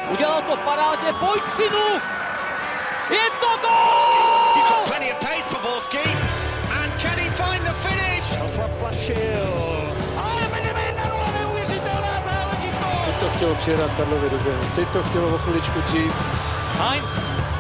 Udělal to parádně, pojď synu! Je to gól! He's got plenty of pace for Borski. And can he find the finish? Zaplašil. Ale vedeme 1-0, neuvěřitelná záležitost! Teď to chtělo přijedat Karlovi do běhu, teď to chtělo o chviličku dřív. Heinz!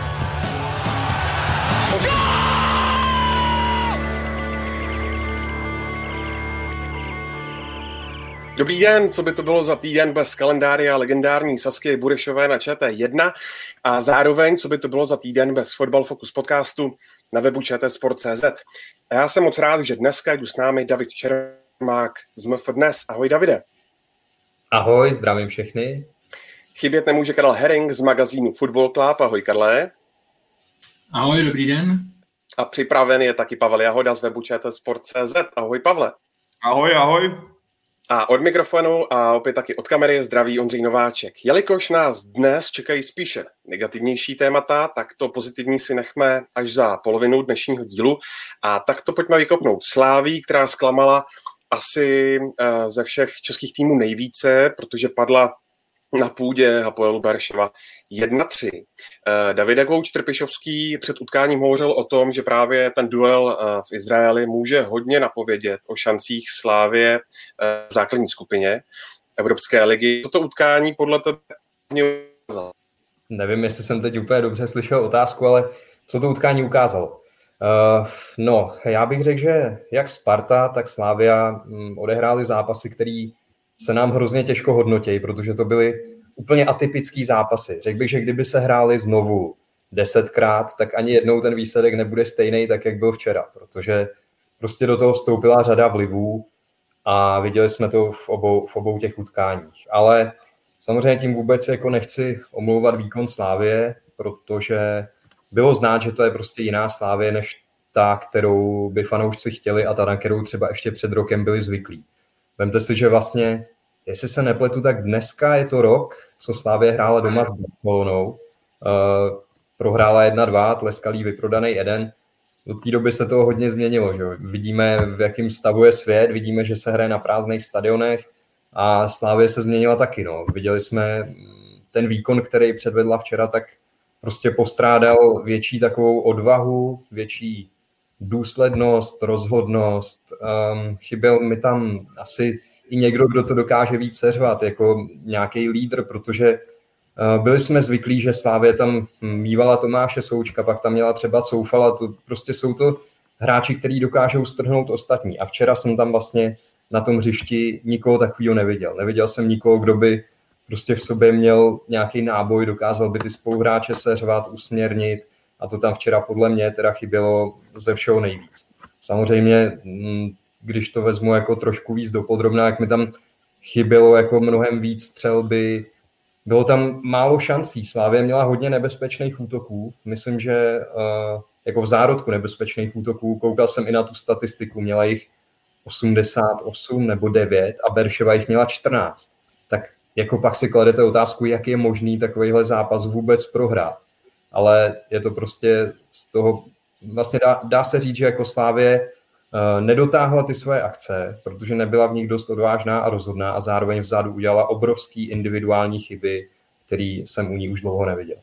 Dobrý den, co by to bylo za týden bez kalendária legendární Sasky Burešové na ČT1 a zároveň, co by to bylo za týden bez Fotbal Focus podcastu na webu čtsport.cz. A já jsem moc rád, že dneska jdu s námi David Čermák z MF Dnes. Ahoj Davide. Ahoj, zdravím všechny. Chybět nemůže Karel Herring z magazínu Football Club. Ahoj Karle. Ahoj, dobrý den. A připraven je taky Pavel Jahoda z webu čtsport.cz. Ahoj Pavle. Ahoj, ahoj. A od mikrofonu a opět taky od kamery zdraví Ondřej Nováček. Jelikož nás dnes čekají spíše negativnější témata, tak to pozitivní si nechme až za polovinu dnešního dílu. A tak to pojďme vykopnout Sláví, která zklamala asi ze všech českých týmů nejvíce, protože padla na půdě Hapoelu Berševa 1-3. David Kouč Trpišovský před utkáním hovořil o tom, že právě ten duel v Izraeli může hodně napovědět o šancích Slávie v základní skupině Evropské ligy. Toto utkání podle tebe ukázalo? Nevím, jestli jsem teď úplně dobře slyšel otázku, ale co to utkání ukázalo? Já bych řekl, že jak Sparta, tak Slavia odehráli zápasy, které se nám hrozně těžko hodnotí, protože to byly úplně atypický zápasy. Řekl bych, že kdyby se hráli znovu 10krát, tak ani jednou ten výsledek nebude stejný, tak jak byl včera, protože prostě do toho vstoupila řada vlivů a viděli jsme to v obou těch utkáních. Ale samozřejmě tím vůbec jako nechci omlouvat výkon Slávie, protože bylo znát, že to je prostě jiná Slávie, než ta, kterou by fanoušci chtěli a ta, na kterou třeba ještě před rokem byli zvyklí. Vemte si, že vlastně, jestli se nepletu, tak dneska je to rok, co Slavie hrála doma s Barcelonou. Prohrála 1-2, tleskal jí vyprodaný Eden. Do té doby se to hodně změnilo. Že? Vidíme, v jakém stavu je svět, vidíme, že se hraje na prázdných stadionech a Slavie se změnila taky. No. Viděli jsme ten výkon, který předvedla včera, tak prostě postrádal větší takovou odvahu, větší důslednost, rozhodnost. Chyběl mi tam asi i někdo, kdo to dokáže víc seřvat, jako nějaký lídr, protože byli jsme zvyklí, že Slávě tam mívala Tomáše Součka, pak tam měla třeba Coufala, to prostě jsou to hráči, kteří dokážou strhnout ostatní. A včera jsem tam vlastně na tom hřišti nikoho takového neviděl. Neviděl jsem nikoho, kdo by prostě v sobě měl nějaký náboj, dokázal by ty spoluhráče seřvat, usměrnit, a to tam včera podle mě teda chybělo ze všeho nejvíc. Samozřejmě, když to vezmu jako trošku víc dopodrobná, jak mi tam chybělo jako mnohem víc střelby, bylo tam málo šancí. Slavia měla hodně nebezpečných útoků. Myslím, že jako v zárodku nebezpečných útoků, koukal jsem i na tu statistiku, měla jich 88 nebo 9 a Berševa jich měla 14. Tak jako pak si kladete otázku, jak je možný takovýhle zápas vůbec prohrát. Ale je to prostě z toho, vlastně dá se říct, že jako Slavie nedotáhla ty svoje akce, protože nebyla v nich dost odvážná a rozhodná a zároveň vzadu udělala obrovský individuální chyby, který jsem u ní už dlouho neviděl.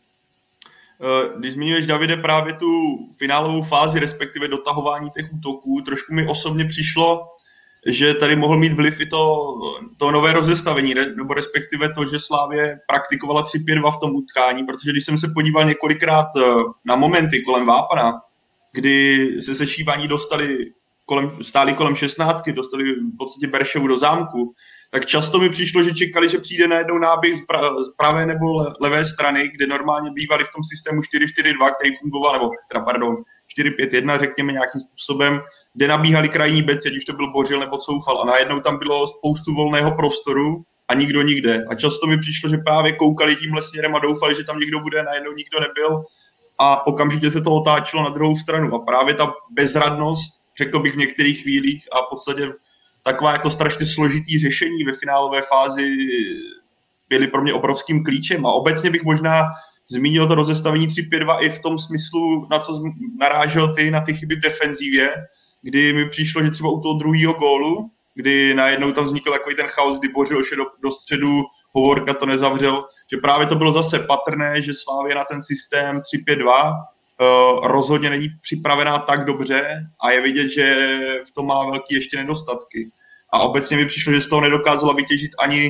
Když zmiňuješ, Davide, právě tu finálovou fázi, respektive dotahování těch útoků, trošku mi osobně přišlo, že tady mohl mít vliv i to nové rozestavení, nebo respektive to, že Slavie praktikovala 3-5-2 v tom utkání, protože když jsem se podíval několikrát na momenty kolem Vápna, kdy se sešívaní stáli kolem 16, dostali v podstatě Berševu do zámku, tak často mi přišlo, že čekali, že přijde najednou náběh z pravé nebo levé strany, kde normálně bývali v tom systému 4-4-2, který fungoval, nebo 4-5-1, řekněme nějakým způsobem, kde nabíhali krajní beci, ať už to byl Bořil nebo Coufal, a najednou tam bylo spoustu volného prostoru a nikdo nikde. A často mi přišlo, že právě koukali tímhle směrem a doufali, že tam někdo bude, najednou nikdo nebyl a okamžitě se to otáčelo na druhou stranu. A právě ta bezradnost, řekl bych v některých chvílích, a v podstatě taková jako strašně složitý řešení ve finálové fázi byly pro mě obrovským klíčem. A obecně bych možná zmínil to rozestavení 3-5-2 i v tom smyslu, na co narážel ty, na ty chyby v defenzívě, kdy mi přišlo, že třeba u toho druhého gólu, kdy najednou tam vznikl takový ten chaos, kdy Bořil šel do středu, Hovorka to nezavřel, že právě to bylo zase patrné, že Slavia na ten systém 3-5-2 rozhodně není připravená tak dobře a je vidět, že v tom má velký ještě nedostatky. A obecně mi přišlo, že z toho nedokázala vytěžit ani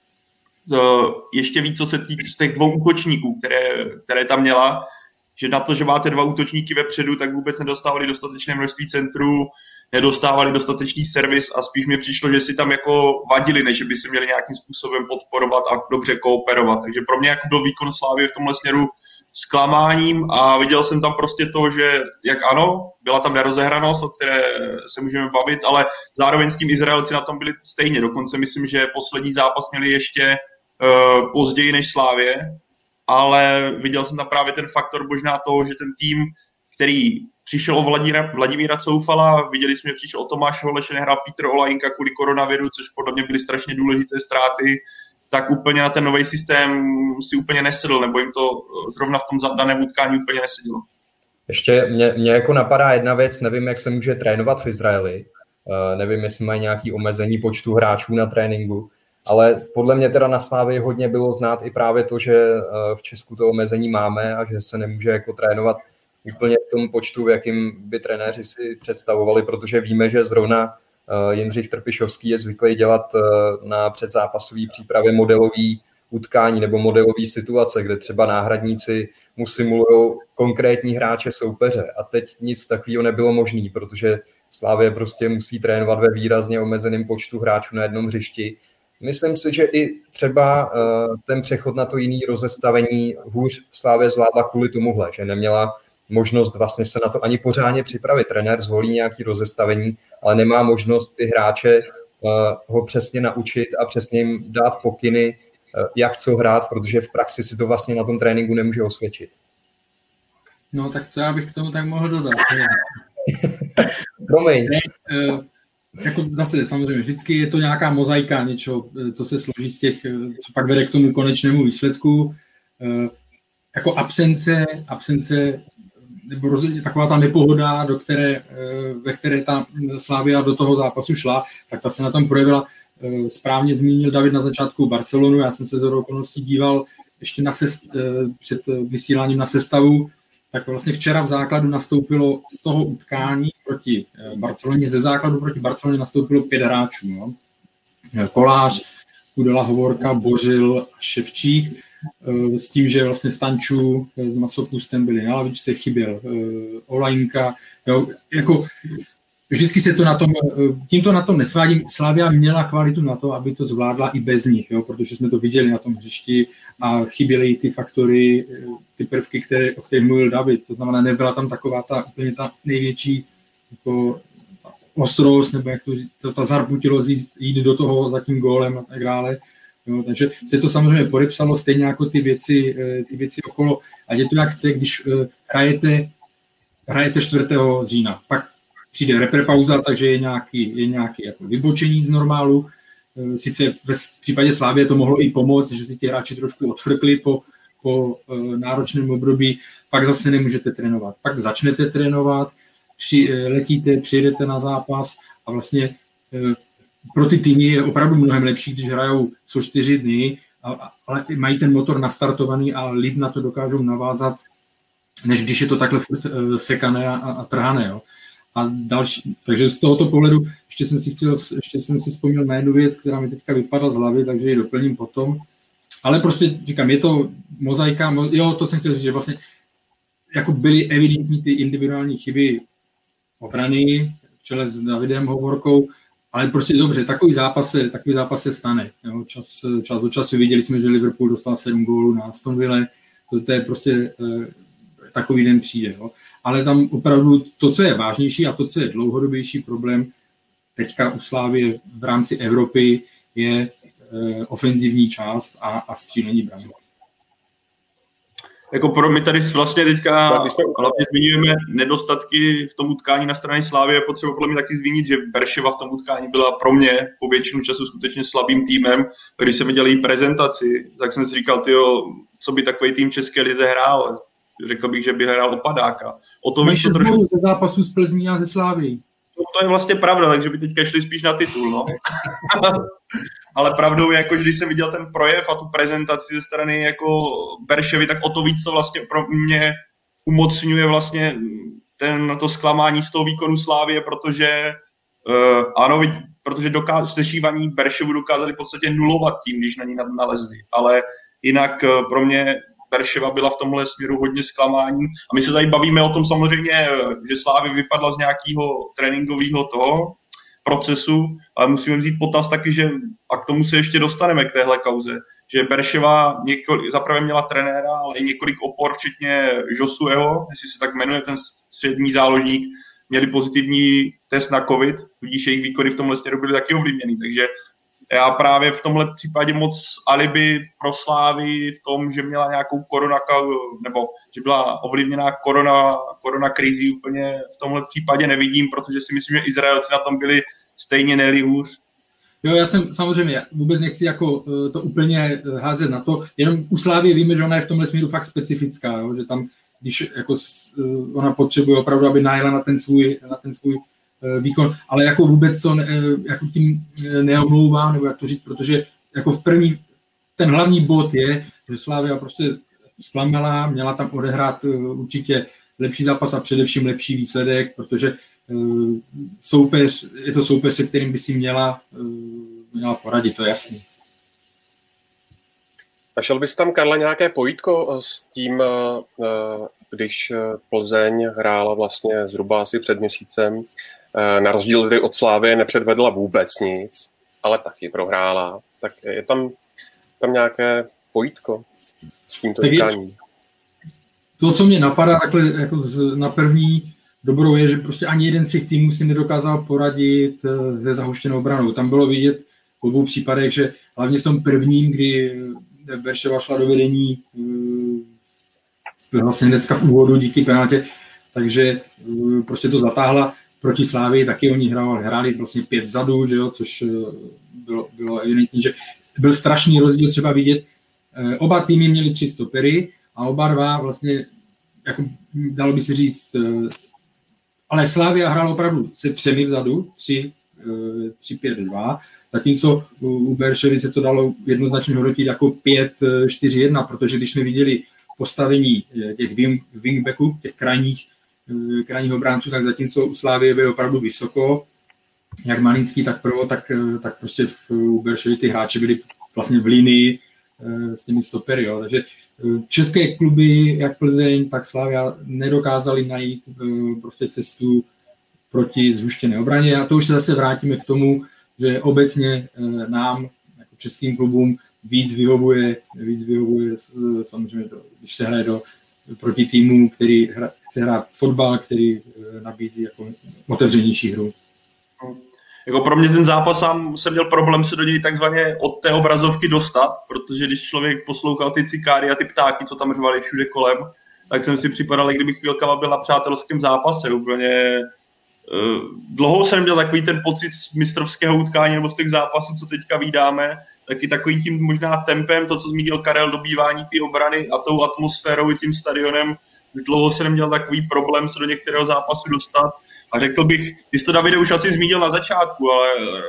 ještě víc, co se týká z těch dvou útočníků, které tam měla, že na to, že máte dva útočníky vepředu, tak vůbec nedostávali dostatečné množství centrů, nedostávali dostatečný servis a spíš mi přišlo, že si tam jako vadili, než by se měli nějakým způsobem podporovat a dobře kooperovat. Takže pro mě jako byl výkon Slavie v tomhle směru zklamáním a viděl jsem tam prostě to, že jak ano, byla tam nerozehranost, o které se můžeme bavit, ale zároveň s tím Izraelci na tom byli stejně. Dokonce myslím, že poslední zápas měli ještě později než Slavie, ale viděl jsem tam právě ten faktor možná toho, že ten tým, který přišel o Vladimíra Coufala, viděli jsme, že přišel o Tomáše Holeše, nehrál Petr Olajinka kvůli koronaviru, což podle mě byly strašně důležité ztráty, tak úplně na ten nový systém si úplně nesedl, nebo jim to zrovna v tom daném utkání úplně nesedělo. Ještě mě jako napadá jedna věc, nevím, jak se může trénovat v Izraeli, nevím, jestli mají nějaké omezení počtu hráčů na tréninku, ale podle mě teda na Slavii hodně bylo znát i právě to, že v Česku to omezení máme a že se nemůže jako trénovat úplně v tom počtu, v jakým by trenéři si představovali, protože víme, že zrovna Jindřich Trpišovský je zvyklý dělat na předzápasové přípravě modelový utkání nebo modelový situace, kde třeba náhradníci mu simulují konkrétní hráče soupeře. A teď nic takového nebylo možné, protože Slavie prostě musí trénovat ve výrazně omezeném počtu hráčů na jednom hřišti. Myslím si, že i třeba ten přechod na to jiný rozestavení hůř Slavie zvládla kvůli tomuhle, že neměla možnost vlastně se na to ani pořádně připravit. Trenér zvolí nějaké rozestavení, ale nemá možnost ty hráče ho přesně naučit a přesně jim dát pokyny, jak co hrát, protože v praxi si to vlastně na tom tréninku nemůže osvědčit. No tak co já bych k tomu tak mohl dodat? Promiň. Jako zase samozřejmě, vždycky je to nějaká mozaika něčeho, co se složí z těch, co pak vede k tomu konečnému výsledku. Jako absence nebo rozhodně taková ta nepohoda, ve které ta Slavia do toho zápasu šla, tak ta se na tom projevila. Správně zmínil David na začátku Barcelonu, já jsem se z okolností díval ještě před vysíláním na sestavu, tak vlastně včera v základu nastoupilo z toho utkání proti Barceloně, ze základu proti Barceloně nastoupilo 5 hráčů. No. Kolář, Kudela, Hovorka, Bořil a Ševčík, s tím, že vlastně Stančů s Masopustem byli na lavičce, chyběl Olajinka. Jo, jako vždycky se to na tom, tímto na tom nesvádím. Slavia měla kvalitu na to, aby to zvládla i bez nich, jo, protože jsme to viděli na tom hřišti a chyběly ty faktory, ty prvky, o kterých mluvil David. To znamená, nebyla tam taková úplně ta největší jako ostrost, nebo jak to říct, ta zarputilost jít do toho za tím gólem a tak dále. Jo, takže se to samozřejmě podepsalo stejně jako ty věci okolo. Ať je to jak chce, když hrajete 4. října, pak přijde reprepauza, takže je nějaký jako vybočení z normálu. Sice v případě Slavie to mohlo i pomoct, že si ti hráči trošku odfrkli po náročném období, pak zase nemůžete trénovat. Pak začnete trénovat, přijedete na zápas a vlastně pro ty týmy je opravdu mnohem lepší, když hrajou co 4 dny, ale mají ten motor nastartovaný a líp na to dokážou navázat, než když je to takhle furt sekané a trhané. Jo. A další, takže z tohoto pohledu ještě jsem si vzpomněl na jednu věc, která mi teďka vypadla z hlavy, takže ji doplním potom. Ale prostě říkám, je to mozaika, jo, to jsem chtěl říct, že vlastně jako byly evidentní ty individuální chyby obrany v čele s Davidem Hovorkou, ale prostě dobře, takový zápas se stane. Jo. Čas od času viděli jsme, že Liverpool dostal 7 gólů na Aston Ville, to je prostě takový den přijde. Jo. Ale tam opravdu to, co je vážnější a to, co je dlouhodobější problém teďka u Slavie v rámci Evropy, je ofenzivní část a střílení braní. Jako pro mě tady vlastně teďka hlavně zmiňujeme nedostatky v tom utkání na straně Slavie. Potřeba podle mě taky zmínit, že Berševa v tom utkání byla pro mě po většinu času skutečně slabým týmem. Když jsem dělal její prezentaci, tak jsem si říkal, co by takový tým České lize hrál. Řekl bych, že by hrál opadáka. O to víc ze zápasu z Plzní a ze Slavii. To je vlastně pravda, takže by teďka šli spíš na titul, no. Ale pravdou je, jako, že když jsem viděl ten projev a tu prezentaci ze strany jako Berševy, tak o to víc to vlastně pro mě umocňuje vlastně to zklamání z toho výkonu Slávie, protože ano, protože sešívaní Berševu dokázali v podstatě nulovat tím, když na ní nalezli, ale jinak pro mě Berševa byla v tomhle směru hodně zklamání. A my se tady bavíme o tom samozřejmě, že Slávy vypadla z nějakého tréninkového toho procesu, ale musíme vzít potaz taky, že a k tomu se ještě dostaneme k téhle kauze, že Berševa zaprvé měla trenéra, ale i několik opor, včetně Josueho, jestli se tak jmenuje ten střední záložník, měli pozitivní test na covid, tudíž jejich výkony v tomhle směru byly taky ovlivněný, takže já právě v tomhle případě moc alibi pro Slávy v tom, že měla nějakou nebo že byla ovlivněná korona krizí úplně v tomhle případě nevidím, protože si myslím, že Izraelci na tom byli stejně ne-li hůř. Jo, já jsem samozřejmě vůbec nechci jako to úplně házet na to, jenom u Slávy víme, že ona je v tomhle směru fakt specifická, jo, že tam, když jako ona potřebuje opravdu, aby najela na ten svůj výkon, ale jako vůbec to jako tím neomlouvám, nebo jak to říct, protože jako v první, ten hlavní bod je, že Slavia prostě zklamala, měla tam odehrát určitě lepší zápas a především lepší výsledek, protože je to soupeř, se kterým by si měla poradit, to je jasný. Našel bys tam, Karle, nějaké pojítko s tím, když Plzeň hrála vlastně zhruba asi před měsícem, na rozdíl tedy od Slávie nepředvedla vůbec nic, ale taky prohrála. Tak je tam nějaké pojítko s tímto utkáním? To, co mě napadá takhle jako na první dobrou, je, že prostě ani jeden z těch týmů si nedokázal poradit se zahuštěnou obranou. Tam bylo vidět v obou případech, že hlavně v tom prvním, kdy Berševa šla do vedení vlastně hnedka v úvodu díky penaltě, takže prostě to zatáhla. Proti Slávii taky oni hráli vlastně 5 vzadu, že jo, což bylo evidentní, že byl strašný rozdíl třeba vidět. Oba týmy měli 3 stopery a oba dva vlastně, jako dalo by se říct, ale Slavia hrála opravdu se 3 vzadu, 3-5-2, zatímco u Berševy se to dalo jednoznačně hodnotit jako 5-4-1, protože když jsme viděli postavení těch wingbacků, těch krajních obránců, tak zatímco u Slávie byl opravdu vysoko, jak Malinský, tak Provo, tak prostě u Berševy ty hráči byli vlastně v linii s těmi stopery. Jo. Takže české kluby, jak Plzeň, tak Slavia nedokázali najít prostě cestu proti zhuštěné obraně. A to už se zase vrátíme k tomu, že obecně nám, jako českým klubům, víc vyhovuje samozřejmě, když se hraje proti týmu, který chce hrát fotbal, který nabízí jako otevřenější hru. Jako pro mě ten zápas sám jsem měl problém se do něj takzvaně od té obrazovky dostat, protože když člověk poslouchal ty cikáry a ty ptáky, co tam řvali všude kolem, tak jsem si připadal, kdyby chvílkama byl na přátelském zápase. Úplně dlouho jsem měl takový ten pocit z mistrovského utkání nebo z těch zápasů, co teďka vídáme, taky takovým tím možná tempem, to, co zmínil Karel, dobývání té obrany a tou atmosférou i tím stadionem. Dlouho jsem neměl takový problém se do některého zápasu dostat. A řekl bych, ty jsi to, Davide, už asi zmínil na začátku, ale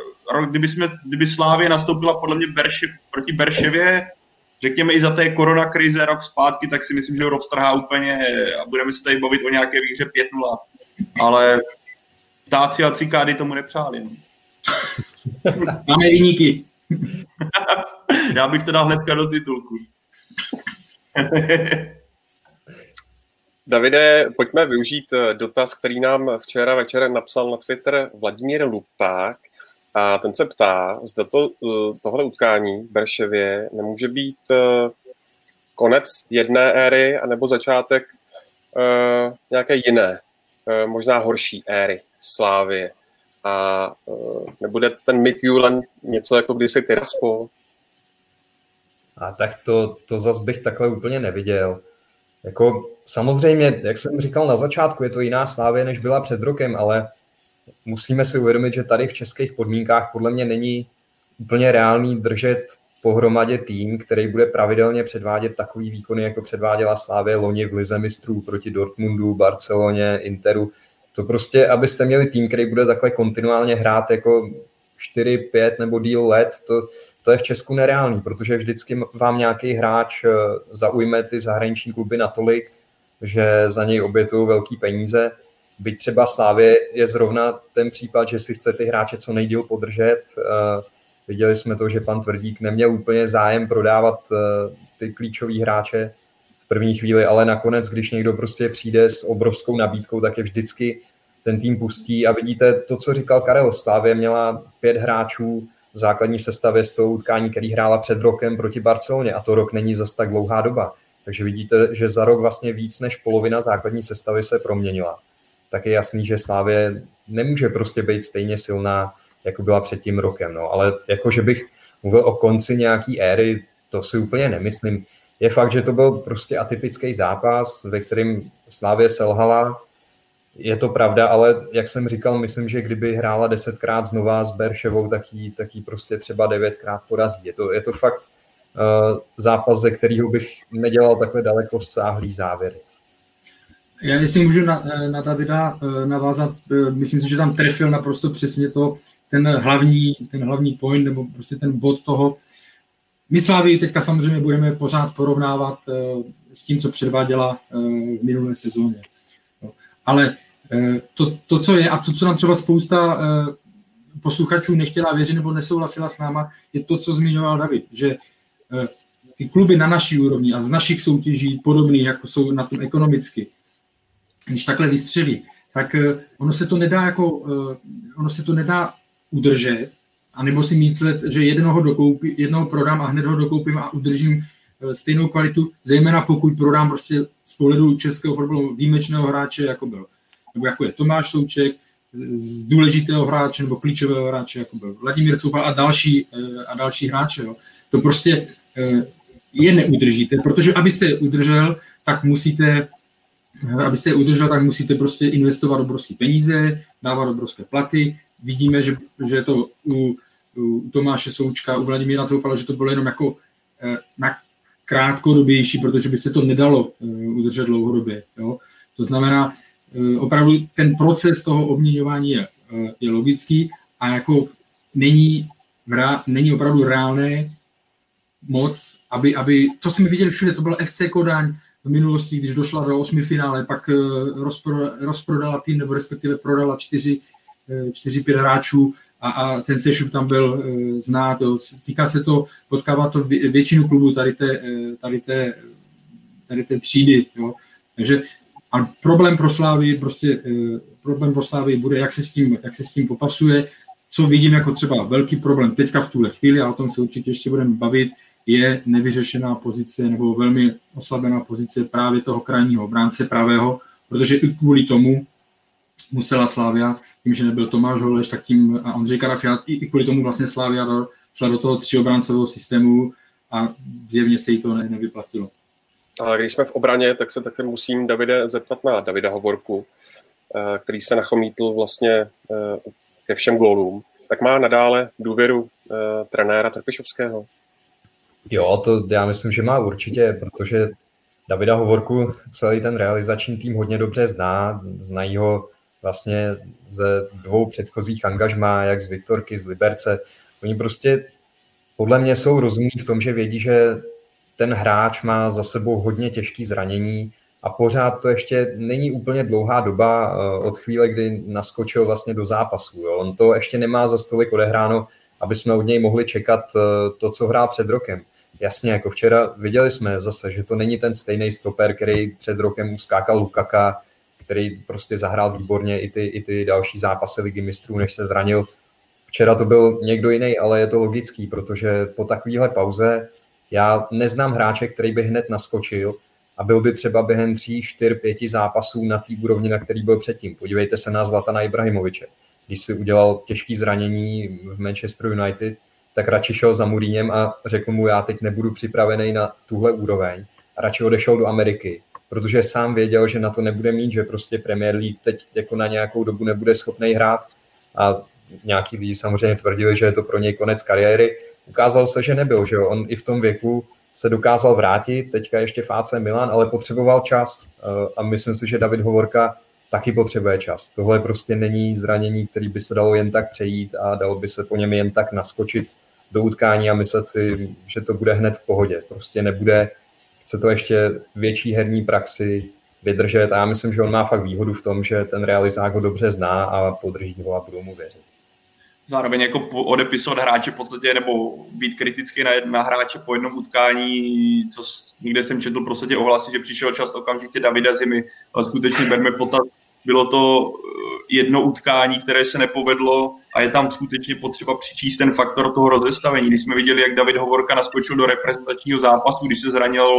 kdyby Slávie nastoupila podle mě proti Berševě, řekněme i za té koronakrize rok zpátky, tak si myslím, že ho roztrhá úplně a budeme se tady bavit o nějaké výhře 5-0. Ale ptáci a cikády tomu nepřáli. No. Máme viníky. Já bych to dal hnedka do titulku. Davide, pojďme využít dotaz, který nám včera večer napsal na Twitter Vladimír Lupták. A ten se ptá, zda tohle utkání v Berševě nemůže být konec jedné éry anebo začátek nějaké jiné, možná horší éry Slávie. A nebude ten Midtjylland něco jako kdysi Tiraspol? A tak to zas bych takhle úplně neviděl. Jako samozřejmě, jak jsem říkal na začátku, je to jiná Slávie, než byla před rokem, ale musíme si uvědomit, že tady v českých podmínkách podle mě není úplně reálný držet pohromadě tým, který bude pravidelně předvádět takový výkony, jako předváděla Slávie loni v Lize mistrů proti Dortmundu, Barceloně, Interu. To prostě, abyste měli tým, který bude takhle kontinuálně hrát jako 4, 5 nebo díl let, to je v Česku nereálný, protože vždycky vám nějaký hráč zaujme ty zahraniční kluby natolik, že za něj obětují velký peníze. Byť třeba Slávě je zrovna ten případ, že si chce ty hráče co nejdýl podržet. Viděli jsme to, že pan Tvrdík neměl úplně zájem prodávat ty klíčový hráče v první chvíli, ale nakonec, když někdo prostě přijde s obrovskou nabídkou, tak je vždycky ten tým pustí a vidíte to, co říkal Karel. Slávě měla 5 hráčů v základní sestavě z toho utkání, který hrála před rokem proti Barceloně a to rok není zas tak dlouhá doba. Takže vidíte, že za rok vlastně víc než polovina základní sestavy se proměnila. Tak je jasný, že Slávě nemůže prostě být stejně silná, jako byla před tím rokem. No. Ale jako, že bych mluvil o konci nějaký éry, to si úplně nemyslím. Je fakt, že to byl prostě atypický zápas, ve kterém Slávě selhala. Je to pravda, ale jak jsem říkal, myslím, že kdyby hrála 10krát znova s Berševou, tak jí prostě třeba 9krát porazí. Je to fakt zápas, ze kterého bych nedělal takhle daleko sáhlý závěry. Já jestli můžu na Davida navázat, myslím si, že tam trefil naprosto přesně ten hlavní point, nebo prostě ten bod toho. My Slávii teďka samozřejmě budeme pořád porovnávat s tím, co předváděla v minulé sezóně. Ale to, co je, a to, co nám třeba spousta posluchačů nechtěla věřit nebo nesouhlasila s náma, je to, co zmiňoval David, že ty kluby na naší úrovni a z našich soutěží podobných, jako jsou na tom ekonomicky, když takhle vystřelí, tak ono se to nedá udržet, anebo si myslet, že jednoho prodám a hned ho dokoupím a udržím stejnou kvalitu, zejména pokud prodám prostě z pohledu českého fotbalu výjimečného hráče, jako byl. Nebo jako je Tomáš Souček, z důležitého hráče nebo klíčového hráče, jako byl Vladimír Coufal a další hráče. Jo. To prostě je neudržíte, protože abyste je udržel, tak musíte prostě investovat obrovské peníze, dávat obrovské platy. Vidíme, že je to u Tomáše Součka, u Vladimíra Coufala, že to bylo jenom jako na krátkodobější, protože by se to nedalo udržet dlouhodobě. Jo. To znamená, opravdu ten proces toho obměňování je logický a jako není opravdu reálné moc, aby to jsme viděli všude, to byl FC Kodaň v minulosti, když došla do 8. finále, pak rozprodala tým, nebo respektive prodala 4-5 hráčů a ten sešup tam byl znát. Potkává to většinu klubů tady té třídy. Jo. Takže a problém pro Slávy bude, jak se s tím popasuje. Co vidím jako třeba velký problém teďka v tuhle chvíli, a o tom se určitě ještě budeme bavit, je nevyřešená pozice nebo velmi oslabená pozice právě toho krajního obránce pravého, protože i kvůli tomu musela Slavia, tím, že nebyl Tomáš Holeš, tak tím a Ondřej Karafiát, i kvůli tomu vlastně Slavia šla do toho 3obráncového systému a zjevně se jí to nevyplatilo. A když jsme v obraně, tak se také musím, Davide, zeptat na Davida Hovorku, který se nachomítl vlastně ke všem gólům. Tak má nadále důvěru trenéra Trpišovského? Jo, to já myslím, že má určitě, protože Davida Hovorku celý ten realizační tým hodně dobře znají ho vlastně ze 2 předchozích angažmá, jak z Viktorky, z Liberce. Oni prostě podle mě jsou rozumní v tom, že vědí, že ten hráč má za sebou hodně těžký zranění a pořád to ještě není úplně dlouhá doba od chvíle, kdy naskočil vlastně do zápasu. Jo. On to ještě nemá za tolik odehráno, aby jsme od něj mohli čekat to, co hrál před rokem. Jasně, jako včera viděli jsme zase, že to není ten stejný stoper, který před rokem uskákal Lukaka, který prostě zahrál výborně i ty další zápasy Ligy mistrů, než se zranil. Včera to byl někdo jiný, ale je to logický, protože po takovéhle pauze já neznám hráče, který by hned naskočil a byl by třeba během 3, 4, 5 zápasů na té úrovni, na který byl předtím. Podívejte se na Zlatana Ibrahimoviče. Když si udělal těžké zranění v Manchester United, tak radši šel za Mourinhem a řekl mu, já teď nebudu připravený na tuhle úroveň. A radši odešel do Ameriky, protože sám věděl, že na to nebude mít, že prostě Premier League teď jako na nějakou dobu nebude schopný hrát. A nějaký lidi samozřejmě tvrdili, že je to pro něj konec kariéry. Ukázalo se, že nebyl, že jo? On i v tom věku se dokázal vrátit, teďka ještě v AC Milan, ale potřeboval čas a myslím si, že David Hovorka taky potřebuje čas. Tohle prostě není zranění, který by se dalo jen tak přejít a dalo by se po něm jen tak naskočit do utkání a myslet si, že to bude hned v pohodě. Prostě nebude, chce to ještě větší herní praxi vydržet a já myslím, že on má fakt výhodu v tom, že ten realizák ho dobře zná a podrží ho a budou mu věřit. Zároveň jako odepisovat hráče v podstatě, nebo být kritický na hráče po jednom utkání, co někde jsem četl prostě ohlasy, že přišel čas okamžitě Davida Zimy, ale skutečně berme potaz, bylo to jedno utkání, které se nepovedlo a je tam skutečně potřeba přičíst ten faktor toho rozestavení. Když jsme viděli, jak David Hovorka naskočil do reprezentačního zápasu, když se zranil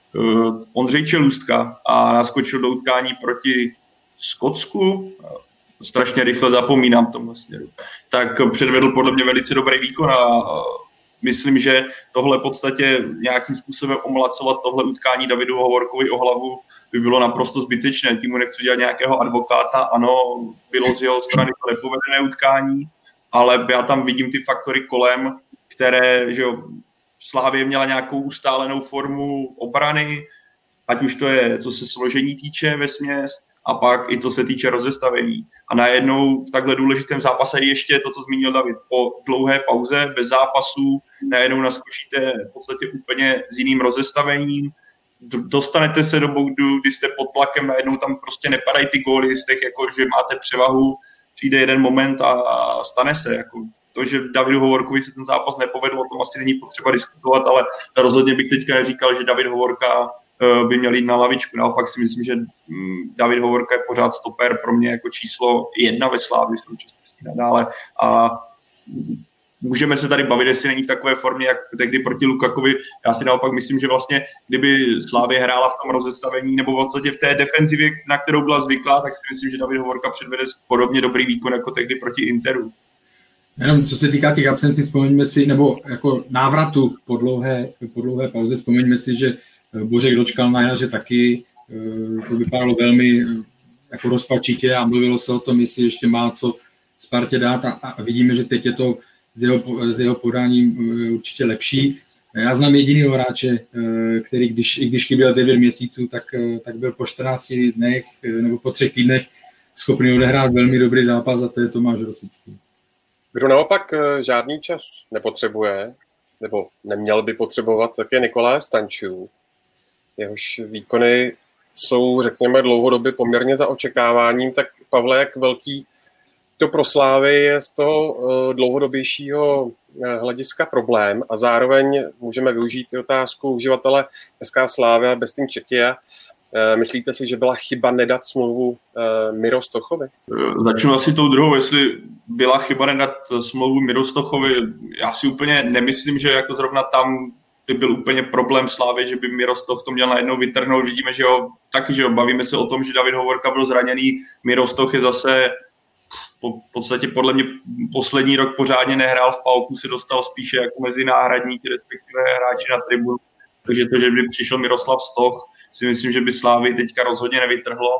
Ondřej Čelůstka a naskočil do utkání proti Skotsku, strašně rychle zapomínám tomu směru, tak předvedl podle mě velice dobrý výkon a myslím, že tohle v podstatě nějakým způsobem omlacovat tohle utkání Davidu Hovorkovi o hlavu by bylo naprosto zbytečné. Tím mu nechci dělat nějakého advokáta. Ano, bylo z jeho strany to nepovedené utkání, ale já tam vidím ty faktory kolem, které, že jo, Slavie měla nějakou ustálenou formu obrany, ať už to je, co se složení týče vesměs, a pak i co se týče rozestavení. A najednou v takhle důležitém zápase ještě to, co zmínil David, po dlouhé pauze, bez zápasů, najednou naskočíte v podstatě úplně s jiným rozestavením, dostanete se do bodu, kdy jste pod tlakem, najednou tam prostě nepadají ty góly z těch, jako, že máte převahu, přijde jeden moment a stane se. Jako, to, že Davidu Hovorkovi se ten zápas nepovedl, o tom asi není potřeba diskutovat, ale rozhodně bych teďka neříkal, že David Hovorka by měl jít na lavičku. Naopak si myslím, že David Hovorka je pořád stoper pro mě jako číslo 1 ve Slavii v současnosti nadále. A můžeme se tady bavit, jestli není v takové formě, jak tehdy proti Lukakovi. Já si naopak myslím, že vlastně, kdyby Slavie hrála v tom rozestavení nebo v podstatě v té defenzivě, na kterou byla zvyklá, tak si myslím, že David Hovorka předvede podobně dobrý výkon jako tehdy proti Interu. Jenom co se týká těch absencí, vzpomeňme si, nebo jako návratu po dlouhé pauze, vzpomeňme si, že Bořek Dočkal na jaře taky, to vypadalo velmi jako rozpačitě a mluvilo se o tom, jestli ještě má co Spartě dát a vidíme, že teď je to s jeho podáním určitě lepší. Já znám jedinýho hráče, který když chyběl 9 měsíců, tak byl po 14 dnech nebo po 3 týdnech schopný odehrát velmi dobrý zápas a to je Tomáš Rosický. Kdo naopak žádný čas nepotřebuje, nebo neměl by potřebovat, tak je Nikolaj Stančů. Jehož výkony jsou, řekněme, dlouhodobě poměrně za očekáváním, tak Pavle, jak velký to pro Slávy je z toho dlouhodobějšího hlediska problém a zároveň můžeme využít i otázku uživatele SK Slavia Bestin Čekia. Myslíte si, že byla chyba nedat smlouvu Miro Stochovi? Začnu asi tou druhou, jestli byla chyba nedat smlouvu Miro Stochovi. Já si úplně nemyslím, že jako zrovna tam by byl úplně problém Slávy, že by Miro Stoch to měl najednou vytrhnout. Vidíme, že jo, taky, že jo, bavíme se o tom, že David Hovorka byl zraněný, Miro Stoch je zase v podstatě podle mě poslední rok pořádně nehrál, v Pauku se dostal spíše jako mezi náhradníky, respektive hráči na tribunu. Takže to, že by přišel Miroslav Stoch, si myslím, že by Slávy teďka rozhodně nevytrhlo.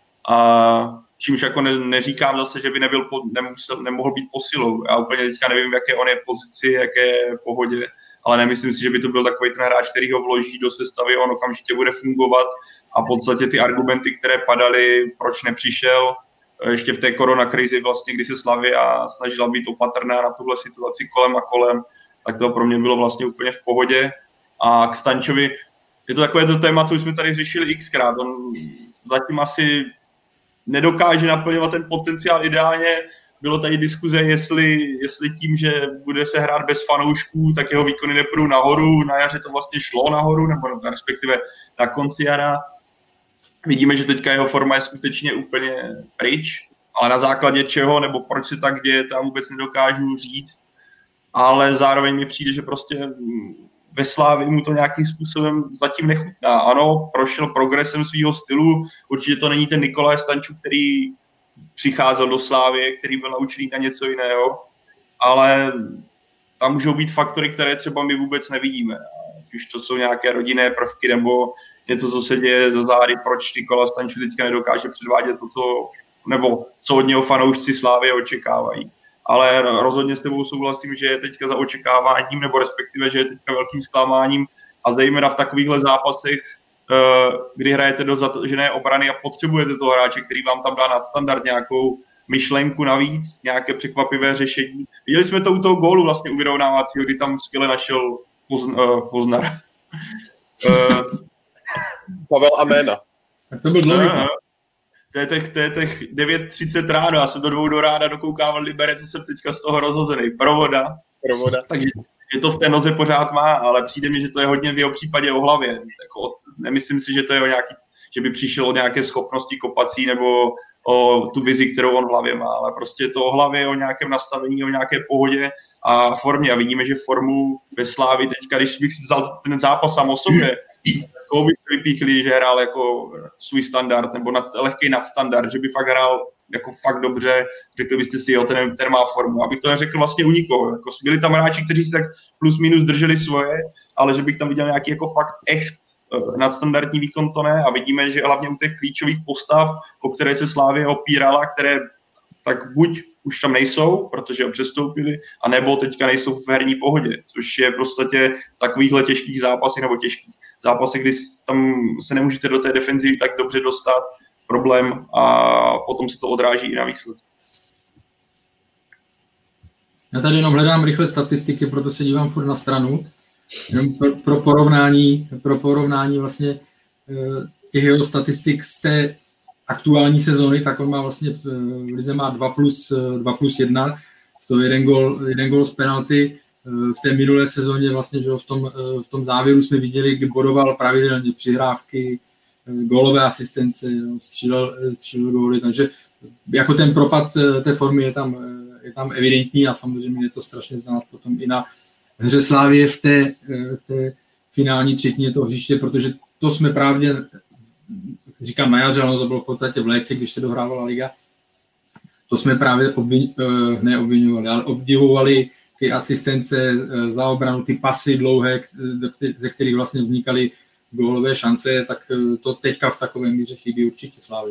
A čímž jako neříkám zase, že by nemohl být posilou. Já úplně teďka nevím, v jaké on je pozici, jaké je pohodě, ale nemyslím si, že by to byl takový ten hráč, který ho vloží do sestavy, on okamžitě bude fungovat a v podstatě ty argumenty, které padaly, proč nepřišel, ještě v té koronakrizi vlastně, kdy se Slavia snažila být opatrná na tuhle situaci kolem a kolem, tak to pro mě bylo vlastně úplně v pohodě. A k Stančovi je to takové to téma, co už jsme tady řešili xkrát. On zatím asi nedokáže naplňovat ten potenciál ideálně. Bylo tady diskuze, jestli tím, že bude se hrát bez fanoušků, tak jeho výkony nepůjdou nahoru. Na jaře to vlastně šlo nahoru, nebo respektive na konci jara. Vidíme, že teďka jeho forma je skutečně úplně pryč, ale na základě čeho, nebo proč se tak děje, to já vůbec nedokážu říct. Ale zároveň mi přijde, že prostě ve Slávii mu to nějakým způsobem zatím nechutná. Ano, prošel progresem svýho stylu, určitě to není ten Nikolaj Stančů, který přicházel do Slávie, který byl naučený na něco jiného, ale tam můžou být faktory, které třeba my vůbec nevidíme. Už to jsou nějaké rodinné prvky nebo něco, co se děje za zády, proč Nikola Stančů teďka nedokáže předvádět to, nebo co od něho fanoušci Slávie očekávají. Ale rozhodně s tebou souhlasím, že je teďka za očekáváním, nebo respektive, že je teďka velkým zklamáním a zejména v takovýchhle zápasech, kdy hrajete do zatažené obrany a potřebujete toho hráče, který vám tam dá nadstandard, nějakou myšlenku navíc, nějaké překvapivé řešení. Viděli jsme to u toho gólu vlastně u vyrovnávacího, kdy tam skvěle našel Poznar. Pavel Aména. Tak to byl dlouhý. To je těch 9:30 ráno, já jsem do 2 do rána dokoukával Liberec, co jsem teďka z toho rozhozený. Provoda. Takže že to v té noze pořád má, ale přijde mi, že to je hodně v jeho případě o hlavě. Jako, nemyslím si, že to je o nějaký, že by přišel o nějaké schopnosti kopací nebo o tu vizi, kterou on v hlavě má, ale prostě je to o hlavě, o nějakém nastavení, o nějaké pohodě a formě. A vidíme, že formu ve Slávi teďka, když bych vzal ten zápas sám o sobě, koho by vypíchli, že hrál jako svůj standard nebo lehký nadstandard, že by fakt hrál jako fakt dobře, řekli byste si, jo, ten má formu. Abych to neřekl vlastně u nikoho. Jako byli tam hráči, kteří si tak plus minus drželi svoje, ale že bych tam viděl nějaký jako fakt echt nadstandardní výkon, to ne. A vidíme, že hlavně u těch klíčových postav, o které se Slavie opírala, které tak buď už tam nejsou, protože ho přestoupili, anebo teďka nejsou v herní pohodě, což je prostě takovýchhle těžkých zápasů nebo těžkých zápasy, kdy tam se nemůžete do té defenzivy tak dobře dostat, problém a potom se to odráží i na výsledku. Já tady jenom hledám rychle statistiky, proto se dívám furt na stranu. Jenom pro porovnání vlastně těch jeho statistik z té aktuální sezony, tak on má vlastně v lize má 2+1, z toho jeden gól z penalty. V té minulé sezóně vlastně, že v tom závěru jsme viděli, kdy bodoval pravidelně přihrávky, gólové asistence, střílel góly, takže jako ten propad té formy je tam evidentní a samozřejmě je to strašně znát potom i na hře Slavie v té finální třetině toho hřiště, protože to jsme právě, říkám na jaře, ale to bylo v podstatě v létě, když se dohrávala liga, to jsme právě neobviňovali, ale obdivovali ty asistence za obranu, ty pasy dlouhé, ze kterých vlastně vznikaly gólové šance, tak to teďka v takovém míře chybí určitě Slavii.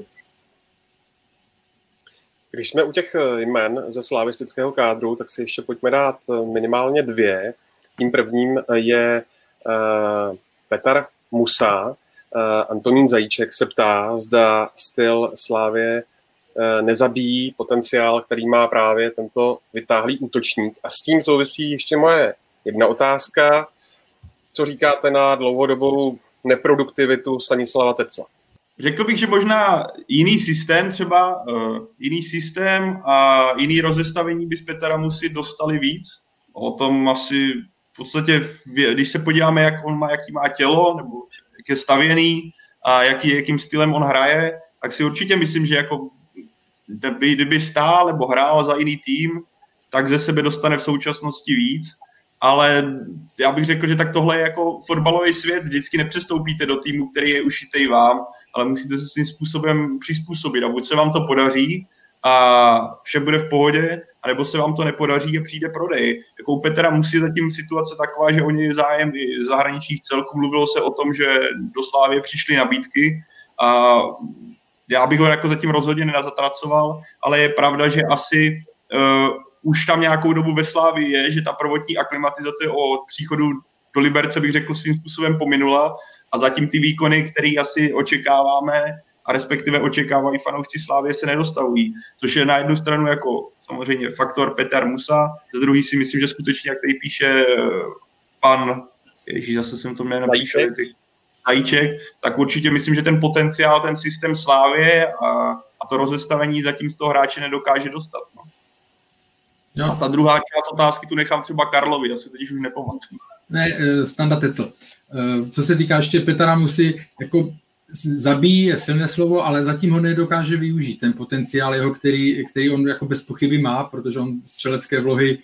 Když jsme u těch jmen ze slavistického kádru, tak si ještě pojďme dát minimálně 2. Tím prvním je Petar Musa. Antonín Zajíček se ptá, zda styl Slavie nezabíjí potenciál, který má právě tento vytáhlý útočník. A s tím souvisí ještě moje jedna otázka. Co říkáte na dlouhodobou neproduktivitu Stanislava Tecla? Řekl bych, že možná jiný systém a jiný rozestavení by z Petara Musy dostali víc. O tom asi v podstatě, když se podíváme, jaký má tělo, nebo jak je stavěný a jakým stylem on hraje, tak si určitě myslím, že jako kdyby stál nebo hrál za jiný tým, tak ze sebe dostane v současnosti víc. Ale já bych řekl, že tak tohle je jako fotbalový svět. Vždycky nepřestoupíte do týmu, který je ušitej vám, ale musíte se svým způsobem přizpůsobit. A buď se vám to podaří a vše bude v pohodě, anebo se vám to nepodaří a přijde prodej. Jako u Petra Musy zatím situace taková, že o něj je zájem i zahraničních celků. Mluvilo se o tom, že do Slávie přišly nabídky a já bych ho jako zatím rozhodně nezatracoval, ale je pravda, že asi už tam nějakou dobu ve Slávii je, že ta prvotní aklimatizace od příchodu do Liberce, bych řekl, svým způsobem pominula a zatím ty výkony, které asi očekáváme a respektive očekávají fanoušci Slávie, se nedostavují. Což je na jednu stranu jako samozřejmě faktor Petar Musa, za druhý si myslím, že skutečně, jak tady píše pan, zase jsem to jméno píšel, Zajíček, tak určitě myslím, že ten potenciál, ten systém Slávie a to rozestavení zatím z toho hráče nedokáže dostat. No. No. A ta druhá část otázky tu nechám třeba Karlovi, já si teď už nepamatuju. Ne, Standa Tecl. Co se týká ještě Petara Musy, jako zabíjí je silné slovo, ale zatím ho nedokáže využít, ten potenciál jeho, který on jako bez pochyby má, protože on střelecké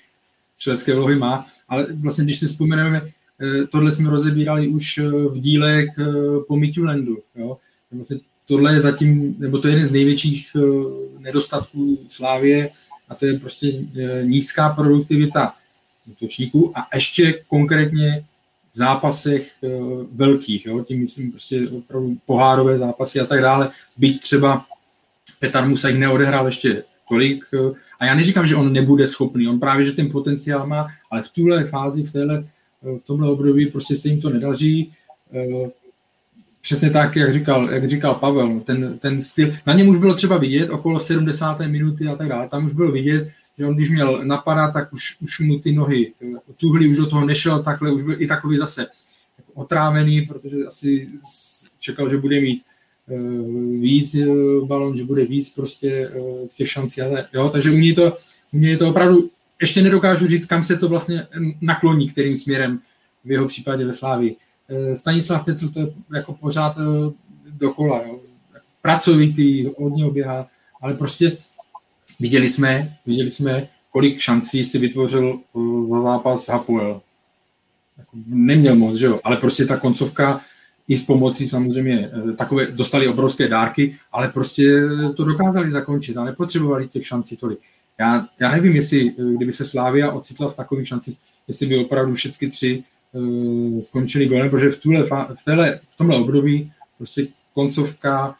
vlohy má, ale vlastně když si vzpomeneme, tohle jsme rozebírali už v díle po Midtjyllandu, jo. Vlastně tohle je zatím, nebo to je jeden z největších nedostatků Slavie, a to je prostě nízká produktivita útočníků a ještě konkrétně v zápasech velkých, jo? Tím myslím prostě opravdu pohárové zápasy a tak dále, byť třeba Petar Musa jich neodehrál ještě tolik a já neříkám, že on nebude schopný, on právě, že ten potenciál má, ale v tuhle fázi, v tomhle období prostě se jim to nedaří. přesně tak, jak říkal Pavel, ten styl, na něm už bylo třeba vidět okolo 70. minuty a tak dále, tam už bylo vidět, že on když měl napadat, tak už mu ty nohy tuhly, už do toho nešel takhle, už byl i takový zase otrávený, protože asi čekal, že bude mít víc balon, že bude víc prostě v těch šancí, ale jo, takže u mě je to opravdu, ještě nedokážu říct, kam se to vlastně nakloní, kterým směrem v jeho případě ve Slávii. Stanislav Tecl to je jako pořád dokola, jo. Pracovitý, hodně oběhá, ale prostě viděli jsme, kolik šancí si vytvořil za zápas Hapoel. Neměl moc, že jo, ale prostě ta koncovka i s pomocí samozřejmě takové, dostali obrovské dárky, ale prostě to dokázali zakončit a nepotřebovali těch šancí tolik. Já nevím, jestli kdyby se Slavia ocitla v takových šancích, jestli by opravdu všechny 3 skončili golem, protože v tomhle období prostě koncovka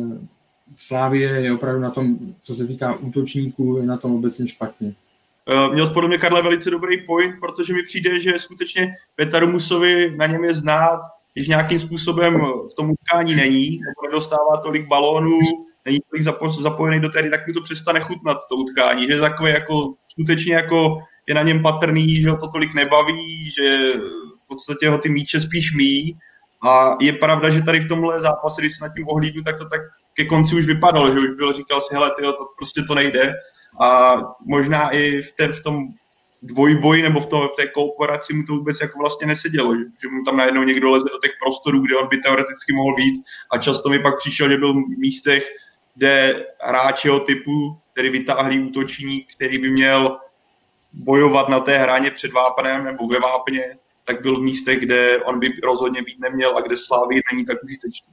Slavie je opravdu na tom, co se týká útočníků, je na tom obecně špatně. Měl podle mě Karle velice dobrý point, protože mi přijde, že skutečně Petaru Musovi na něm je znát, když nějakým způsobem v tom utkání není, nebo nedostává tolik balónů, není tolik zapojený do té, tak mu to přestane chutnat to utkání, že je takový jako skutečně jako je na něm patrný, že ho to tolik nebaví, že v podstatě ho ty míče spíš míjí. A je pravda, že tady v tomhle zápase, když se nad tím ohlídnu, tak to tak ke konci už vypadalo, že už bylo, říkal si, hele, tyjo, to prostě to nejde. A možná i v tom dvojboji nebo v té kooperaci mu to vůbec jako vlastně nesedělo, že mu tam najednou někdo leze do těch prostorů, kde on by teoreticky mohl být a často mi pak přišel, že byl v místech, kde hráč jeho typu, který vytáhlý útočník, který by měl bojovat na té hraně před vápnem nebo ve vápně, tak byl v místech, kde on by rozhodně být neměl a kde Slavii není tak užitečný.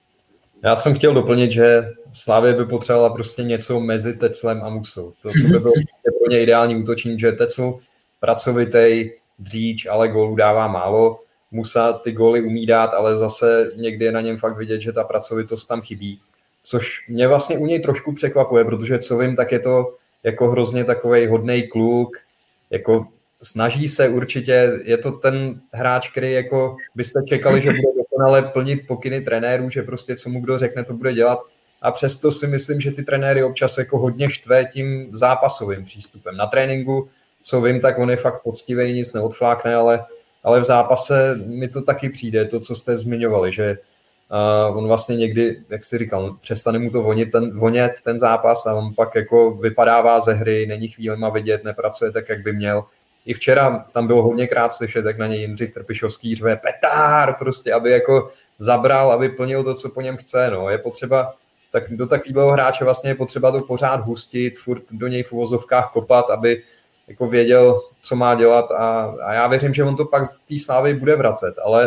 Já jsem chtěl doplnit, že Slavie by potřebovala prostě něco mezi Teclem a Musou. To by byl pro ně ideální útočník, že Tecl pracovitej, dříč, ale gólů dává málo. Musa ty góly umí dát, ale zase někdy je na něm fakt vidět, že ta pracovitost tam chybí. Což mě vlastně u něj trošku překvapuje, protože co vím, tak je to jako hrozně takovej hodnej kluk, jako snaží se určitě, je to ten hráč, který jako byste čekali, že bude dokonale plnit pokyny trenérů, že prostě co mu kdo řekne, to bude dělat. A přesto si myslím, že ty trenéry občas jako hodně štve tím zápasovým přístupem. Na tréninku, co vím, tak on je fakt poctivý, nic neodflákne, ale v zápase mi to taky přijde, to, co jste zmiňovali, že on vlastně někdy, jak jsi říkal, přestane mu to vonět ten zápas a on pak jako vypadává ze hry, není chvílema vidět, nepracuje tak, jak by měl. I včera tam bylo hodněkrát slyšet, jak na něj Jindřich Trpišovský řve Petár, prostě, aby jako zabral, aby plnil to, co po něm chce. No. Je potřeba, tak do takového hráče vlastně je potřeba to pořád hustit, furt do něj v uvozovkách kopat, aby jako věděl, co má dělat a já věřím, že on to pak z té Slávy bude vracet, ale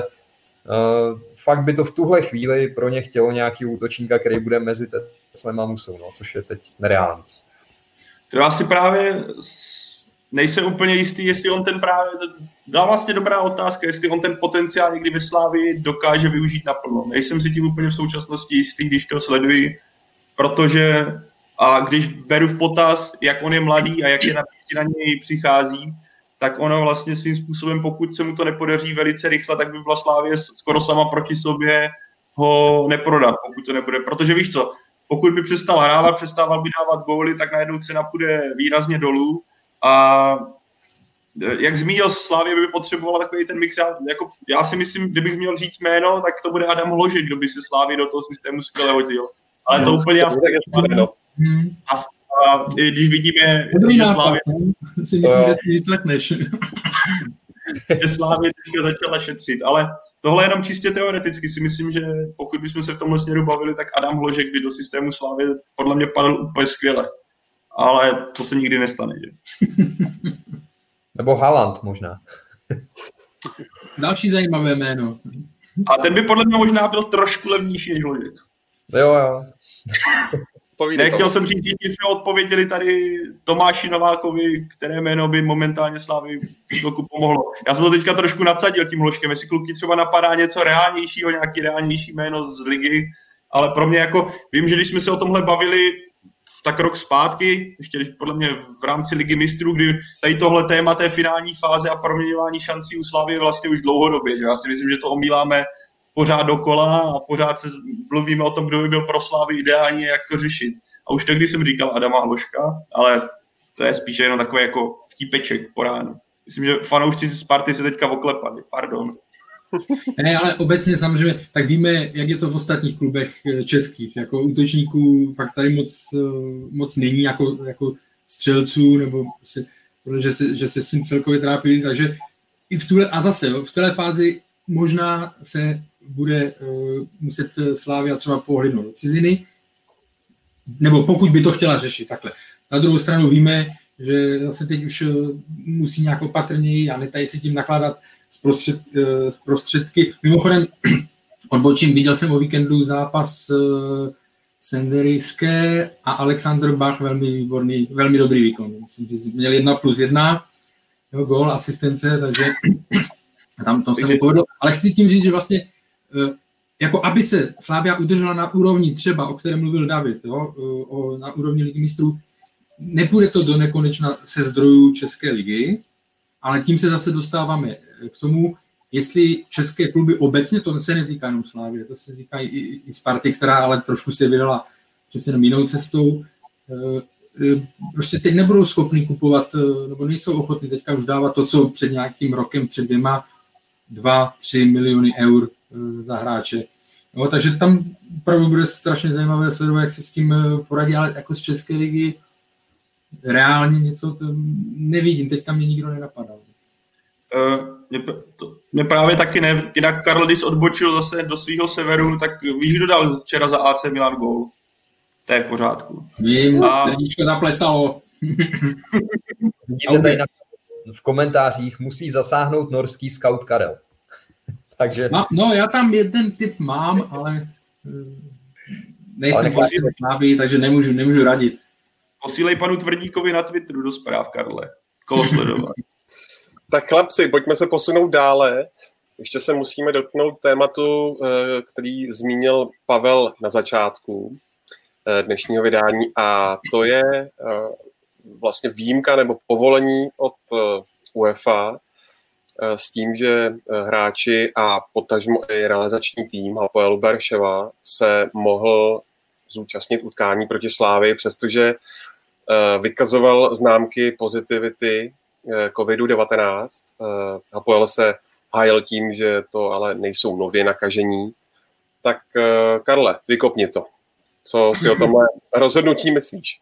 fakt by to v tuhle chvíli pro ně chtělo nějaký útočníka, který bude mezi Teclem a Musou, no, což je teď nereálný. To já si právě nejsem úplně jistý, jestli on ten právě, byla vlastně dobrá otázka, jestli on ten potenciál někdy ve Slávii dokáže využít naplno. Nejsem si tím úplně v současnosti jistý, když to sleduji, protože a když beru v potaz, jak on je mladý a jak je nabídky na něj přichází, tak ono vlastně svým způsobem, pokud se mu to nepodaří velice rychle, tak by byla Slávie skoro sama proti sobě ho neprodat, pokud to nebude. Protože víš co, pokud by přestal hrávat, přestával by dávat góly, tak najednou cena půjde výrazně dolů. A jak zmínil, Slavie by potřebovala takový ten mix. Jako, já si myslím, kdybych měl říct jméno, tak to bude Adam Hložek, kdo by se Slavii do toho systému skvěle hodil. Ale to úplně jasně. A když vidíme, že Slavie... si myslím, že si vyslechneš. Že Slavie teďka začala šetřit, ale tohle jenom čistě teoreticky si myslím, že pokud bychom se v tomhle směru bavili, tak Adam Hložek by do systému Slavie podle mě padl úplně skvěle. Ale to se nikdy nestane, že? Nebo Haaland možná. Další zajímavé jméno. A ten by podle mě možná byl trošku levnější než Hložek. Jo. Nechtěl jsem říct, že jsme odpověděli tady Tomáši Novákovi, které jméno by momentálně Slávy v útoku pomohlo. Já jsem to teďka trošku nadsadil tím Hložkem, jestli kluky třeba napadá něco reálnějšího, nějaký reálnější jméno z ligy, ale pro mě jako, vím, že když jsme se o tomhle bavili tak rok zpátky, ještě podle mě v rámci Ligy mistrů, kdy tady tohle téma té finální fáze a proměňování šancí u Slavie vlastně už dlouhodobě, že já si myslím, že to omíláme pořád dokola a pořád se mluvíme o tom, kdo by byl pro Slávy ideálně, jak to řešit. A už tehdy jsem říkal Adama Hložka, ale to je spíše jenom takový jako vtípeček po ránu. Myslím, že fanoušci Sparty se teďka oklepali, pardon. Ne, ale obecně samozřejmě, tak víme, jak je to v ostatních klubech českých. Jako útočníků fakt tady moc není jako střelců, nebo prostě, že se s tím celkově trápili, takže i v téhle fázi možná se bude muset Slavia třeba pohlídnout do ciziny, nebo pokud by to chtěla řešit takhle. Na druhou stranu víme, že zase teď už musí nějak opatrněji a netají se tím nakládat z prostředky. Mimochodem, odbočím, viděl jsem o víkendu zápas Senderijské a Alexander Bach, velmi výborný, velmi dobrý výkon. Myslím, že měl 1+1, gól, asistence, takže tam to se mu povedlo. Ale chci tím říct, že vlastně jako aby se Slavia udržela na úrovni třeba, o kterém mluvil David, na úrovni Ligy mistrů, nepůjde to do nekonečna se zdrojů České ligy, ale tím se zase dostáváme k tomu, jestli české kluby obecně, to se netýká jenom Slavie, to se týká i Sparty, která ale trošku se vydala přece jenom jinou cestou, prostě teď nebudou schopni kupovat, nebo nejsou ochotní teďka už dávat to, co před nějakým rokem, před 2-3 miliony eur za hráče. No, takže tam opravdu bude strašně zajímavé sledovat, jak se s tím poradí, ale jako z České ligy reálně něco nevidím, teďka mě nikdo nenapadal. Mě právě taky ne. Jinak Karl, když odbočil zase do svého severu, tak víš, kdo dal včera za AC Milan gól. To je v pořádku. Vím, srdíčko zaplesalo. Vidíte tady v komentářích, musí zasáhnout norský scout Karel. Takže... No, já tam jeden tip mám, ale nejsem vlastně Slávy, takže nemůžu radit. Posílej panu Tvrdíkovi na Twitteru do zpráv, Karle. Koho sledovat. Tak chlapci, pojďme se posunout dále. Ještě se musíme dotknout tématu, který zmínil Pavel na začátku dnešního vydání, a to je vlastně výjimka nebo povolení od UEFA s tím, že hráči a potažmo i realizační tým Hapoelu Beerševa se mohl zúčastnit utkání proti Slávii, přestože vykazoval známky pozitivity COVID-19. Hapoel se hájil tím, že to ale nejsou nově nakažení. Tak Karle, vykopni to. Co si o tomhle rozhodnutí myslíš?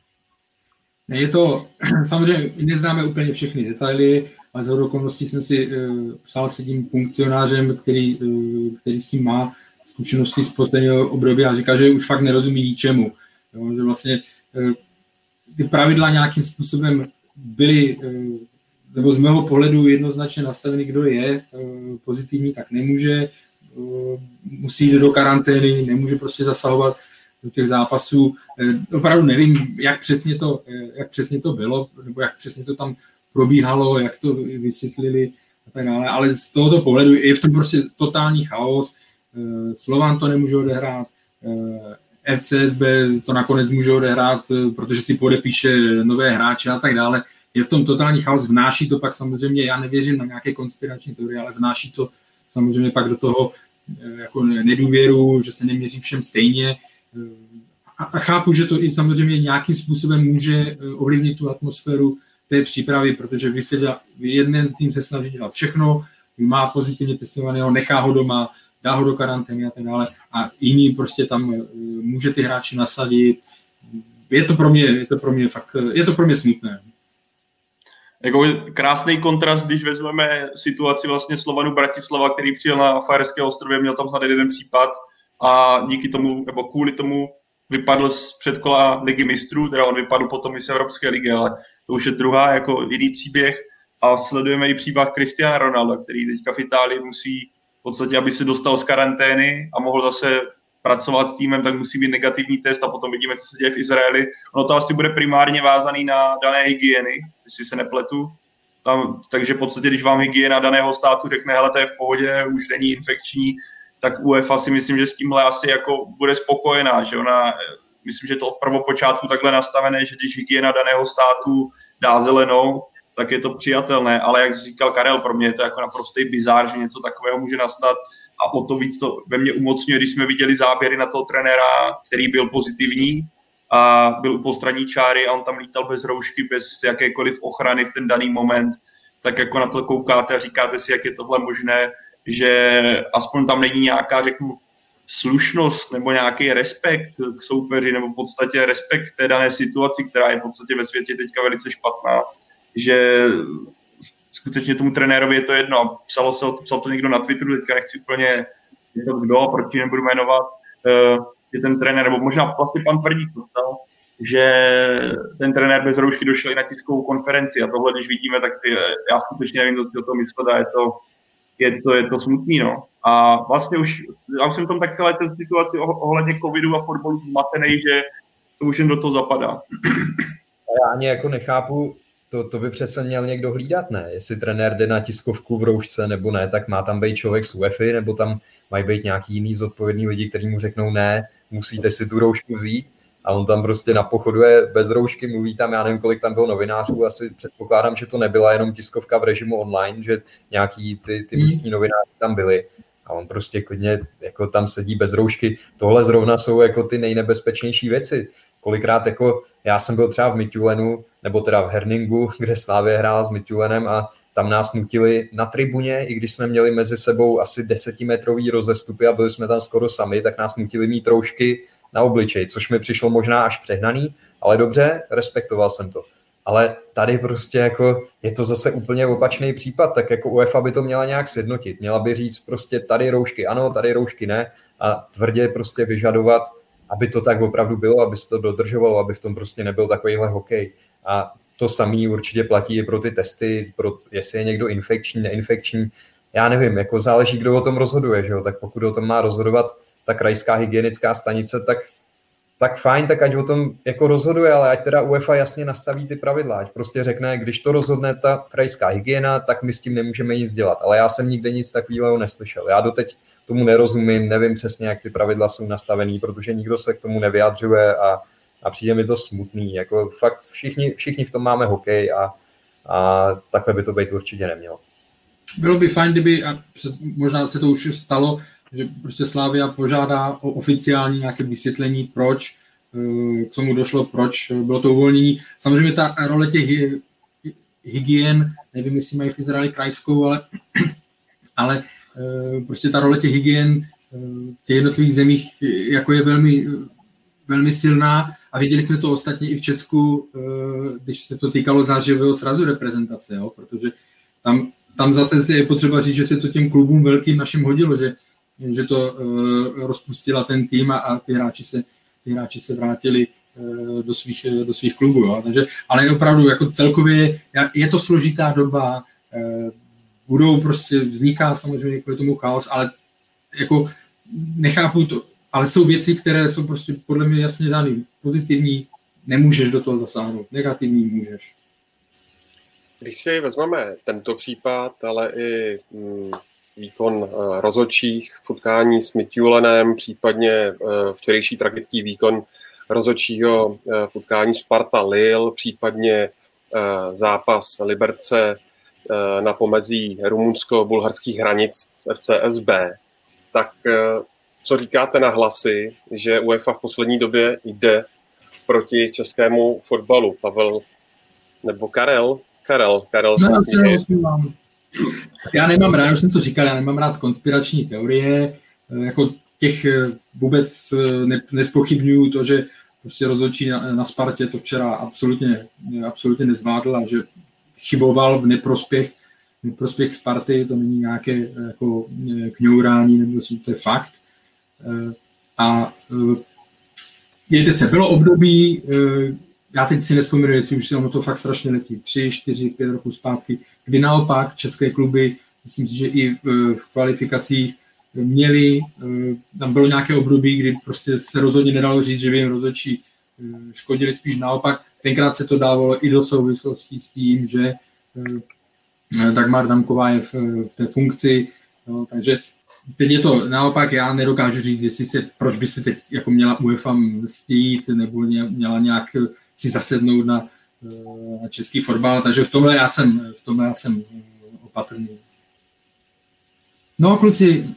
Je to, samozřejmě neznáme úplně všechny detaily, ale za okolností jsem si psal s tím funkcionářem, který s tím má zkušenosti z posledního období a říká, že už fakt nerozumí ničemu. Jo, že vlastně ty pravidla nějakým způsobem byly, nebo z mého pohledu jednoznačně nastaveny, kdo je pozitivní, tak nemůže, musí jít do karantény, nemůže prostě zasahovat do těch zápasů. Opravdu nevím, jak přesně to bylo, nebo jak přesně to tam probíhalo, jak to vysvětlili a tak dále, ale z tohoto pohledu je v tom prostě totální chaos. Slovan to nemůže odehrát, FCSB to nakonec může odehrát, protože si podepíše nové hráče a tak dále. Je v tom totální chaos, vnáší to pak samozřejmě, já nevěřím na nějaké konspirační teorie, ale vnáší to samozřejmě pak do toho jako nedůvěru, že se neměří všem stejně. A chápu, že to i samozřejmě nějakým způsobem může ovlivnit tu atmosféru té přípravy, protože jeden tým se snaží dělat všechno, má pozitivně testovaného, nechá ho doma, dá ho do karantény a tak dále, a jiný prostě tam může ty hráči nasadit. Je to pro mě smutné. Jako krásný kontrast, když vezmeme situaci vlastně Slovanu Bratislava, který přijel na Fajerské ostrově, měl tam snad jeden případ a díky tomu, nebo kvůli tomu vypadl z předkola Ligy mistrů, teda on vypadl potom i z Evropské ligy, ale to už je druhá, jako jiný příběh, a sledujeme i příběh Cristiana Ronalda, který teďka v Itálii musí v podstatě, aby se dostal z karantény a mohl zase pracovat s týmem, tak musí být negativní test a potom vidíme, co se děje v Izraeli. Ono to asi bude primárně vázaný na dané hygieny, jestli se nepletu. Takže v podstatě, když vám hygiena daného státu řekne, hele, to je v pohodě, už není infekční, tak UEFA si myslím, že s tímhle asi jako bude spokojená, že ona, myslím, že to od prvopočátku takhle nastavené, že když hygiena daného státu dá zelenou, tak je to přijatelné, ale jak říkal Karel, pro mě je to jako naprostý bizár, že něco takového může nastat a o to víc to ve mně umocňuje, když jsme viděli záběry na toho trenéra, který byl pozitivní a byl u postranní čáry a on tam lítal bez roušky, bez jakékoliv ochrany v ten daný moment, tak jako na to koukáte a říkáte si, jak je tohle možné, že aspoň tam není nějaká, řeknu, slušnost nebo nějaký respekt k soupeři nebo v podstatě respekt k té dané situaci, která je v podstatě ve světě teďka velice špatná, že skutečně tomu trenérovi je to jedno. Psal to někdo na Twitteru, teďka nechci úplně to kdo, proč nebudu jmenovat, že ten trenér, nebo možná vlastně pan Tvrdík to psal, že ten trenér bez roušky došel i na tiskovou konferenci a tohle, když vidíme, tak já skutečně nevím, co si o tom myslet a je to smutný, no. A vlastně já už jsem tom tak celé té situaci ohledně covidu a fotbalu zmatenej, že to už jen do toho zapadá. Já ani jako nechápu, to by přece měl někdo hlídat, ne? Jestli trenér jde na tiskovku v roušce nebo ne, tak má tam být člověk z UEFA, nebo tam mají být nějaký jiný zodpovědný lidi, kteří mu řeknou ne, musíte si tu roušku vzít. A on tam prostě na pochodu je bez roušky, mluví tam, já nevím, kolik tam bylo novinářů, asi předpokládám, že to nebyla jenom tiskovka v režimu online, že nějaký ty místní novináři tam byli a on prostě klidně jako tam sedí bez roušky. Tohle zrovna jsou jako ty nejnebezpečnější věci. Kolikrát jako já jsem byl třeba v Midtjyllandu, nebo teda v Herningu, kde Slavia hrála s Midtjyllandem a tam nás nutili na tribuně, i když jsme měli mezi sebou asi 10metrový rozestupy a byli jsme tam skoro sami, tak nás nutili mít roušky na obličej, což mi přišlo možná až přehnaný, ale dobře, respektoval jsem to. Ale tady prostě jako je to zase úplně opačný případ, tak jako UEFA by to měla nějak sjednotit. Měla by říct prostě tady roušky ano, tady roušky ne a tvrdě prostě vyžadovat, aby to tak opravdu bylo, aby se to dodržovalo, aby v tom prostě nebyl takovýhle hokej. A to samé určitě platí i pro ty testy, jestli je někdo infekční, neinfekční. Já nevím, jako záleží, kdo o tom rozhoduje, že jo? Tak pokud o tom má rozhodovat ta krajská hygienická stanice, tak fajn, tak ať o tom jako rozhoduje, ale ať teda UEFA jasně nastaví ty pravidla, ať prostě řekne, když to rozhodne ta krajská hygiena, tak my s tím nemůžeme nic dělat. Ale já jsem nikde nic takového neslyšel. Já doteď tomu nerozumím, nevím přesně, jak ty pravidla jsou nastavený, protože nikdo se k tomu nevyjadřuje a přijde mi to smutný. Jako fakt všichni v tom máme hokej a takhle by to být určitě nemělo. Bylo by fajn, kdyby, a možná se to už stalo, že prostě Slavia požádá o oficiální nějaké vysvětlení, proč k tomu došlo, proč bylo to uvolnění. Samozřejmě ta role těch hygien, nevím, jestli mají v Izraeli krajskou, ale prostě ta role těch hygien v těch jednotlivých zemích jako je velmi, velmi silná a viděli jsme to ostatně i v Česku, když se to týkalo zářivého srazu reprezentace, jo? Protože tam zase je potřeba říct, že se to těm klubům velkým našim hodilo, že to rozpustila ten tým a ty hráči se vrátili do svých klubů. Jo? Takže, ale opravdu jako celkově je to složitá doba, vzniká samozřejmě kvůli tomu chaos, ale jako nechápu to, ale jsou věci, které jsou prostě podle mě jasně dané. Pozitivní nemůžeš do toho zasáhnout, negativní můžeš. Když si vezmeme tento případ, ale i výkon rozhodčích v utkání s Midtjyllandem, případně včerejší tragický výkon rozhodčího v utkání Sparta Lille, případně zápas Liberce na pomezí rumunsko-bulharských hranic s FCSB, tak co říkáte na hlasy, že UEFA v poslední době jde proti českému fotbalu? Pavel nebo Karel? Karel já nemám rád, už jsem to říkal, já nemám rád konspirační teorie, jako těch vůbec nezpochybňuju to, že prostě rozhodčí na Spartě to včera absolutně nezvládl a že chyboval v neprospěch Sparty, to není nějaké jako kňourání, nebo to je fakt. A mějte se, bylo období, já teď si nespomínám, jestli už se ono to fakt strašně letí, 3, 4, 5 roků zpátky, kdy naopak české kluby, myslím si, že i v kvalifikacích měli, tam bylo nějaké období, kdy prostě se rozhodně nedalo říct, že by jim rozhodčí škodili, spíš naopak. Tenkrát se to dávalo i do souvislostí s tím, že Dagmar Damková je v té funkci, no, takže teď je to naopak, já nedokážu říct, proč by se teď jako měla UEFA mstít, nebo měla nějak si zasednout na český fotbal, takže v tomhle já jsem opatrný. No kluci,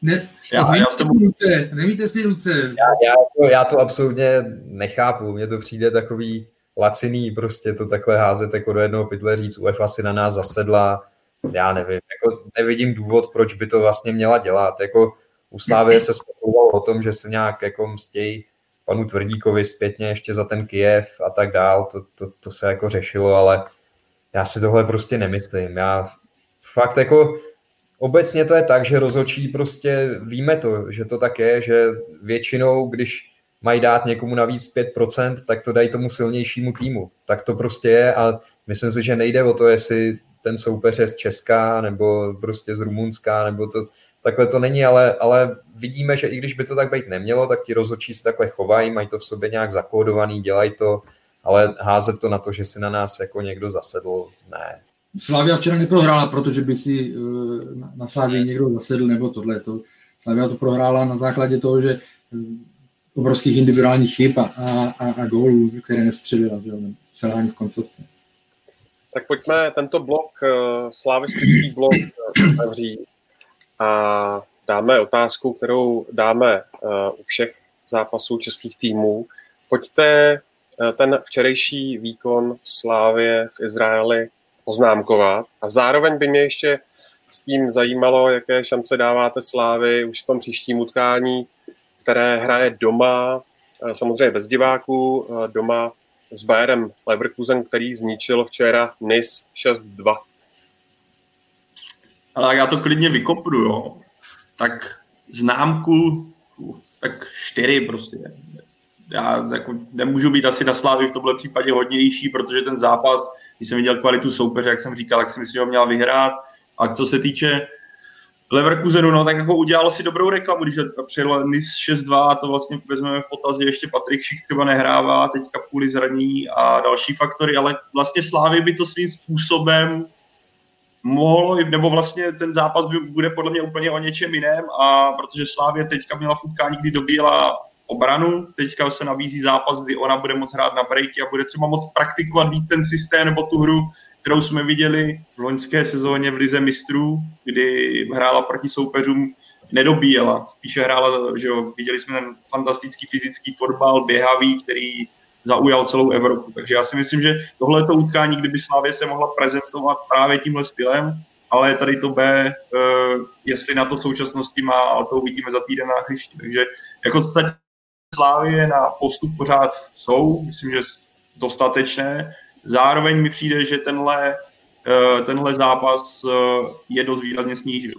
Nemíte si ruce. Já to absolutně nechápu. Mně to přijde takový laciný, prostě to takhle házet jako do jednoho pytle, říct UEFA si na nás zasedla. Já nevím, jako nevidím důvod, proč by to vlastně měla dělat. Jako u Slávie se spekulovalo o tom, že se nějak jako mstějí panu Tvrdíkovi zpětně ještě za ten Kyjev a tak dál. To se jako řešilo, ale já si tohle prostě nemyslím. Já fakt jako obecně to je tak, že rozhodčí prostě víme to, že to tak je, že většinou, když mají dát někomu navíc 5%, tak to dají tomu silnějšímu týmu. Tak to prostě je a myslím si, že nejde o to, jestli ten soupeř je z Česka nebo prostě z Rumunska, nebo to takhle to není, ale vidíme, že i když by to tak být nemělo, tak ti rozhodčí se takhle chovají, mají to v sobě nějak zakódovaný, dělají to, ale házet to na to, že si na nás jako někdo zasedl, ne. Slavia včera neprohrála, protože by si na Slavii někdo zasedl, nebo tohle. Slavia to prohrála na základě toho, že obrovských individuálních chyb a gólů, které nevstřelila, selhání v koncovce. Tak pojďme tento blok, slavistický blok, zavřít a dáme otázku, kterou dáme u všech zápasů českých týmů. Pojďte ten včerejší výkon Slávie v Izraeli poznámkovat a zároveň by mě ještě s tím zajímalo, jaké šance dáváte Slávii už v tom příštím utkání, které hraje doma, samozřejmě bez diváků, doma s Bayerem Leverkusen, který zničil včera Nice 6-2. Ale já to klidně vykopnu, jo. Tak známku, tak 4 prostě. Já jako nemůžu být asi na Slávii v tomhle případě hodnější, protože ten zápas, když jsem viděl kvalitu soupeře, jak jsem říkal, tak si myslím, že ho měl vyhrát. A co se týče Leverkusenu, no tak jako udělalo si dobrou reklamu, když přijel Nice 6-2 a to vlastně vezmeme v potaz, že ještě Patrik Šik třeba nehrává, teďka kvůli zranění a další faktory, ale vlastně Slávy by to svým způsobem mohlo, nebo vlastně ten zápas bude podle mě úplně o něčem jiném, a protože Slávě teďka měla v utkání, kdy dobíjela obranu, teďka se nabízí zápas, kdy ona bude moct hrát na breaky a bude třeba moct praktikovat víc ten systém nebo tu hru, kterou jsme viděli v loňské sezóně v Lize mistrů, kdy hrála proti soupeřům, nedobíjela, spíše hrála, že jo, viděli jsme ten fantastický fyzický fotbal, běhavý, který zaujal celou Evropu. Takže já si myslím, že tohle je to utkání, kdyby Slavie se mohla prezentovat právě tímhle stylem, ale tady to B, jestli na to v současnosti má, ale to uvidíme za týden na hřišti. Takže jako Slavie na postup pořád jsou, myslím, že dostatečné. Zároveň mi přijde, že tenhle zápas je dost výrazně snížil.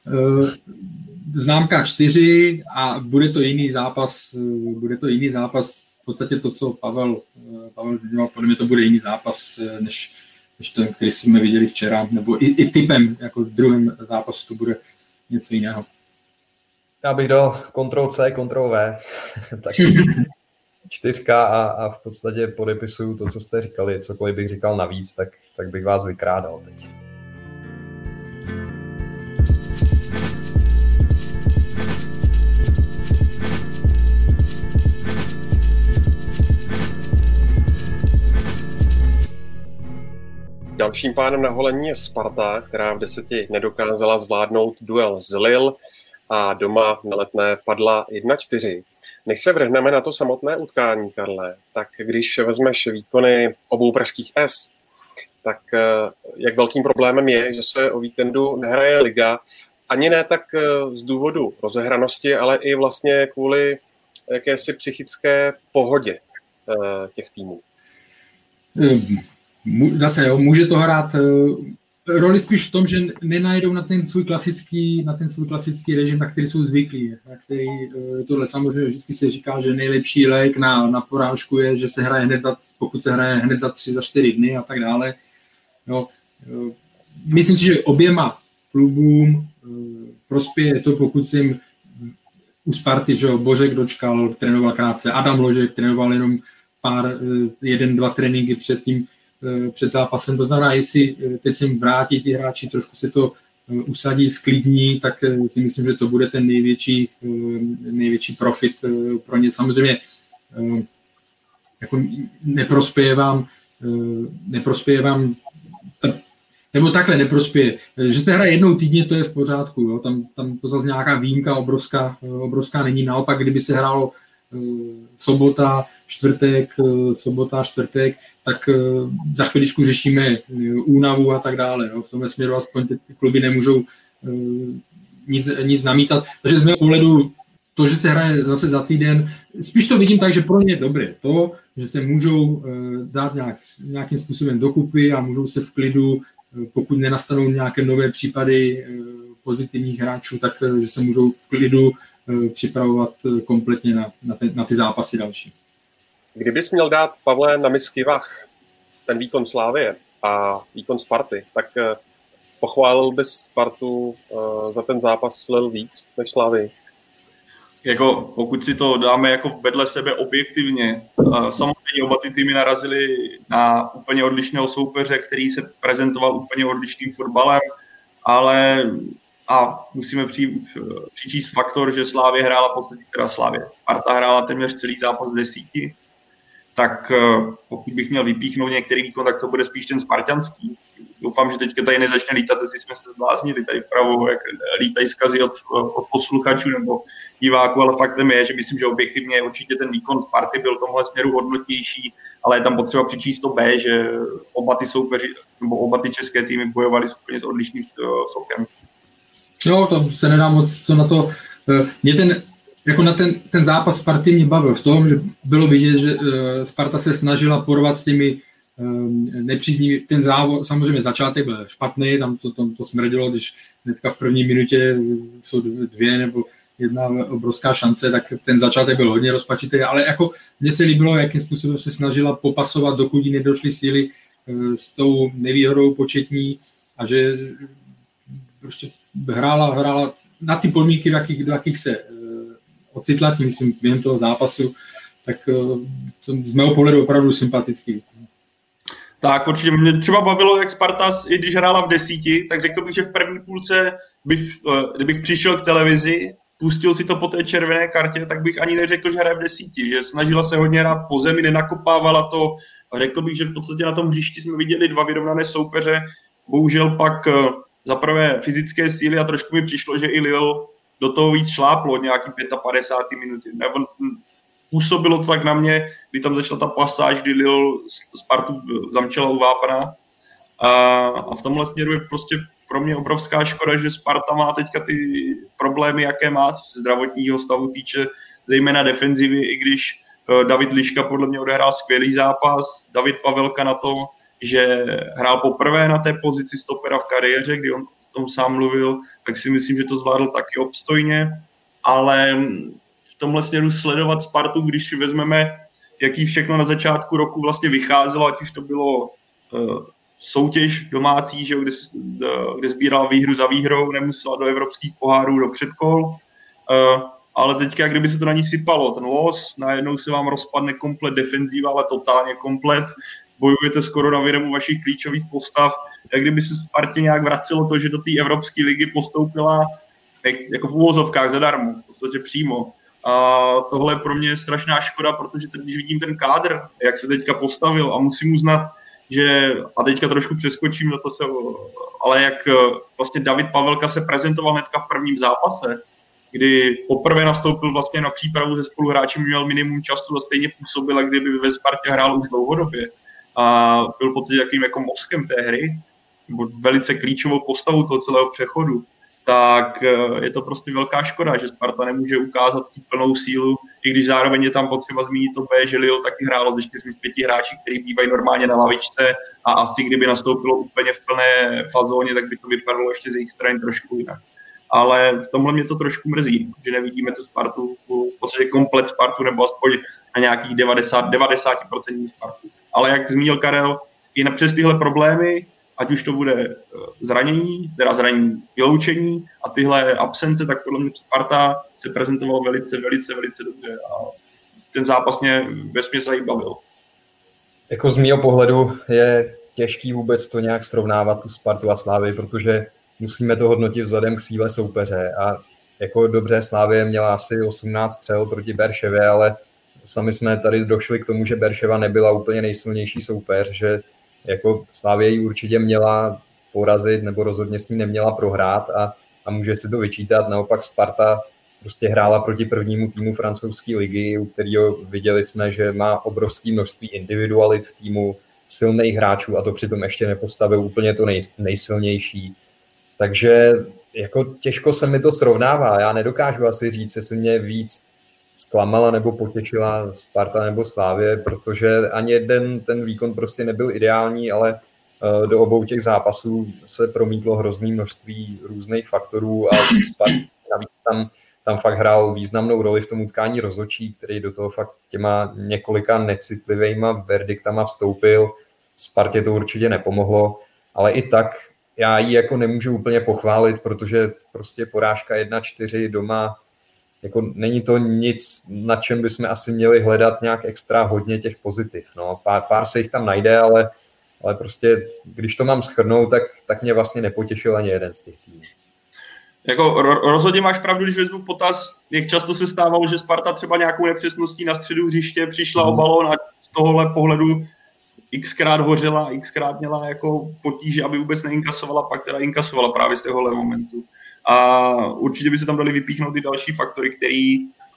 Známka 4 a bude to jiný zápas, v podstatě to, co Pavel zmiňoval, podle mě to bude jiný zápas, než ten, který jsme viděli včera, nebo i typem, jako v druhém zápasu to bude něco jiného. Já bych dal Ctrl-C, Ctrl-V, tak 4 a v podstatě podepisuju to, co jste říkali, cokoliv bych říkal navíc, tak bych vás vykrádal teď. Dalším pánem na holení je Sparta, která v 10 nedokázala zvládnout duel z Lille a doma na Letné padla 1-4. Než se vrhneme na to samotné utkání, Karle, tak když vezmeš výkony obou pražských S, tak jak velkým problémem je, že se o víkendu nehraje liga, ani ne tak z důvodu rozehranosti, ale i vlastně kvůli jakési psychické pohodě těch týmů. Zase, jo, může to hrát roli spíš v tom, že nenajdou na ten svůj klasický režim, na který jsou zvyklí. Na který, tohle samozřejmě vždycky se říká, že nejlepší lék na porážku je, že se hraje pokud se hraje hned za 3, za 4 dny a tak dále. No, myslím si, že oběma klubům prospěje to, pokud se jim u Sparty, že Bořek dočkal, trénoval krátce, Adam Ložek trénoval jenom 1-2 tréninky před zápasem. To znamená, jestli teď se jim vrátí ti hráči, trošku se to usadí, sklidní, tak si myslím, že to bude ten největší profit pro ně. Samozřejmě jako neprospěje vám Nebo takhle neprospěje. Že se hraje jednou týdně, to je v pořádku. Jo? Tam to zase nějaká výjimka obrovská není. Naopak, kdyby se hrálo sobota, čtvrtek, tak za chviličku řešíme únavu a tak dále. Jo? V tomhle směru aspoň ty kluby nemůžou nic namítat. Takže z mého pohledu to, že se hraje zase za týden, spíš to vidím tak, že pro ně je dobré to, že se můžou dát nějakým způsobem dokupy a můžou se v klidu, pokud nenastanou nějaké nové případy pozitivních hráčů, tak že se můžou v klidu připravovat kompletně na ty zápasy další. Kdybys měl dát, Pavle, na misky vah ten výkon Slavie a výkon Sparty, tak pochválil bys Spartu za ten zápas Lille víc než Slavii? Jako, pokud si to dáme jako vedle sebe objektivně, samozřejmě oba ty týmy narazily na úplně odlišného soupeře, který se prezentoval úplně odlišným fotbalem, ale a musíme přičíst faktor, že Slavie hrála Sparta hrála téměř celý zápas v 10, tak pokud bych měl vypíchnout některý výkon, tak to bude spíš ten spartanský. Doufám, že teďka tady nezačne lítat, jestli jsme se zbláznili tady vpravo, jak lítají zkazy od posluchačů nebo diváků, ale faktem je, že myslím, že objektivně určitě ten výkon Sparty byl v tomhle směru hodnotnější, ale je tam potřeba přičíst to B, že oba ty soupeři nebo oba ty české týmy bojovali úplně s odlišným sokem. Jo, to se nedá moc co na to. Mě ten zápas Sparty mě bavil v tom, že bylo vidět, že Sparta se snažila porvat s těmi nepříznivý, ten závod, samozřejmě začátek byl špatný, tam to smrdilo, když hnedka v první minutě jsou 2 nebo 1 obrovská šance, tak ten začátek byl hodně rozpačitý, ale jako mně se líbilo, jakým způsobem se snažila popasovat, dokud jí nedošly síly s tou nevýhodou početní a že prostě hrála na ty podmínky, v jakých se ocitla, tím myslím během toho zápasu, tak to z mého pohledu opravdu sympatický. Tak určitě mě třeba bavilo, jak Sparta, i když hrála v 10, tak řekl bych, že v první půlce, kdybych přišel k televizi, pustil si to po té červené kartě, tak bych ani neřekl, že hraje v 10, že snažila se hodně hrát po zemi, nenakopávala to. A řekl bych, že v podstatě na tom hřišti jsme viděli 2 vyrovnané soupeře, bohužel pak za prvé fyzické síly a trošku mi přišlo, že i Lille do toho víc šláplo nějaký 55 minuty. Nebo působilo to tak na mě, kdy tam začala ta pasáž, kdy Lille Spartu zamčela u vápna. A v tomhle směru je prostě pro mě obrovská škoda, že Sparta má teďka ty problémy, jaké má, co se zdravotního stavu týče, zejména defenzivy, i když David Liška podle mě odehrál skvělý zápas, David Pavelka na to, že hrál poprvé na té pozici stopera v kariéře, kdy on o tom sám mluvil, tak si myslím, že to zvládl taky obstojně, ale v tomhle směru sledovat Spartu, když si vezmeme, jaký všechno na začátku roku vlastně vycházelo, ať už to bylo soutěž domácí, že, kde sbírala výhru za výhrou, nemusela do evropských pohárů, do předkol, ale teďka, kdyby se to na ní sypalo, ten los, najednou se vám rozpadne komplet defenzíva, ale totálně komplet, bojujete s koronavirem u vašich klíčových postav, jak kdyby se Spartě nějak vracelo to, že do té evropské ligy postoupila jako v uvozovkách zadarmo, v podstatě přímo. A tohle je pro mě strašná škoda, protože když vidím ten kádr, jak se teďka postavil a musím uznat, že, a teďka trošku přeskočím na to, ale jak vlastně David Pavelka se prezentoval hnedka v prvním zápase, kdy poprvé nastoupil vlastně na přípravu se spoluhráčem, měl minimum času a stejně působil, jak kdyby ve Spartě hrál už dlouhodobě. A byl v podstatě takovým jako mozkem té hry, nebo velice klíčovou postavou toho celého přechodu, tak je to prostě velká škoda, že Sparta nemůže ukázat tu plnou sílu, i když zároveň je tam potřeba zmínit to B, že Lille taky hrálo ze 4 z 5 hráči, kteří bývají normálně na lavičce a asi kdyby nastoupilo úplně v plné fazóně, tak by to vypadalo ještě z jejich strany trošku jinak. Ale v tomhle mě to trošku mrzí, že nevidíme tu Spartu, v podstatě komplet Spartu, nebo aspoň na nějakých 90% Spartu. Ale jak zmínil Karel, i přes tyhle problémy, ať už to bude zranění, vyloučení a tyhle absence, tak podle mě Sparta se prezentoval velice dobře a ten zápas mě vesměs bavil. Jako z mého pohledu je těžký vůbec to nějak srovnávat tu Spartu a Slavii, protože musíme to hodnotit vzhledem k síle soupeře a jako dobře Slavie měla asi 18 střel proti Berševě, ale sami jsme tady došli k tomu, že Berševa nebyla úplně nejsilnější soupeř, že jako Slavie ji určitě měla porazit, nebo rozhodně s ní neměla prohrát a může si to vyčítat. Naopak Sparta prostě hrála proti prvnímu týmu francouzské ligy, u kterého viděli jsme, že má obrovské množství individualit v týmu, silných hráčů a to přitom ještě nepostavil úplně to nejsilnější. Takže jako těžko se mi to srovnává. Já nedokážu asi říct, jestli mě víc zklamala nebo potěšila Sparta nebo Slavie, protože ani jeden ten výkon prostě nebyl ideální, ale do obou těch zápasů se promítlo hrozný množství různých faktorů a Sparta navíc tam fakt hrál významnou roli v tom utkání rozhodčí, který do toho fakt těma několika necitlivejma verdiktama vstoupil. Spartě to určitě nepomohlo, ale i tak já ji jako nemůžu úplně pochválit, protože prostě porážka 1-4 doma, jako není to nic, na čem bychom asi měli hledat nějak extra hodně těch pozitiv. No, pár se jich tam najde, ale prostě, když to mám shrnout, tak mě vlastně nepotěšil ani jeden z těch týmů. Jako rozhodně máš pravdu, když vezmu v potaz, jak často se stávalo, že Sparta třeba nějakou nepřesností na středu hřiště přišla o balón a z tohohle pohledu xkrát hořela, xkrát měla jako potíže, aby vůbec neinkasovala, pak teda inkasovala právě z tohohle momentu. A určitě by se tam dali vypíchnout i další faktory, které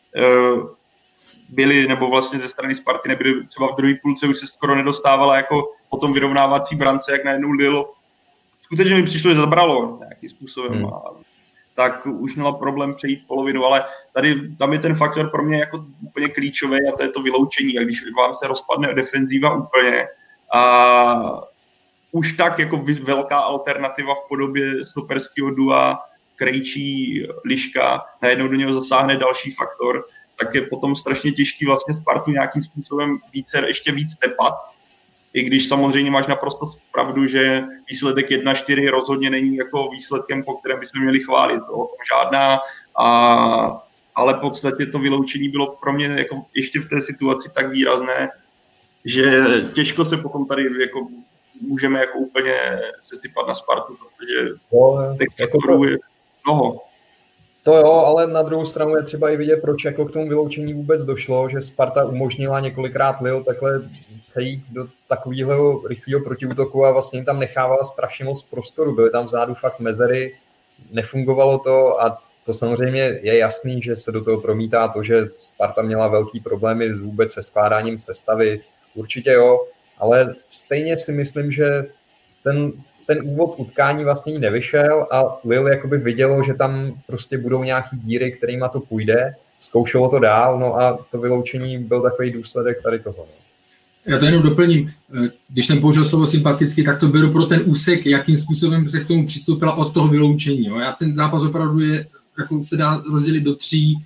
byly, nebo vlastně ze strany Sparty nebyly, třeba v druhé půlce už se skoro nedostávala jako po tom vyrovnávací brance, jak najednou Lille. Skutečně mi přišlo, že zabralo nějakým způsobem. Tak už měla problém přejít polovinu, ale tam je ten faktor pro mě jako úplně klíčový a to je to vyloučení. A když vám se rozpadne defenzíva úplně a už tak jako velká alternativa v podobě stoperského dua Krejčí, Liška, najednou do něho zasáhne další faktor, tak je potom strašně těžký vlastně Spartu nějakým způsobem ještě víc tepat. I když samozřejmě máš naprosto pravdu, že výsledek 1-4 rozhodně není jako výsledkem, po kterém bychom měli chválit. To žádná, ale v podstatě to vyloučení bylo pro mě jako ještě v té situaci tak výrazné, že těžko se potom tady jako můžeme jako úplně sesypat na Spartu, protože těch faktorů je mnoho. To jo, ale na druhou stranu je třeba i vidět, proč jako k tomu vyloučení vůbec došlo, že Sparta umožnila několikrát Lille takhle jít do takového rychlého protiútoku a vlastně jim tam nechávala strašně moc prostoru. Byly tam vzadu fakt mezery, nefungovalo to a to samozřejmě je jasný, že se do toho promítá to, že Sparta měla velký problémy vůbec se skládáním sestavy. Určitě jo, ale stejně si myslím, že ten úvod utkání vlastně jí nevyšel a Lille jakoby vidělo, že tam prostě budou nějaký díry, kterýma to půjde, zkoušelo to dál, no a to vyloučení byl takový důsledek tady toho. No. Já to jenom doplním. Když jsem použil slovo sympaticky, tak to beru pro ten úsek, jakým způsobem se k tomu přistoupila od toho vyloučení. Jo. Já ten zápas opravdu jako se dá rozdělit do tří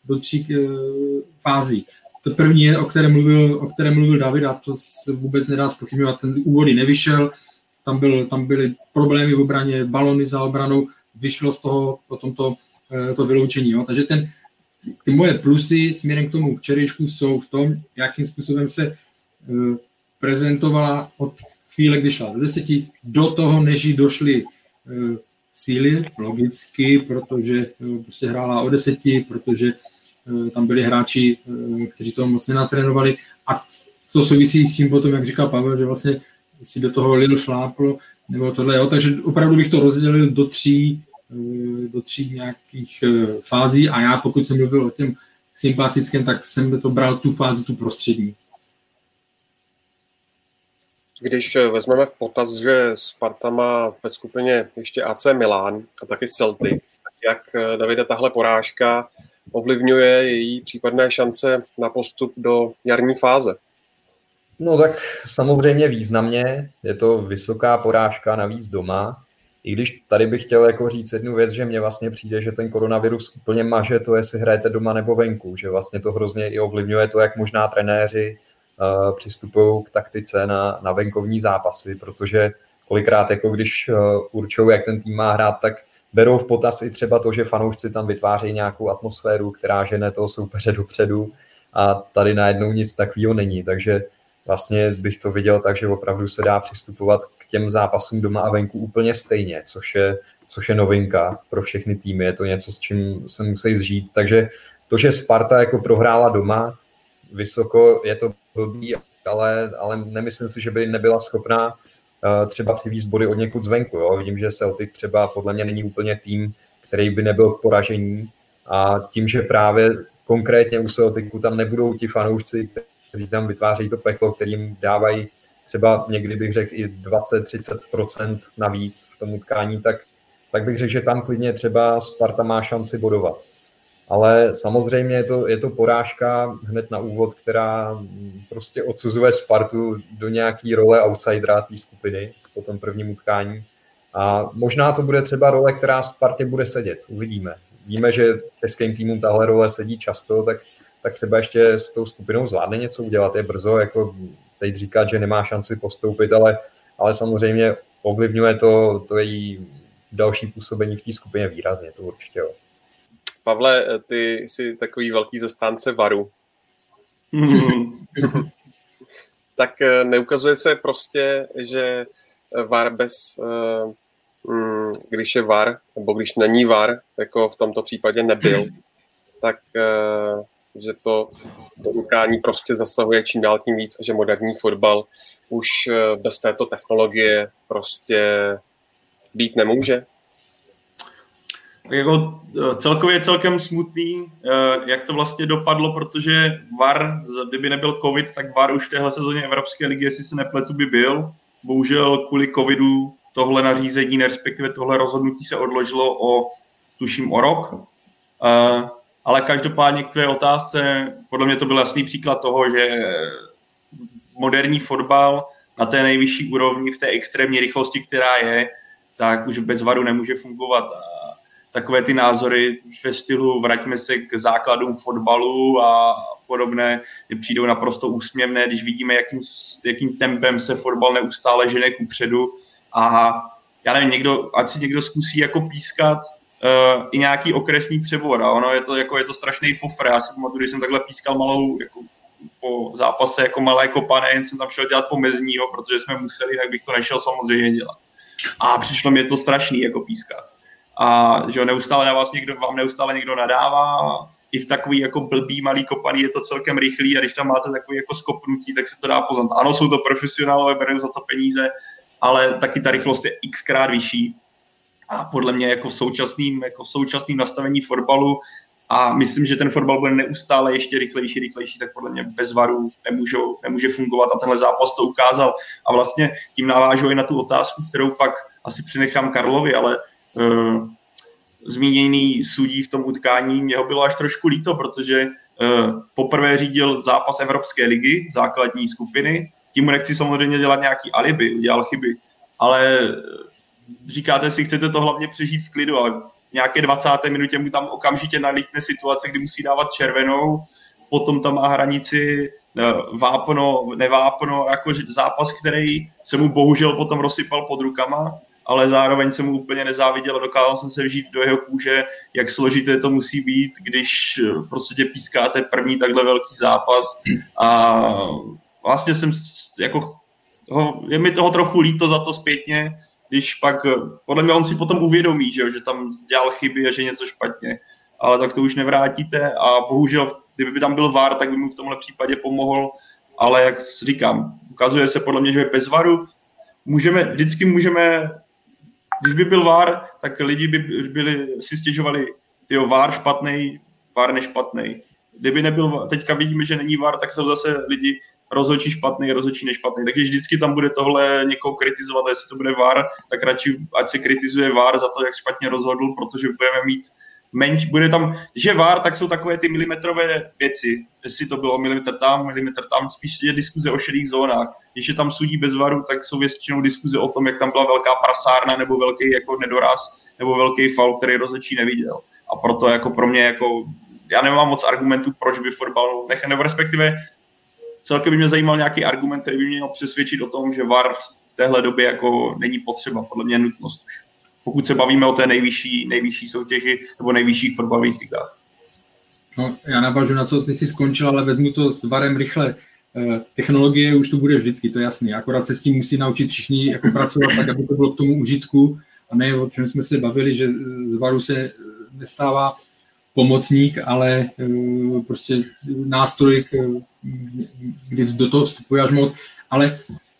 fází. To první je, o kterém mluvil David, a to se vůbec nedá zpochybňovat. Ten úvod nevyšel, tam byly problémy v obraně, balony za obranou, vyšlo z toho potom to vyloučení. Jo. Takže ty moje plusy směrem k tomu včerejšku jsou v tom, jakým způsobem se prezentovala od chvíle, kdy šla do 10, do toho, než jí došly síly, logicky, protože prostě hrála o 10, protože tam byli hráči, kteří toho moc nenatrénovali a to souvisí s tím potom, jak říkal Pavel, že vlastně si do toho Lille šlápl, nebo tohle, jo, takže opravdu bych to rozdělil do tří nějakých fází a já, pokud jsem mluvil o těm sympatickém, tak jsem to bral tu fázi, tu prostřední. Když vezmeme v potaz, že Sparta má ve skupině ještě AC Milan a taky Celtic, tak jak, Davide, tahle porážka ovlivňuje její případné šance na postup do jarní fáze? No tak samozřejmě významně, je to vysoká porážka, navíc doma. I když tady bych chtěl jako říct jednu věc, že mně vlastně přijde, že ten koronavirus úplně maže to, jestli hrajete doma nebo venku, že vlastně to hrozně i ovlivňuje to, jak možná trenéři přistupují k taktice na venkovní zápasy, protože kolikrát, jako když určují, jak ten tým má hrát, tak berou v potaz i třeba to, že fanoušci tam vytvářejí nějakou atmosféru, která žene toho soupeře dopředu a tady najednou nic takového není, takže vlastně bych to viděl tak, že opravdu se dá přistupovat k těm zápasům doma a venku úplně stejně, což je novinka pro všechny týmy, je to něco, s čím se musí zžít, takže to, že Sparta jako prohrála doma vysoko, je to blbý, ale nemyslím si, že by nebyla schopná třeba přivízt body od někud zvenku. Jo? Vidím, že Celtic třeba podle mě není úplně tým, který by nebyl k poražení a tím, že právě konkrétně u Celticu tam nebudou ti fanoušci, kteří tam vytvářejí to peklo, kterým dávají třeba někdy bych řekl i 20-30% navíc v tom utkání, tak bych řekl, že tam klidně třeba Sparta má šanci bodovat. Ale samozřejmě je to porážka hned na úvod, která prostě odsuzuje Spartu do nějaký role outsidera té skupiny po tom prvním utkání. A možná to bude třeba role, která Spartě bude sedět. Uvidíme. Víme, že českým týmům tahle role sedí často, tak třeba ještě s tou skupinou zvládne něco udělat. Je brzo, jako teď říkat, že nemá šanci postoupit, ale samozřejmě ovlivňuje to její další působení v té skupině výrazně, to určitě jo. Pavle, ty jsi takový velký zastánce VARu. Tak neukazuje se prostě, že VAR když je VAR, nebo když není VAR, jako v tomto případě nebyl, tak že to utkání prostě zasahuje čím dál tím víc a že moderní fotbal už bez této technologie prostě být nemůže. Jako celkově celkem smutný, jak to vlastně dopadlo, protože VAR, kdyby nebyl covid, tak VAR už v téhle sezóně Evropské ligy, jestli se nepletu, by byl. Bohužel kvůli covidu tohle nařízení, respektive tohle rozhodnutí se odložilo tuším o rok. Ale každopádně k tvé otázce, podle mě to byl jasný příklad toho, že moderní fotbal na té nejvyšší úrovni, v té extrémní rychlosti, která je, tak už bez VARu nemůže fungovat. Takové ty názory ve stylu vraťme se k základům fotbalu a podobné přijdou naprosto úsměvné, když vidíme, jakým tempem se fotbal neustále žene kupředu. A já nevím, ať si někdo zkusí jako pískat i nějaký okresní přebor. A ono je to strašný fofr. Já si pamatuju, když jsem takhle pískal malou jako po zápase jako malé kopané, jen jsem tam šel dělat pomezního, protože jsme museli, tak bych to nešel samozřejmě dělat. A přišlo mi to strašný jako pískat. A že vám neustále někdo nadává, i v takový jako blbý malý kopaný je to celkem rychlý a když tam máte takový jako skopnutí, tak se to dá poznat. Ano, jsou to profesionálové, berou za to peníze, ale taky ta rychlost je xkrát vyšší. A podle mě jako v současným nastavení fotbalu a myslím, že ten fotbal bude neustále ještě rychlejší, tak podle mě bez VARu nemůže fungovat a tenhle zápas to ukázal. A vlastně tím navážu i na tu otázku, kterou pak asi přinechám Karlovi, ale zmíněný sudí v tom utkání, mě ho bylo až trošku líto, protože poprvé řídil zápas Evropské ligy, základní skupiny, tím mu nechci samozřejmě dělat nějaký alibi, udělal chyby, ale říkáte si, chcete to hlavně přežít v klidu, ale v nějaké 20. minutě mu tam okamžitě nalítne situace, kdy musí dávat červenou, potom tam má hranici vápno, nevápno, jako zápas, který se mu bohužel potom rozsypal pod rukama, ale zároveň jsem mu úplně nezáviděl a dokázal jsem se vžít do jeho kůže, jak složité to musí být, když prostě tě pískáte první takhle velký zápas a vlastně je mi toho trochu líto za to zpětně, když pak, podle mě on si potom uvědomí, že tam dělal chyby a že něco špatně, ale tak to už nevrátíte a bohužel, kdyby tam byl VAR, tak by mu v tomhle případě pomohl, ale jak říkám, ukazuje se podle mě, že bez VARu vždycky můžeme, když by byl VAR, tak lidi by si stěžovali, VAR špatnej, VAR nešpatnej. Kdyby nebyl, teďka vidíme, že není VAR, tak jsou zase lidi rozhodčí špatný, rozhodčí nešpatný. Takže vždycky tam bude tohle někoho kritizovat, a jestli to bude VAR, tak radši ať se kritizuje VAR za to, jak špatně rozhodl, protože budeme mít bude tam, že VAR, tak jsou takové ty milimetrové věci, jestli to bylo milimetr tam, spíš je diskuze o šedých zónách. Když je tam sudí bez VARu, tak jsou většinou diskuze o tom, jak tam byla velká prasárna nebo velký jako nedoraz nebo velký faul, který rozhodčí neviděl. A proto jako pro mě jako, já nemám moc argumentů, proč by fotbal nebo respektive celkem by mě zajímal nějaký argument, který by mě měl přesvědčit o tom, že VAR v téhle době jako není potřeba, podle mě nutnost už. Pokud se bavíme o té nejvyšší soutěži nebo nejvyšších fotbalových ligách. No, já navážu na co ty jsi skončil, ale vezmu to s VARem rychle. Technologie už to bude vždycky, to je jasný. Akorát se s tím musí naučit všichni jako pracovat tak, aby to bylo k tomu užitku. A ne, o čem jsme se bavili, že z VARu se nestává pomocník, ale prostě nástroj, kdy do toho vstupuje až moc. Ale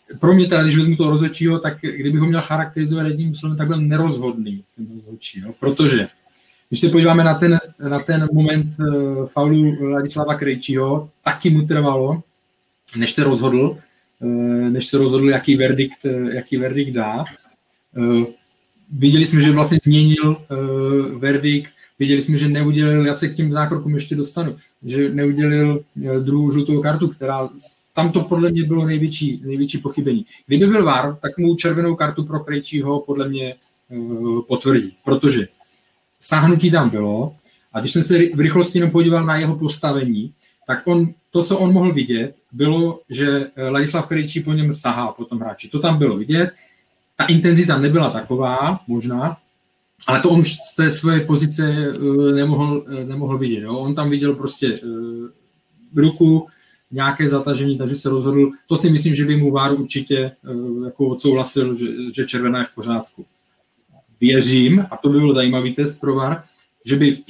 pro mě teda, když vezmu toho rozhodčího, tak kdybych ho měl charakterizovat jedním slovem, tak byl nerozhodný ten rozhodčí, no? Protože když se podíváme na ten moment faulu Ladislava Krejčího, taky mu trvalo, než se rozhodl, jaký verdikt dá. Viděli jsme, že vlastně změnil verdikt, viděli jsme, že neudělil, já se k těm zákrokům ještě dostanu, že neudělil druhou žlutou kartu, která tam to podle mě bylo největší pochybení. Kdyby byl VAR, tak mu červenou kartu pro Krejčího podle mě potvrdí, protože sáhnutí tam bylo a když jsem se v rychlosti jenom podíval na jeho postavení, tak to, co on mohl vidět, bylo, že Ladislav Krejčí po něm sahá po tom hráči. To tam bylo vidět, ta intenzita nebyla taková, možná, ale to on už z té své pozice nemohl vidět. Jo? On tam viděl prostě ruku, nějaké zatažení, takže se rozhodl. To si myslím, že by mu VAR určitě jako odsouhlasil, že červená je v pořádku. Věřím, a to by byl zajímavý test pro VAR, že by v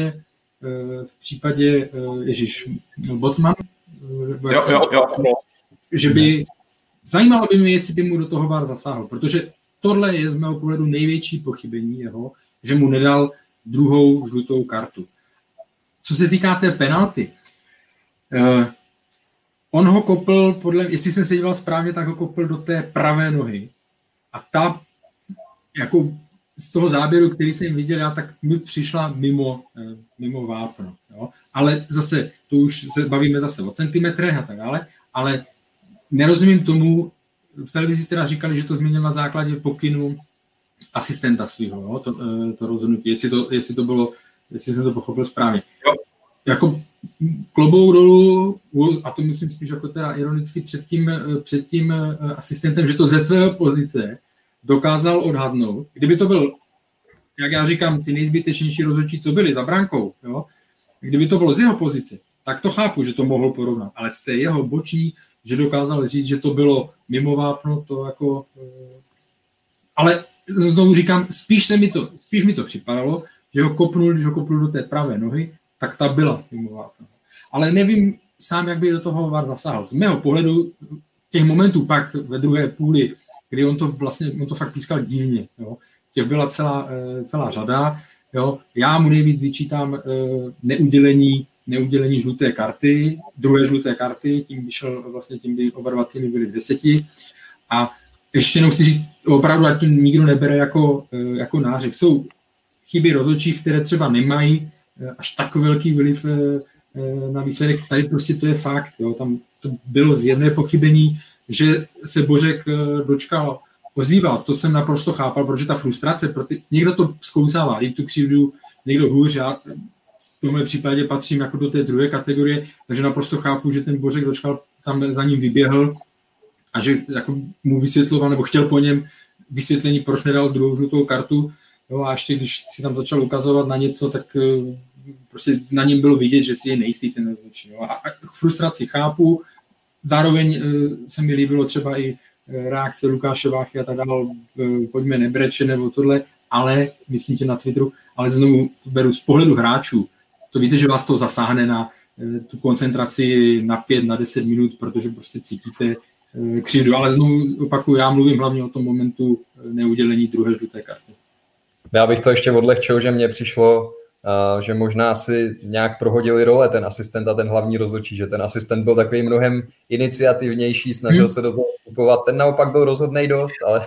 případě Botman, že by zajímalo by mě, jestli by mu do toho VAR zasáhl, protože tohle je z mého pohledu největší pochybení jeho, že mu nedal druhou žlutou kartu. Co se týká té penalty, on ho kopl, jestli jsem se díval správně, tak ho kopl do té pravé nohy. A ta, jako z toho záběru, který jsem viděl já, tak mi přišla mimo vápno. Jo? Ale zase, to už se bavíme zase o centimetrech a tak dále, ale nerozumím tomu, v televizi teda říkali, že to změnil na základě pokynu asistenta svého, jo? To rozhodnutí, jestli jsem to pochopil správně. Jo. Jako klobouk dolů, a to myslím spíš jako teda ironicky před tím asistentem, že to ze své pozice dokázal odhadnout. Kdyby to byl, jak já říkám, ty nejzbytečnější rozhodčí, co byli za brankou, jo? Kdyby to bylo z jeho pozice, tak to chápu, že to mohl porovnat, ale z té jeho boční, že dokázal říct, že to bylo mimo vápno, to jako... Ale znovu říkám, spíš mi to připadalo, že ho kopnul, když ho kopnul do té pravé nohy, tak ta byla mimo vápno. Ale nevím sám, jak by do toho VAR zasáhl. Z mého pohledu těch momentů pak ve druhé půli, kdy on to fakt pískal divně. Jo. Těch byla celá řada. Jo. Já mu nejvíc vyčítám neudělení žluté karty, druhé žluté karty, tím by oba dva týmy byly v 10. A ještě jenom chci říct, opravdu, ať to nikdo nebere jako nářek. Jsou chyby rozhodčích, které třeba nemají až tak velký vliv na výsledek. Tady prostě to je fakt. Jo. Tam to bylo zjevné pochybení, že se Bořek dočkal ozýval. To jsem naprosto chápal, protože ta frustrace, někdo to zkousává, i tu křivdu, někdo hůř. Já v tomhle případě patřím jako do té druhé kategorie, takže naprosto chápu, že ten Bořek dočkal, tam za ním vyběhl a že jako mu vysvětloval, nebo chtěl po něm vysvětlení, proč nedal druhou žlutou kartu. Jo, a ještě když si tam začal ukazovat na něco, tak prostě na něm bylo vidět, že si je nejistý ten rozhodčí. A frustraci chápu, zároveň se mi líbilo třeba i reakce Lukáše Váchy a tak dál, pojďme nebreče nebo tohle, ale myslím tě na Twitteru, ale znovu beru z pohledu hráčů. To víte, že vás to zasáhne na tu koncentraci na 5, na 10 minut, protože prostě cítíte křivdu, ale znovu opakuju, já mluvím hlavně o tom momentu neudělení druhé žluté karty. Já bych to ještě odlehčil, že mně přišlo, že možná si nějak prohodili role ten asistent a ten hlavní rozhodčí, že ten asistent byl takový mnohem iniciativnější, snažil se do toho vstupovat. Ten naopak byl rozhodnej dost, ale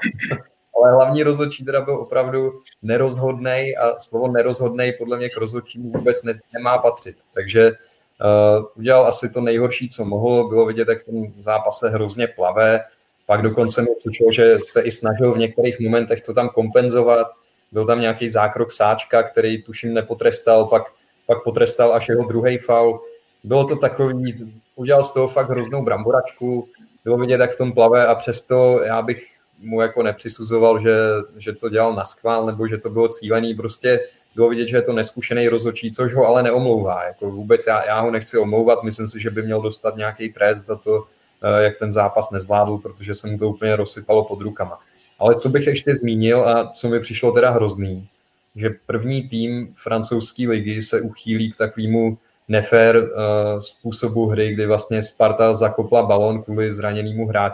hlavní rozhodčí teda byl opravdu nerozhodnej a slovo nerozhodnej podle mě k rozhodčímu vůbec nemá patřit. Takže udělal asi to nejhorší, co mohl. Bylo vidět, jak v tom zápase hrozně plave. Pak dokonce mi přišlo, že se i snažil v některých momentech to tam kompenzovat. Byl tam nějaký zákrok Sáčka, který tuším nepotrestal, pak potrestal až jeho druhý faul. Bylo to takový, udělal z toho fakt hroznou bramboračku, bylo vidět, jak v tom plave a přesto já bych mu jako nepřisuzoval, že to dělal naschvál nebo že to bylo cílený, prostě bylo vidět, že je to neskušený rozhodčí, což ho ale neomlouvá. Jako vůbec já ho nechci omlouvat, myslím si, že by měl dostat nějaký trest za to, jak ten zápas nezvládl, protože se mu to úplně rozsypalo pod rukama. Ale co bych ještě zmínil a co mi přišlo teda hrozný, že první tým francouzské ligy se uchýlí k takovému nefér způsobu hry, kdy vlastně Sparta zakopla balón kvůli zraněnému hráči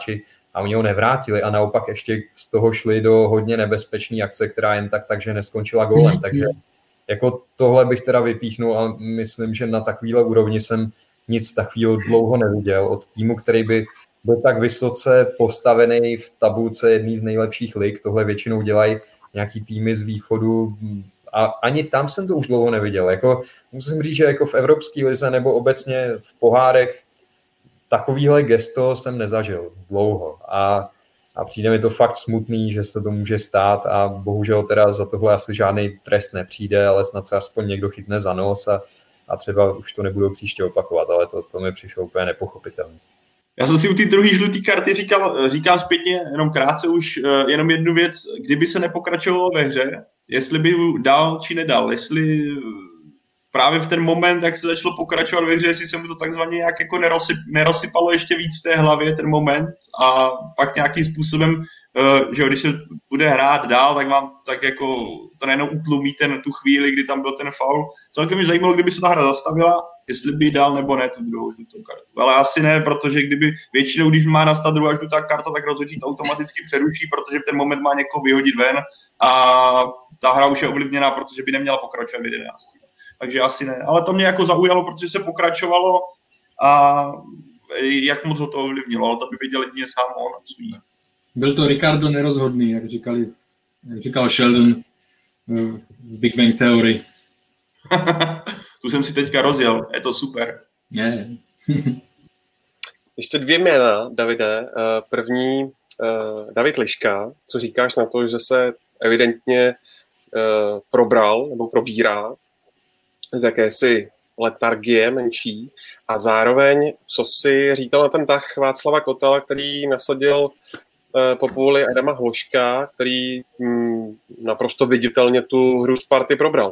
a oni ho nevrátili a naopak ještě z toho šli do hodně nebezpečné akce, která jen takže neskončila gólem, takže jako tohle bych teda vypíchnul a myslím, že na takovýhle úrovni jsem nic takového dlouho neviděl od týmu, který by byl tak vysoce postavený v tabulce jedný z nejlepších lig. Tohle většinou dělají nějaký týmy z východu a ani tam jsem to už dlouho neviděl. Jako, musím říct, že jako v evropské lize nebo obecně v pohárech takovýhle gesto jsem nezažil dlouho a přijde mi to fakt smutný, že se to může stát a bohužel teda za tohle asi žádný trest nepřijde, ale snad se aspoň někdo chytne za nos a třeba už to nebudou příště opakovat, ale to mi přišlo úplně nepochopitelné. Já jsem si u té druhé žluté karty říkal zpětně, jenom krátce už, jenom jednu věc, kdyby se nepokračovalo ve hře, jestli by dal či nedal, jestli právě v ten moment, jak se začalo pokračovat ve hře, jestli se mu to takzvaně nějak jako nerozsypalo ještě víc v té hlavě ten moment a pak nějakým způsobem, že když se bude hrát dál, tak vám tak jako to nejenom utlumí tu chvíli, kdy tam byl ten faul. Celkem mě zajímalo, kdyby se ta hra zastavila, jestli by dal nebo ne tu druhou žlutou kartu. Ale asi ne, protože kdyby většinou, když má nastat druhá žlutá karta, tak rozhodčí automaticky přeruší, protože v ten moment má někoho vyhodit ven a ta hra už je ovlivněná, protože by neměla pokračovat v 11. Takže asi ne. Ale to mě jako zaujalo, protože se pokračovalo a jak moc ho to ovlivnilo, ale to by viděl jedině sám on. Byl to Ricardo nerozhodný, jak říkal Sheldon v Big Bang Theory. Tu jsem si teďka rozjel, je to super. Yeah. Ještě 2 jména, Davide. První David Liška. Co říkáš na to, že se evidentně probral nebo probírá z jakési letargie menší a zároveň, co si říkal na ten tah Václava Kotela, který nasadil po půli Adama Hloška, který naprosto viditelně tu hru Sparty probral.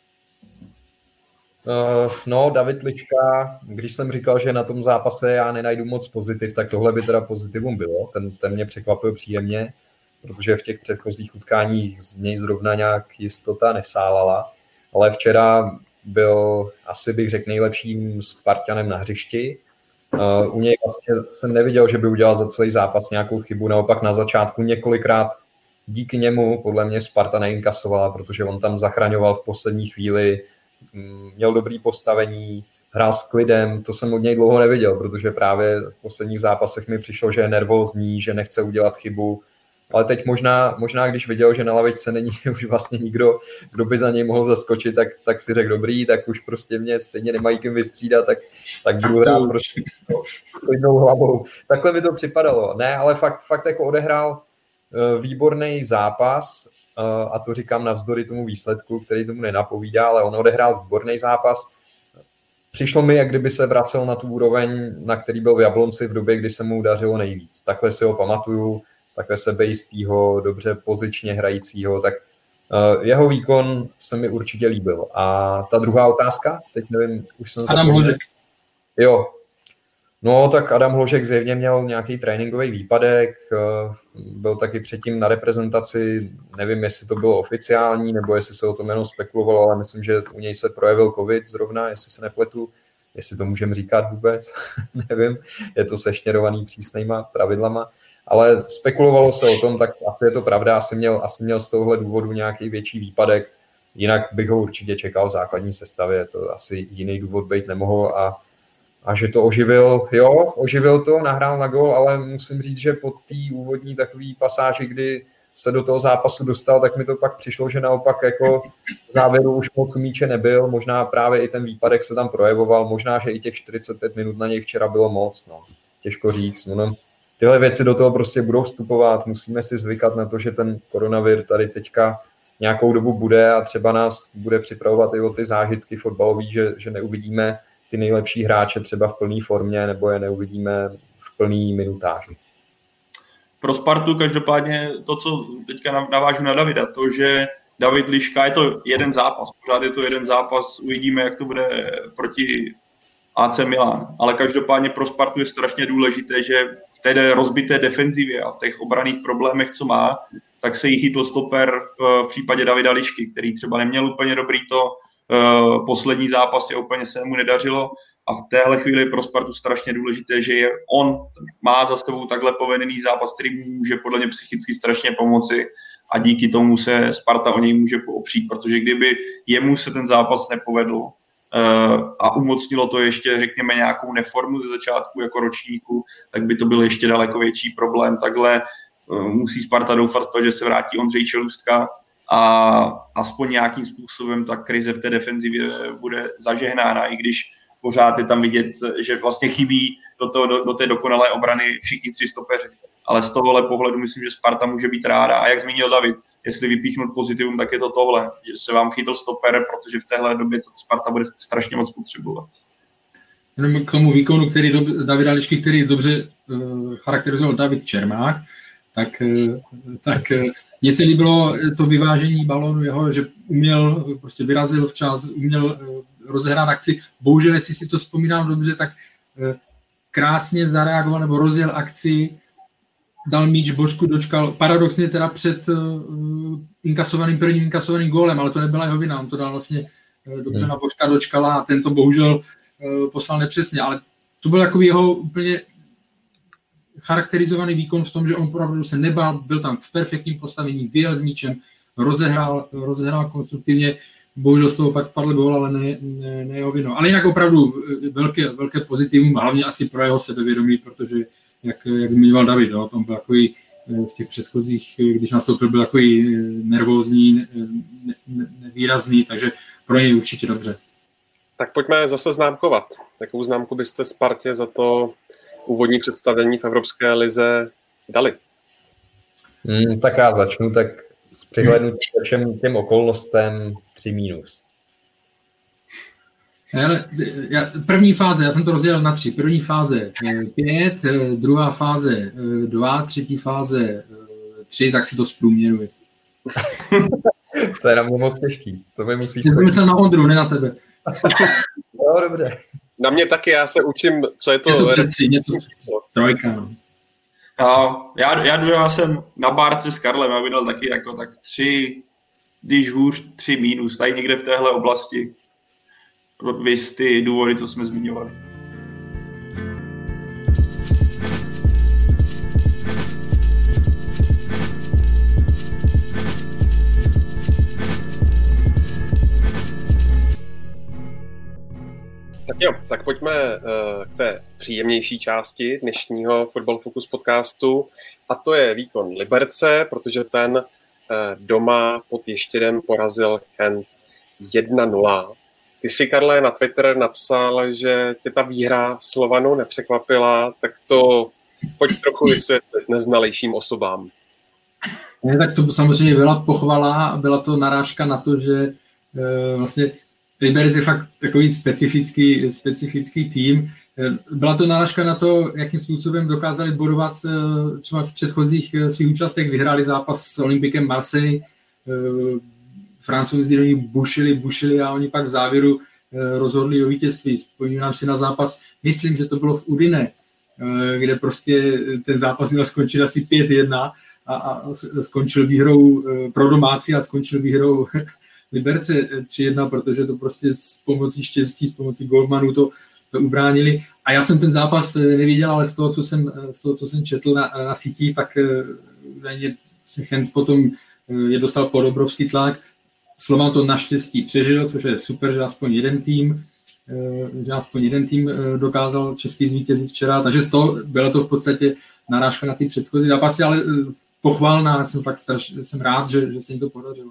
No, David Liška, když jsem říkal, že na tom zápase já nenajdu moc pozitiv, tak tohle by teda pozitivum bylo. Ten mě překvapil příjemně, protože v těch předchozích utkáních z něj zrovna nějak jistota nesálala, ale včera byl asi bych řekl nejlepším Spartanem na hřišti. U něj vlastně jsem neviděl, že by udělal za celý zápas nějakou chybu, naopak na začátku několikrát díky němu podle mě Sparta neinkasovala, protože on tam zachraňoval v poslední chvíli, měl dobrý postavení, hrál s klidem, to jsem od něj dlouho neviděl, protože právě v posledních zápasech mi přišlo, že je nervózní, že nechce udělat chybu, ale teď možná když viděl, že na lavičce není už vlastně nikdo, kdo by za něj mohl zaskočit, tak si řekl dobrý, tak už prostě mě stejně nemají kým vystřídat, tak budu hrát prostě s klidnou hlavou. Takhle mi to připadalo. Ne, ale fakt jako odehrál výborný zápas, a to říkám navzdory tomu výsledku, který tomu nenapovídá, ale on odehrál výborný zápas. Přišlo mi, jak kdyby se vracel na tu úroveň, na který byl v Jablonci v době, kdy se mu dařilo nejvíc. Takhle si ho pamatuju, takhle sebejistýho, dobře pozičně hrajícího, tak jeho výkon se mi určitě líbil. A ta druhá otázka, teď nevím, už jsem Adam Hložek. Jo, no tak Adam Hložek zjevně měl nějaký tréninkový výpadek, byl taky předtím na reprezentaci, nevím, jestli to bylo oficiální, nebo jestli se o tom jenom spekulovalo, ale myslím, že u něj se projevil covid zrovna, jestli se nepletu, jestli to můžeme říkat vůbec, nevím, je to sešněrovaný přísnejma pravidlama, ale spekulovalo se o tom, tak asi je to pravda, asi měl z tohohle důvodu nějaký větší výpadek, jinak bych ho určitě čekal v základní sestavě, to asi jiný důvod být nemohl a že to oživil to, nahrál na gól, ale musím říct, že po té úvodní takové pasáži, kdy se do toho zápasu dostal, tak mi to pak přišlo, že naopak jako v závěru už moc míče nebyl, možná právě i ten výpadek se tam projevoval, možná, že i těch 45 minut na něj včera bylo moc, no. Těžko říct, no. Tyhle věci do toho prostě budou vstupovat, musíme si zvykat na to, že ten koronavir tady teďka nějakou dobu bude a třeba nás bude připravovat i o ty zážitky fotbalový, že neuvidíme ty nejlepší hráče třeba v plné formě nebo je neuvidíme v plný minutáži. Pro Spartu každopádně to, co teďka navážu na Davida, to, že David Liška, je to jeden zápas, pořád je to jeden zápas, uvidíme, jak to bude proti AC Milan, ale každopádně pro Spartu je strašně důležité, že v té rozbité defenzivě a v těch obranných problémech, co má, tak se jí chytl stoper v případě Davida Lišky, který třeba neměl úplně dobrý to, poslední zápas je úplně se mu nedařilo a v téhle chvíli je pro Spartu strašně důležité, že on má za sebou takhle povedený zápas, který může podle mě psychicky strašně pomoci a díky tomu se Sparta o něj může opřít, protože kdyby jemu se ten zápas nepovedl a umocnilo to ještě, řekněme, nějakou neformu ze začátku jako ročníku, tak by to byl ještě daleko větší problém. Takhle musí Sparta doufat v to, že se vrátí Ondřej Čelůstka a aspoň nějakým způsobem ta krize v té defenzivě bude zažehnána, i když pořád je tam vidět, že vlastně chybí do té dokonalé obrany všichni 3 stopeři. Ale z tohohle pohledu myslím, že Sparta může být ráda. A jak zmínil David, jestli vypíchnout pozitivum, tak je to tohle, že se vám chytl stoper, protože v téhle době to Sparta bude strašně moc potřebovat. Jenom k tomu výkonu, Davida Lišky, který dobře charakterizoval David Čermák, tak mně se líbilo to vyvážení balónu jeho, že prostě vyrazil včas, uměl rozehrát akci. Bohužel, jestli si to vzpomínám dobře, tak krásně zareagoval nebo rozjel akci, dal míč, Božku dočkal, paradoxně teda před prvním inkasovaným gólem, ale to nebyla jeho vina, on to dal vlastně dobře na Božka dočkala a ten to bohužel poslal nepřesně, ale to byl takový jeho úplně charakterizovaný výkon v tom, že on opravdu se nebál, byl tam v perfektním postavení, vyjel s míčem, rozehrál konstruktivně, bohužel z toho fakt padl gól, ale ne jeho vinou. Ale jinak opravdu velké pozitivum, hlavně asi pro jeho sebevědomí, protože jak zmiňoval David, on byl takový v těch předchozích, když nastoupil, byl takový nervózní, nevýrazný, takže pro něj určitě dobře. Tak pojďme zase známkovat. Jakou známku byste Spartě za to úvodní představení v Evropské lize dali? Tak já začnu, tak s přihlédnutím ke všem těm okolnostem 3-. První fáze, já jsem to rozdělil na 3. První fáze 5, druhá fáze 2, třetí fáze 3, tak si to zprůměruji. To je na mě moc těžký. To mi musíš... Já jsem myslel na Ondru, ne na tebe. No, dobře. Na mě taky, já se učím, co je to... Něco přes 3, něco přes 3. 3, no. Já jsem na bárce s Karlem, já vydal taky jako tak 3, když hůř 3-, tady někde v téhle oblasti. Víš ty důvody, co jsme zmiňovali. Tak jo, tak pojďme k té příjemnější části dnešního Football Focus podcastu a to je výkon Liberce, protože ten doma pod Ještědem porazil Chent 1-0. Ty jsi, Karle, na Twitter napsal, že tě ta výhra Slovanu nepřekvapila, tak to pojď trochu vysvětlit neznalejším osobám. Ne, tak to samozřejmě byla pochvala a byla to narážka na to, že vlastně Liberec je fakt takový specifický tým. Byla to narážka na to, jakým způsobem dokázali bodovat třeba v předchozích svých účastech, vyhráli zápas s Olympikem Marseille, Francouzi do ní bušili a oni pak v závěru rozhodli o vítězství. Vzpomínám si na zápas, myslím, že to bylo v Udine, kde prostě ten zápas měl skončit asi 5-1 a skončil výhrou pro domácí a skončil výhrou Liberce 3-1, protože to prostě s pomocí štěstí, s pomocí golmanů to ubránili. A já jsem ten zápas neviděl, ale z toho, co jsem četl na sítích, tak Chent potom je dostal pod obrovský tlak. Slovan to naštěstí přežil, což je super, že aspoň jeden tým dokázal český zvítězit včera, takže z toho bylo to v podstatě narážka na ty předchozí zápasy, ale pochválná, jsem rád, že se jim to podařilo.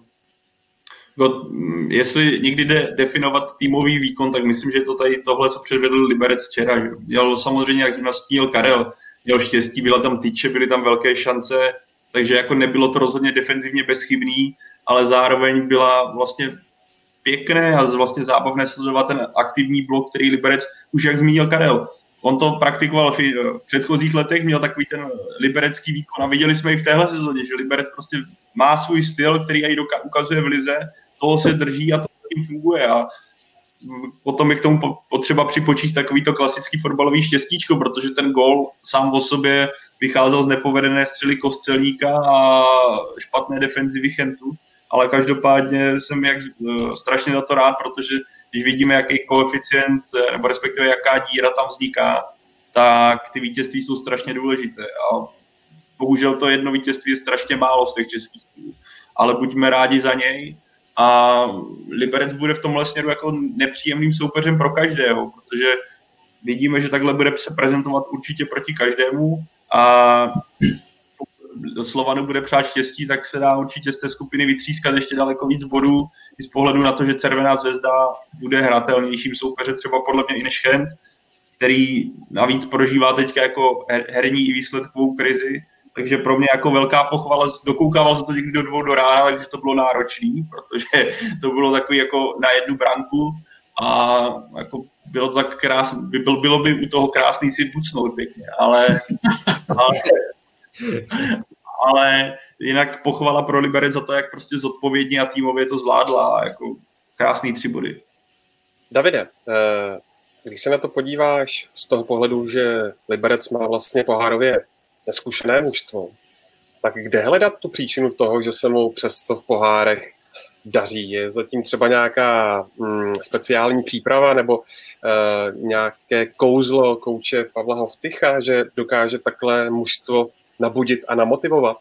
Jestli někdy jde definovat týmový výkon, tak myslím, že to tady tohle, co předvedl Liberec včera. Že? Měl samozřejmě, jak nastínil Karel, měl štěstí, byla tam tyče, byly tam velké šance, takže jako nebylo to rozhodně defenzivně bezchybný, ale zároveň byla vlastně pěkné a vlastně zábavné sledovat ten aktivní blok, který Liberec, už jak zmínil Karel, on to praktikoval v předchozích letech, měl takový ten liberecký výkon a viděli jsme i v téhle sezóně, že Liberec prostě má svůj styl, který i ukazuje v lize, toho se drží a to tím funguje a potom je k tomu potřeba připočíst takovýto klasický fotbalový štěstíčko, protože ten gól sám o sobě vycházel z nepovedené střely Kostelíka a špatné defenzivy Chentu, ale každopádně jsem strašně za to rád, protože když vidíme, jaký koeficient, nebo respektive jaká díra tam vzniká, tak ty vítězství jsou strašně důležité. A bohužel to jedno vítězství je strašně málo z těch českých týmů. Ale buďme rádi za něj. A Liberec bude v tomhle směru jako nepříjemným soupeřem pro každého, protože vidíme, že takhle bude se prezentovat určitě proti každému a Slovanu bude přát štěstí, tak se dá určitě z té skupiny vytřískat ještě daleko víc bodů i z pohledu na to, že Červená Zvezda bude hratelnějším soupeřem třeba podle mě i než Chent, který navíc prožívá teďka jako herní i výsledkovou krizi. Takže pro mě jako velká pochvala, dokoukával se to někdy do 2 do rána, takže to bylo náročný, protože to bylo takový jako na jednu branku a jako bylo to tak krásný, bylo by u toho krásný si bucnout pěkně, ale jinak pochvala pro Liberec za to, jak prostě zodpovědně a týmově to zvládla, jako krásný 3 body. Davide, když se na to podíváš z toho pohledu, že Liberec má vlastně pohárově neskušené mužstvo, tak kde hledat tu příčinu toho, že se mu přesto v pohárech daří? Je zatím třeba nějaká speciální příprava nebo nějaké kouzlo kouče Pavla Hovtycha, že dokáže takhle mužstvo nabudit a namotivovat?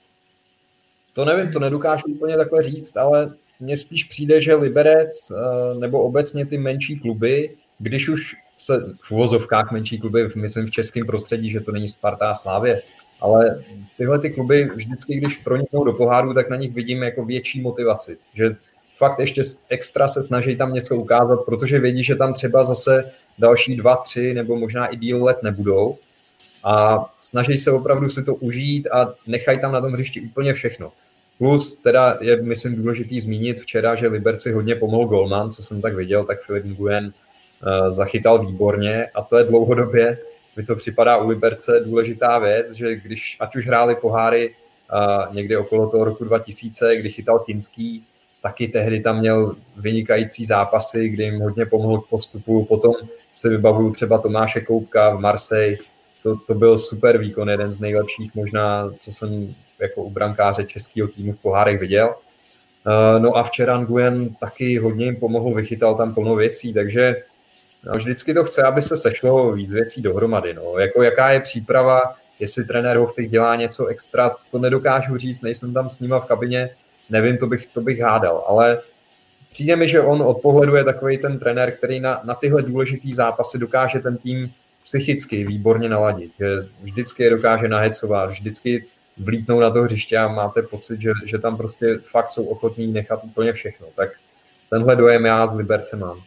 To nevím, to nedokážu úplně takhle říct, ale mně spíš přijde, že Liberec nebo obecně ty menší kluby, když už se v uvozovkách menší kluby, myslím v českém prostředí, že to není Sparta a Slavie, ale tyhle ty kluby vždycky, když proniknou do poháru, tak na nich vidím jako větší motivaci, že fakt ještě extra se snaží tam něco ukázat, protože vědí, že tam třeba zase další 2, 3 nebo možná i díl let nebudou a snaží se opravdu si to užít a nechají tam na tom hřišti úplně všechno. Plus teda je, myslím, důležitý zmínit včera, že Liberci hodně pomohl golman, co jsem tak viděl, tak Filip Nguyen zachytal výborně a to je dlouhodobě, mi to připadá u Liberce důležitá věc, že když ať už hráli poháry někdy okolo toho roku 2000, kdy chytal Kinský, taky tehdy tam měl vynikající zápasy, kdy jim hodně pomohl k postupu, potom si vybavuju třeba Tomáše Koupka v Marseille, to byl super výkon, jeden z nejlepších možná, co jsem jako u brankáře českého týmu v pohárech viděl. No a včera Nguyen taky hodně jim pomohl, vychytal tam plno věcí, takže vždycky to chce, aby se sešlo víc věcí dohromady. No. Jako jaká je příprava, jestli trenér Hovtych dělá něco extra, to nedokážu říct, nejsem tam s nima v kabině, nevím, to bych hádal, ale přijde mi, že on od pohledu je takový ten trenér, který na tyhle důležitý zápasy dokáže ten tým psychicky výborně naladit, že vždycky je dokáže nahecovat, vždycky vlítnou na to hřiště a máte pocit, že tam prostě fakt jsou ochotní nechat úplně všechno. Tak tenhle dojem já z Liberce mám.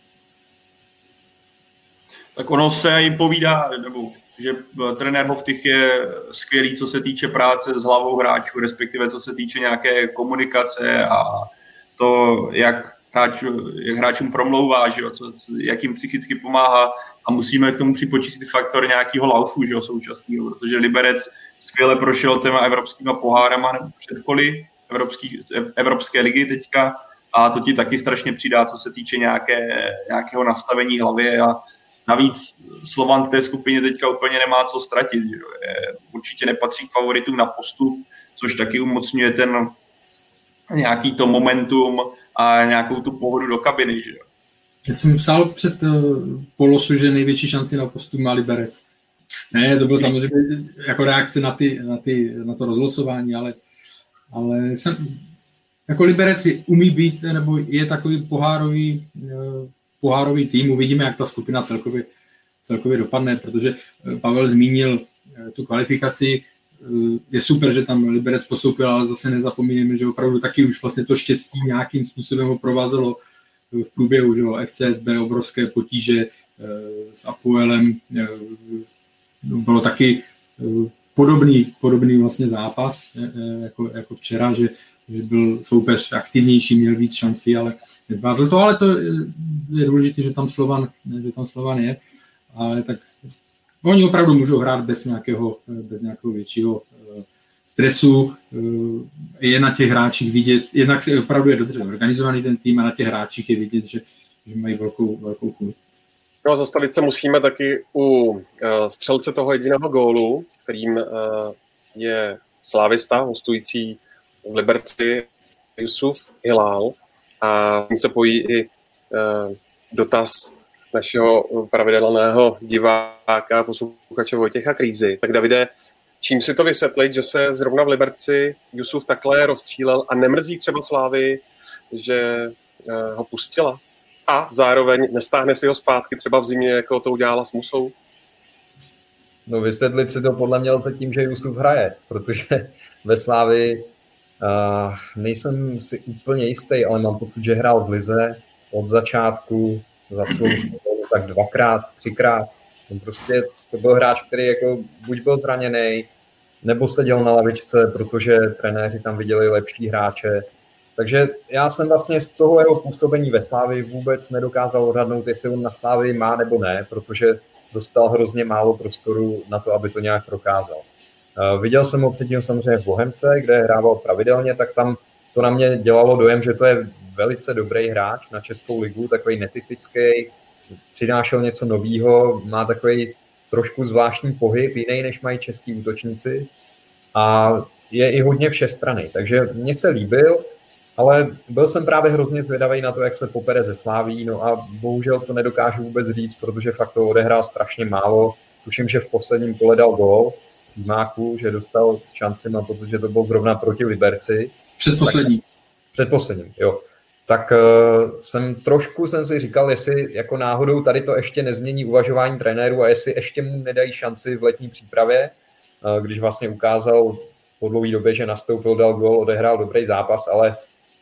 Tak ono se jim povídá, nebo že trenér Hovtych je skvělý, co se týče práce s hlavou hráčů, respektive co se týče nějaké komunikace a to, jak hráčům promlouvá, že jo, jak jim psychicky pomáhá a musíme k tomu připočíst faktor nějakého laufu, že jo, současného, protože Liberec skvěle prošel těma evropskýma pohárama nebo předkoly Evropské ligy teďka a to ti taky strašně přidá, co se týče nějakého nastavení hlavy a navíc Slovan v té skupině teďka úplně nemá co ztratit. Že? Určitě nepatří k favoritům na postup, což taky umocňuje ten nějaký to momentum a nějakou tu pohodu do kabiny. Že? Já jsem psal před polosu, že největší šanci na postup má Liberec. Ne, to bylo samozřejmě jako reakce na to rozlosování, ale jako Liberec umí být, nebo je takový pohárový tým, uvidíme, jak ta skupina celkově dopadne, protože Pavel zmínil tu kvalifikaci, je super, že tam Liberec postoupil, ale zase nezapomínáme, že opravdu taky už vlastně to štěstí nějakým způsobem ho provázelo v průběhu, že FCSB, obrovské potíže s Apoelem, bylo taky podobný vlastně zápas jako včera, že byl soupeř aktivnější, měl víc šancí, ale nezvládl to, ale to je důležité, že tam Slovan je, ale tak oni opravdu můžou hrát bez nějakého většího stresu, je na těch hráčích vidět, jednak opravdu je dobře organizovaný ten tým a na těch hráčích je vidět, že mají velkou chuť. No a zastavit se musíme taky u střelce toho jediného gólu, kterým je slávista, hostující v Liberci Jusuf Hilal. A tím se pojí i dotaz našeho pravidelného diváka, posluchače Vojtěcha Krýzy. Tak Davide, čím si to vysvětlit, že se zrovna v Liberci Jusuf takhle rozstřílel a nemrzí třeba Slávy, že ho pustila? A zároveň nestáhne si ho zpátky třeba v zimě, jako to udělala s Musou? No vysvětlit si to podle mě lze tím, že Jusuf hraje, protože ve Slávii nejsem si úplně jistý, ale mám pocit, že hrál v lize od začátku za celou tak 2x, 3x. Prostě to byl hráč, který jako buď byl zraněný, nebo seděl na lavičce, protože trenéři tam viděli lepší hráče. Takže já jsem vlastně z toho jeho působení ve Slávii vůbec nedokázal odhadnout, jestli on na Slávii má nebo ne, protože dostal hrozně málo prostoru na to, aby to nějak prokázal. Viděl jsem ho předtím samozřejmě v Bohemce, kde hrával pravidelně, tak tam to na mě dělalo dojem, že to je velice dobrý hráč na Českou ligu, takový netypický, přinášel něco novýho, má takový trošku zvláštní pohyb, jiný než mají český útočníci a je i hodně všestranný, takže mně se líbil, ale byl jsem právě hrozně zvědavý na to, jak se popere ze Slaví, no a bohužel to nedokážu vůbec říct, protože fakt to odehrál strašně málo. Tuším, že v posledním kole dal gól z přímáku, že dostal šanci, mám pocit, že to bylo zrovna proti Liberci. Předposledním, jo. Tak jsem si říkal, jestli jako náhodou tady to ještě nezmění uvažování trenérů a jestli ještě mu nedají šanci v letní přípravě, když vlastně ukázal po dlouhé době, že nastoupil, dal gól, odehrál dobrý zápas, ale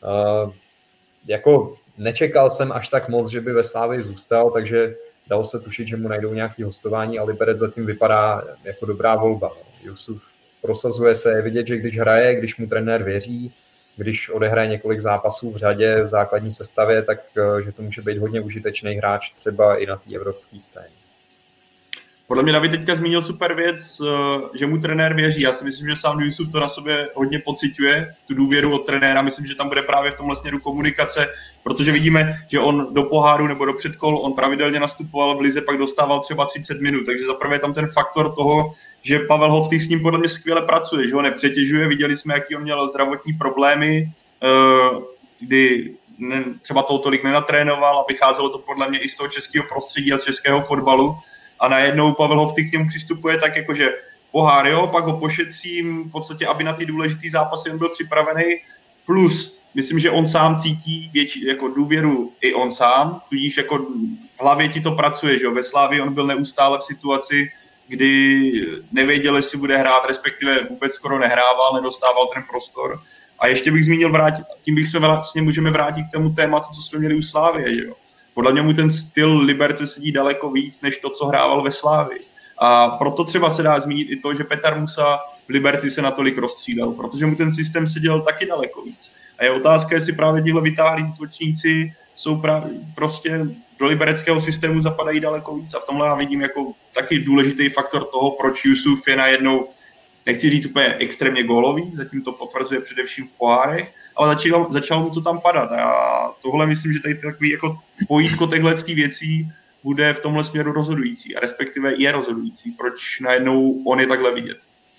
jako nečekal jsem až tak moc, že by ve Slávii zůstal, takže dalo se tušit, že mu najdou nějaké hostování a Liberec zatím vypadá jako dobrá volba. Jusuf prosazuje se, je vidět, že když hraje, když mu trenér věří, když odehraje několik zápasů v řadě v základní sestavě, tak že to může být hodně užitečný hráč třeba i na té evropské scéně. Podle mě David teďka zmínil super věc, že mu trenér věří. Já si myslím, že sám Jusuf to na sobě hodně pociťuje, tu důvěru od trenéra. Myslím, že tam bude právě v tomhle směru komunikace, protože vidíme, že on do poháru nebo do předkol, on pravidelně nastupoval v lize, pak dostával třeba 30 minut. Takže zaprvé je tam ten faktor toho, že Pavel Hovtych s ním podle mě skvěle pracuje, že ho nepřetěžuje. Viděli jsme, jaký on měl zdravotní problémy, kdy třeba toho tolik nenatrénoval a vycházelo to podle mě i z toho českého prostředí a z českého fotbalu. A najednou Pavel Hovtych k němu přistupuje tak, jakože pohár, jo, pak ho pošetřím, v podstatě, aby na ty důležitý zápasy on byl připravený. Plus, myslím, že on sám cítí větší jako důvěru i on sám, tudíž jako v hlavě ti to pracuje, že jo. Ve Slávii on byl neustále v situaci, kdy nevěděl, jestli bude hrát, respektive vůbec skoro nehrával, nedostával ten prostor. A ještě bych zmínil, tím bych se vlastně můžeme vrátit k tomu tématu, co jsme měli u Slávie, že jo. Podle mě mu ten styl Liberce sedí daleko víc, než to, co hrával ve Slávii. A proto třeba se dá zmínit i to, že Petar Musa v Liberci se natolik rozstřídal, protože mu ten systém seděl taky daleko víc. A je otázka, jestli právě tihle vytáhlí útočníci jsou prostě do libereckého systému zapadají daleko víc. A v tomhle já vidím jako taky důležitý faktor toho, proč Jusuf je najednou, nechci říct úplně extrémně gólový, zatím to potvrzuje především v pohárech, ale začalo mu to tam padat. A tohle myslím, že tady takový jako pojítko těchto věcí bude v tomhle směru rozhodující a respektive je rozhodující. Proč najednou on je takhle vidět?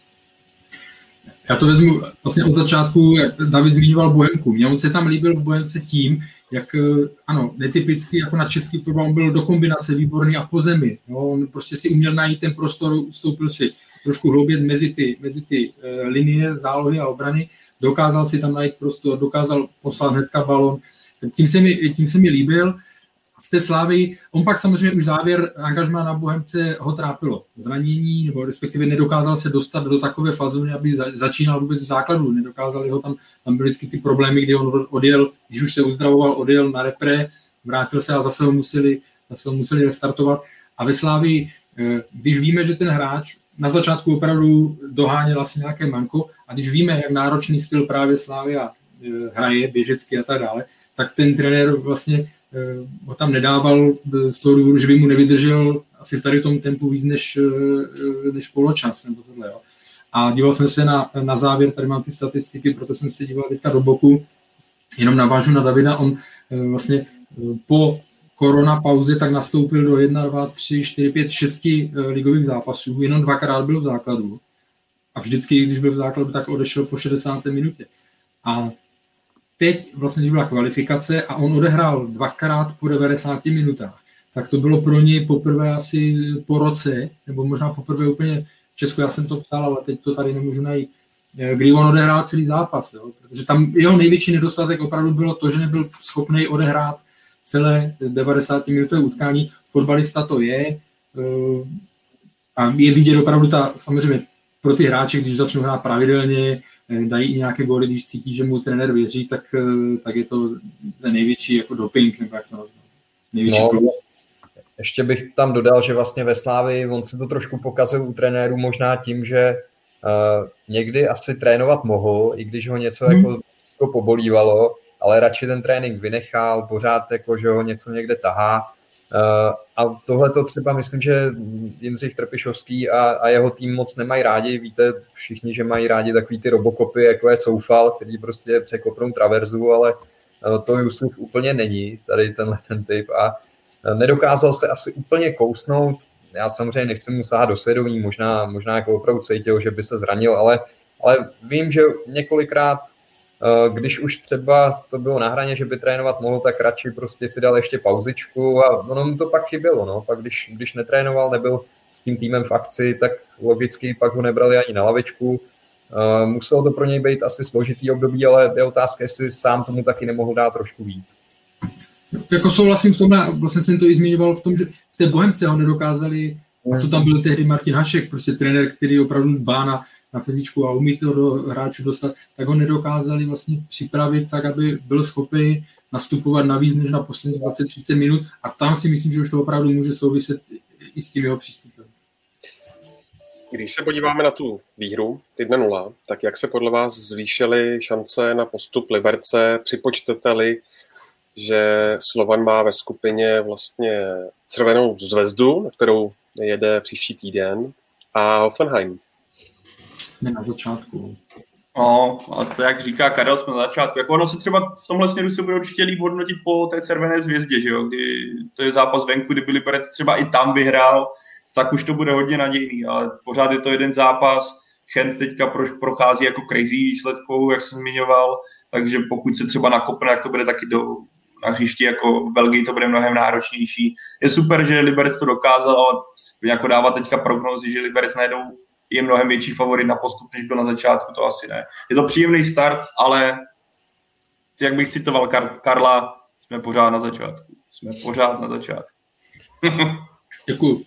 Já to vezmu vlastně od začátku, jak David zmiňoval Bohemku. Mně on se tam líbil v Bohemce tím, jak ano, netypicky jako na český fotbal, on byl do kombinace výborný a po zemi. No, on prostě si uměl najít ten prostor, ustoupil si trošku hloubět mezi ty linie, zálohy a obrany, dokázal si tam najít prostor, dokázal poslat hnedka balon. Tím se mi líbil. V té Slávii, on pak samozřejmě už závěr angažmá na Bohemce ho trápilo. Zranění, nebo respektive nedokázal se dostat do takové fazony, aby začínal vůbec v základu. Nedokázali ho tam byly vždycky ty problémy, kdy on odjel, když už se uzdravoval, odjel na repre, vrátil se a zase ho museli restartovat. A ve Slávii, když víme, že ten hráč na začátku opravdu doháněl asi nějaké manko a když víme, jak náročný styl právě Slavia hraje, běžecky a tak dále, tak ten trenér vlastně ho tam nedával z toho důvodu, že by mu nevydržel asi v tady tom tempu víc než poločas nebo tohle. Jo. A díval jsem se na závěr, tady mám ty statistiky, proto jsem se díval teďka do boku, jenom navážu na Davida, on vlastně po koronapauze tak nastoupil do 1, 2, 3, 4, 5, 6 ligových zápasů, jenom 2krát byl v základu a vždycky, když byl v základu, tak odešel po 60. minutě. A teď vlastně, když byla kvalifikace a on odehrál 2x po 90 minutách, tak to bylo pro něj poprvé asi po roce, nebo možná poprvé úplně v Česku, já jsem to psal, ale teď to tady nemůžu najít, kdy on odehrál celý zápas, jo? Protože tam jeho největší nedostatek opravdu bylo to, že nebyl schopný odehrát celé 90-minutové utkání. Fotbalista to je a je vidět opravdu samozřejmě pro ty hráče, když začnou hrát pravidelně, dají i nějaké góly, když cítí, že mu trenér věří, tak je to ten největší jako doping, nebo jak to nazvat. Největší problém. Ještě bych tam dodal, že vlastně ve Slávii on si to trošku pokazil u trenérů možná tím, že někdy asi trénovat mohl, i když ho něco jako pobolívalo, ale radši ten trénink vynechal, pořád jako, že ho něco někde tahá. A tohle to třeba myslím, že Jindřich Trpišovský a jeho tým moc nemají rádi. Víte všichni, že mají rádi takový ty robokopy, jako je Coufal, který prostě překopnou traverzu, ale to Jusuf úplně není, tady ten typ. A nedokázal se asi úplně kousnout. Já samozřejmě nechci mu sahat do svědomí, možná jako opravdu cítil, že by se zranil, ale vím, že několikrát, když už třeba to bylo na hraně, že by trénovat mohl, tak radši prostě si dal ještě pauzičku a ono mu to pak chybělo. No. Pak když netrénoval, nebyl s tím týmem v akci, tak logicky pak ho nebrali ani na lavičku. Muselo to pro něj být asi složitý období, ale je otázka, jestli sám tomu taky nemohl dát trošku víc. Jako souhlasím v tom, vlastně jsem to i zmiňoval v tom, že v té Bohemce ho nedokázali, a to tam byl tehdy Martin Hašek, prostě trenér, který opravdu dbá na fyzičku a umí to do hráčů dostat, tak ho nedokázali vlastně připravit tak, aby byl schopný nastupovat navíc než na poslední 20-30 minut a tam si myslím, že už to opravdu může souviset i s tím jeho přístupem. Když se podíváme na tu výhru 1-0, tak jak se podle vás zvýšily šance na postup Liberce? Připočtete-li, že Slovan má ve skupině vlastně Červenou zvezdu, na kterou jede příští týden, a Hoffenheim? Jsme na začátku. No, a to jak říká Karel, jsme na začátku. Jako ono se třeba v tomhle směru se bude určitě líp hodnotit po té Červené zvězdě, že jo? Kdy to je zápas venku, kdyby Liberec třeba i tam vyhrál, tak už to bude hodně nadějný, ale pořád je to jeden zápas. Gent teďka prochází jako crazy výsledkou, jak jsem zmiňoval, takže pokud se třeba nakopne, tak to bude taky na hřišti, jako v Belgii to bude mnohem náročnější. Je super, že Liberec to dokázal, ale jako dávat teďka prognózy, že Liberec najednou je mnohem větší favorit na postup, než byl na začátku, to asi ne. Je to příjemný start, ale jak bych citoval Karla, jsme pořád na začátku. Děkuju.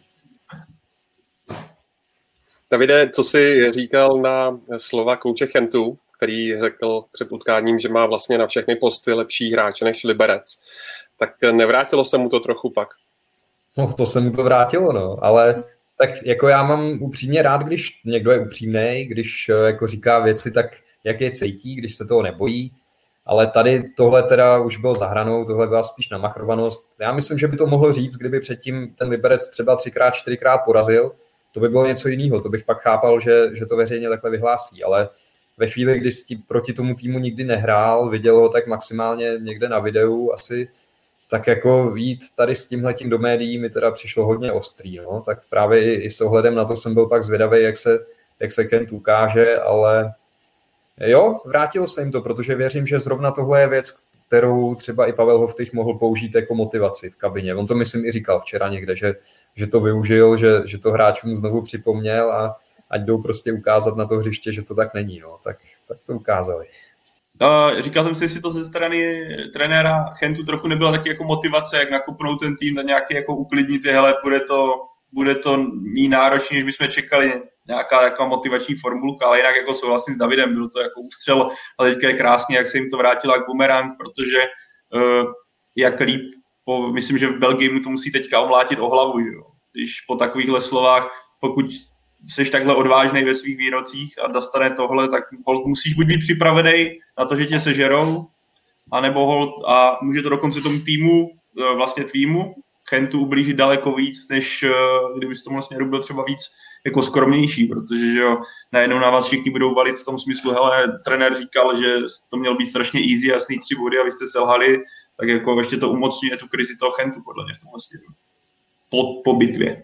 Davide, co jsi říkal na slova kouče Gentu, který řekl před utkáním, že má vlastně na všechny posty lepší hráče než Liberec. Tak nevrátilo se mu to trochu pak? No, to se mu to vrátilo, no, ale tak jako já mám upřímně rád, když někdo je upřímnej, když jako říká věci tak, jak je cítí, když se toho nebojí, ale tady tohle teda už bylo za hranou, tohle byla spíš namachrovanost. Já myslím, že by to mohlo říct, kdyby předtím ten Liberec třeba 3x, 4x porazil, to by bylo něco jiného, to bych pak chápal, že to veřejně takhle vyhlásí, ale ve chvíli, kdy proti tomu týmu nikdy nehrál, viděl ho tak maximálně někde na videu asi, tak jako jít tady s tímhletím do médií mi teda přišlo hodně ostrý, no, tak právě i s ohledem na to jsem byl pak zvědavý, jak se Kent ukáže, ale jo, vrátilo se jim to, protože věřím, že zrovna tohle je věc, kterou třeba i Pavel Hoftych mohl použít jako motivaci v kabině. On to myslím i říkal včera někde, že to využil, že to hráčům znovu připomněl a ať jdou prostě ukázat na to hřiště, že to tak není, no, tak to ukázali. Říkal jsem si, jestli to ze strany trenéra Gentu trochu nebyla taky jako motivace, jak nakupnout ten tým na nějaký jako uklidnit, hele, bude to mít náročný, než bychom čekali, nějaká jako motivační formulka, ale jinak jako souhlasím s Davidem, byl to jako ústřel, ale teďka je krásně, jak se jim to vrátilo jak bumerang, protože jak líp, myslím, že v Belgii mu to musí teďka omlátit o hlavu, jo. Když po takovýchhle slovách, pokud jsi takhle odvážnej ve svých výrocích a dostane tohle, tak musíš buď být připravený na to, že tě sežerou, anebo a může to dokonce tomu týmu, vlastně tvýmu, Gentu ublížit daleko víc, než kdyby z tomu směru byl třeba víc jako skromnější, protože že jo, najednou na vás všichni budou valit v tom smyslu, hele, trenér říkal, že to měl být strašně easy, jasný 3 body a vy jste selhali, tak jako ještě to umocňuje tu krizi toho Gentu, podle mě v tomhle směru. Po bitvě.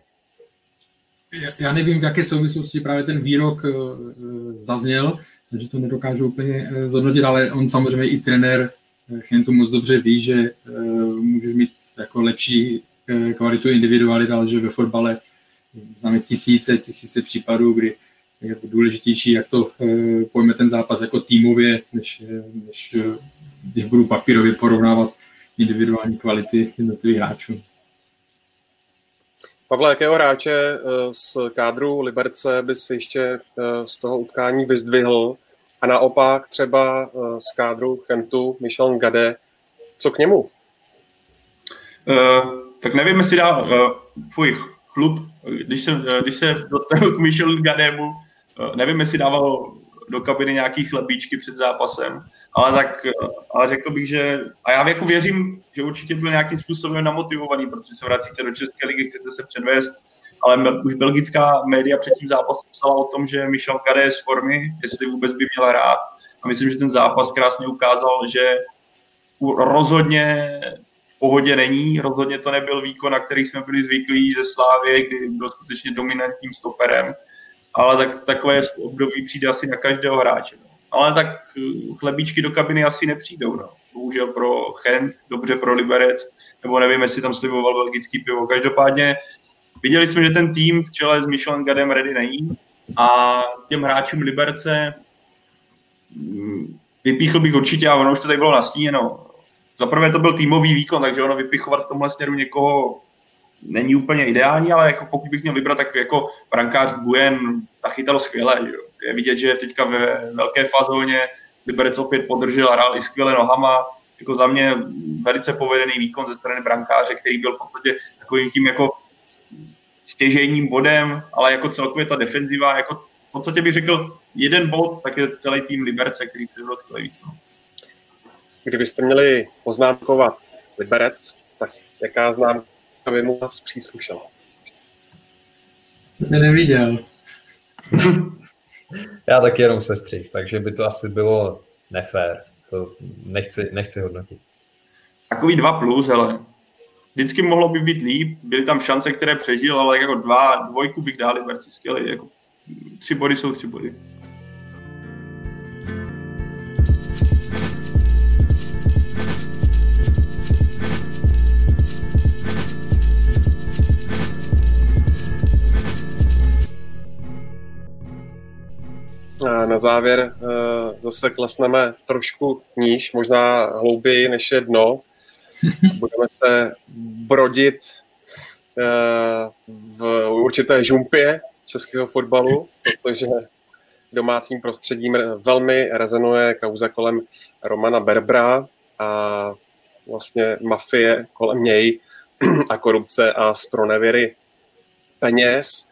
Já nevím, v jaké souvislosti právě ten výrok zazněl, takže to nedokážu úplně zhodnotit, ale on samozřejmě i trenér Chentu moc dobře ví, že můžeš mít jako lepší kvalitu individuality, ale že ve fotbale známe tisíce případů, kdy je důležitější, jak to pojme ten zápas jako týmově, než když budu papírově porovnávat individuální kvality jednotlivých hráčů. Pavle, jakého hráče z kádru Liberce bys ještě z toho utkání vyzdvihl a naopak třeba z kádru Chentu Michel Ngade, co k němu? Tak nevím, jestli dá chlup, když se dostanu k Michelu Ngadému, nevím, jestli dával do kabiny nějaký chlebíčky před zápasem, ale řekl bych, že a já jako věřím, že určitě byl nějakým způsobem namotivovaný, protože se vracíte do České ligy, chcete se předvést, ale už belgická média před tím zápasem psala o tom, že Michel Ngade je z formy, jestli vůbec by měl hrát. A myslím, že ten zápas krásně ukázal, že rozhodně v pohodě není, rozhodně to nebyl výkon, na který jsme byli zvyklí ze Slávie, kdy byl skutečně dominantním stoperem, ale takové období přijde asi na každého hráče. No. Ale tak chlebíčky do kabiny asi nepřijdou. No. Bohužel pro Chent, dobře pro Liberec, nebo nevím, jestli tam sliboval belgický pivo. Každopádně viděli jsme, že ten tým v čele s Michelem Ngadem ready není a těm hráčům Liberce vypíchl bych určitě, a ono už to tady bylo nastíněno. Zaprvé to byl týmový výkon, takže ono vypichovat v tomhle směru někoho není úplně ideální, ale jako pokud bych měl vybrat, tak jako brankář Guyen zachytal skvěle. Že? Je vidět, že teďka ve velké fazóně Liberec opět podržel a hrál i skvěle nohama. Jako za mě velice povedený výkon ze strany brankáře, který byl v podstatě takovým tím jako stěžejním bodem, ale jako celkově ta defenziva, jako v podstatě bych řekl jeden bod, tak je celý tým Liberce, který předvedl skvělý výkon. Kdybyste měli poznámkovat Liberec, tak jaká známka by mu vás příslušela? Jsem tě neviděl. Já taky jenom sestřih, takže by to asi bylo nefér. To nechci hodnotit. Takový 2+, hele. Vždycky mohlo by být líp, byly tam šance, které přežil, ale jako dvojku bych dal Liberci skvělý. Jako 3 body jsou 3 body. Na závěr zase klesneme trošku níž, možná hlouběji než je dno. Budeme se brodit v určité žumpě českého fotbalu, protože domácím prostředím velmi rezonuje kauza kolem Romana Berbera a vlastně mafie kolem něj a korupce a zpronevěry peněz.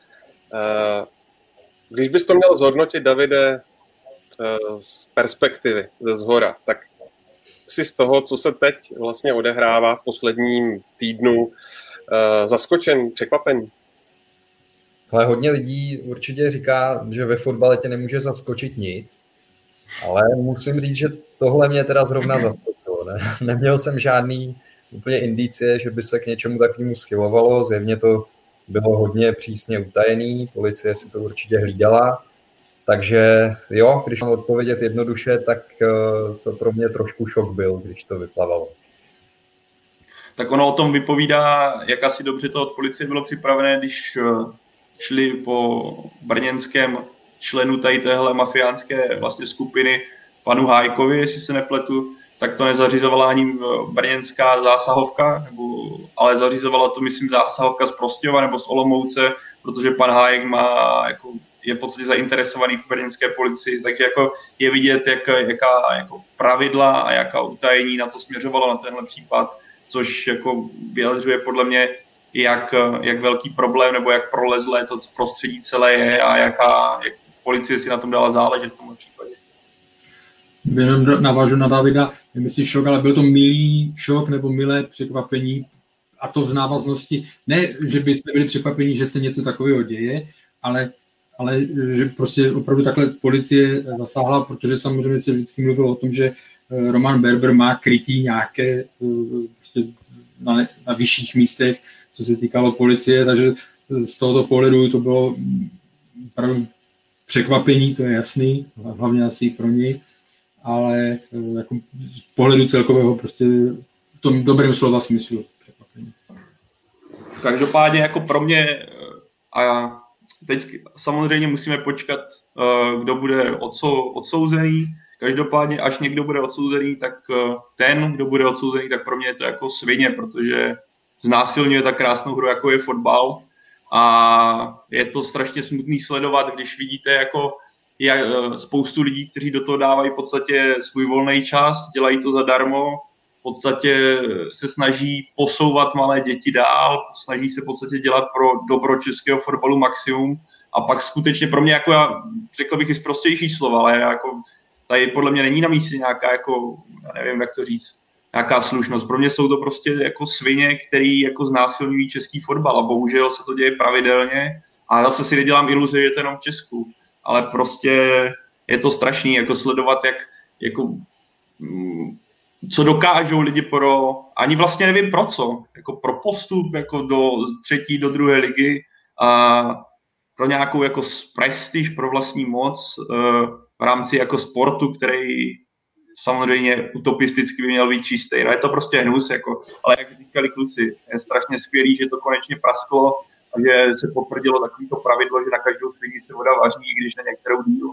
Když bys to měl zhodnotit, Davide, z perspektivy, ze zhora, tak si z toho, co se teď vlastně odehrává v posledním týdnu, zaskočen, překvapený? Ale hodně lidí určitě říká, že ve fotbale tě nemůže zaskočit nic, ale musím říct, že tohle mě teda zrovna zaskočilo. Ne? Neměl jsem žádný úplně indicie, že by se k něčemu takovému schylovalo, zjevně to bylo hodně přísně utajený, policie si to určitě hlídala, takže jo, když mám odpovědět jednoduše, tak to pro mě trošku šok byl, když to vyplavalo. Tak ono o tom vypovídá, jak asi dobře to od policie bylo připravené, když šli po brněnském členu tady téhle mafiánské vlastně skupiny panu Hájkovi, jestli se nepletu, tak to nezařizovala ani brněnská zásahovka, ale zařizovala to, myslím, zásahovka z Prostějova nebo z Olomouce, protože pan Hájek je v podstatě zainteresovaný v brněnské policii, takže jako je vidět, jaká jako pravidla a jaká utajení na to směřovalo na tenhle případ, což jako vyjadřuje podle mě, jak velký problém nebo jak prolezlé to prostředí celé je a jak policie si na tom dala záležet v tomhle případě. Jenom navážu na Davida, nemyslím šok, ale byl to milý šok nebo milé překvapení a to v návaznosti, ne, že by jsme byli překvapení, že se něco takového děje, ale že prostě opravdu takhle policie zasáhla, protože samozřejmě se vždycky mluvilo o tom, že Roman Berber má krytí nějaké prostě na vyšších místech, co se týkalo policie, takže z tohoto pohledu to bylo opravdu překvapení, to je jasný, hlavně asi pro něj. ale jako z pohledu celkového prostě v tom dobrém slova smyslu. Každopádně jako pro mě, a teď samozřejmě musíme počkat, kdo bude odsouzený. Každopádně, až někdo bude odsouzený, tak ten, kdo bude odsouzený, tak pro mě je to jako svině, protože znásilňuje tak krásnou hru, jako je fotbal. A je to strašně smutný sledovat, když vidíte jako spoustu lidí, kteří do toho dávají v podstatě svůj volný čas, dělají to zadarmo, v podstatě se snaží posouvat malé děti dál, snaží se v podstatě dělat pro dobro českého fotbalu maximum. A pak skutečně pro mě, jako já řekl bych i zprostější slova, ale jako tady podle mě není na místě nějaká, jako, já nevím, jak to říct, nějaká slušnost. Pro mě jsou to prostě jako svině, který jako znásilňují český fotbal a bohužel se to děje pravidelně a zase si nedělám iluzi, že je to jenom v Česku, ale prostě je to strašný, jako sledovat, jak jako, co dokážou lidi ani vlastně nevím pro co, jako pro postup jako do třetí, do druhé ligy a pro nějakou jako prestiž, pro vlastní moc v rámci jako sportu, který samozřejmě utopisticky by měl být čistý. No je to prostě hnus, jako, ale jak říkali kluci, je strašně skvělý, že to konečně prasklo a že se potvrdilo takovýto pravidlo, že na každou chvíli se voda vaří, i když na některou dílu.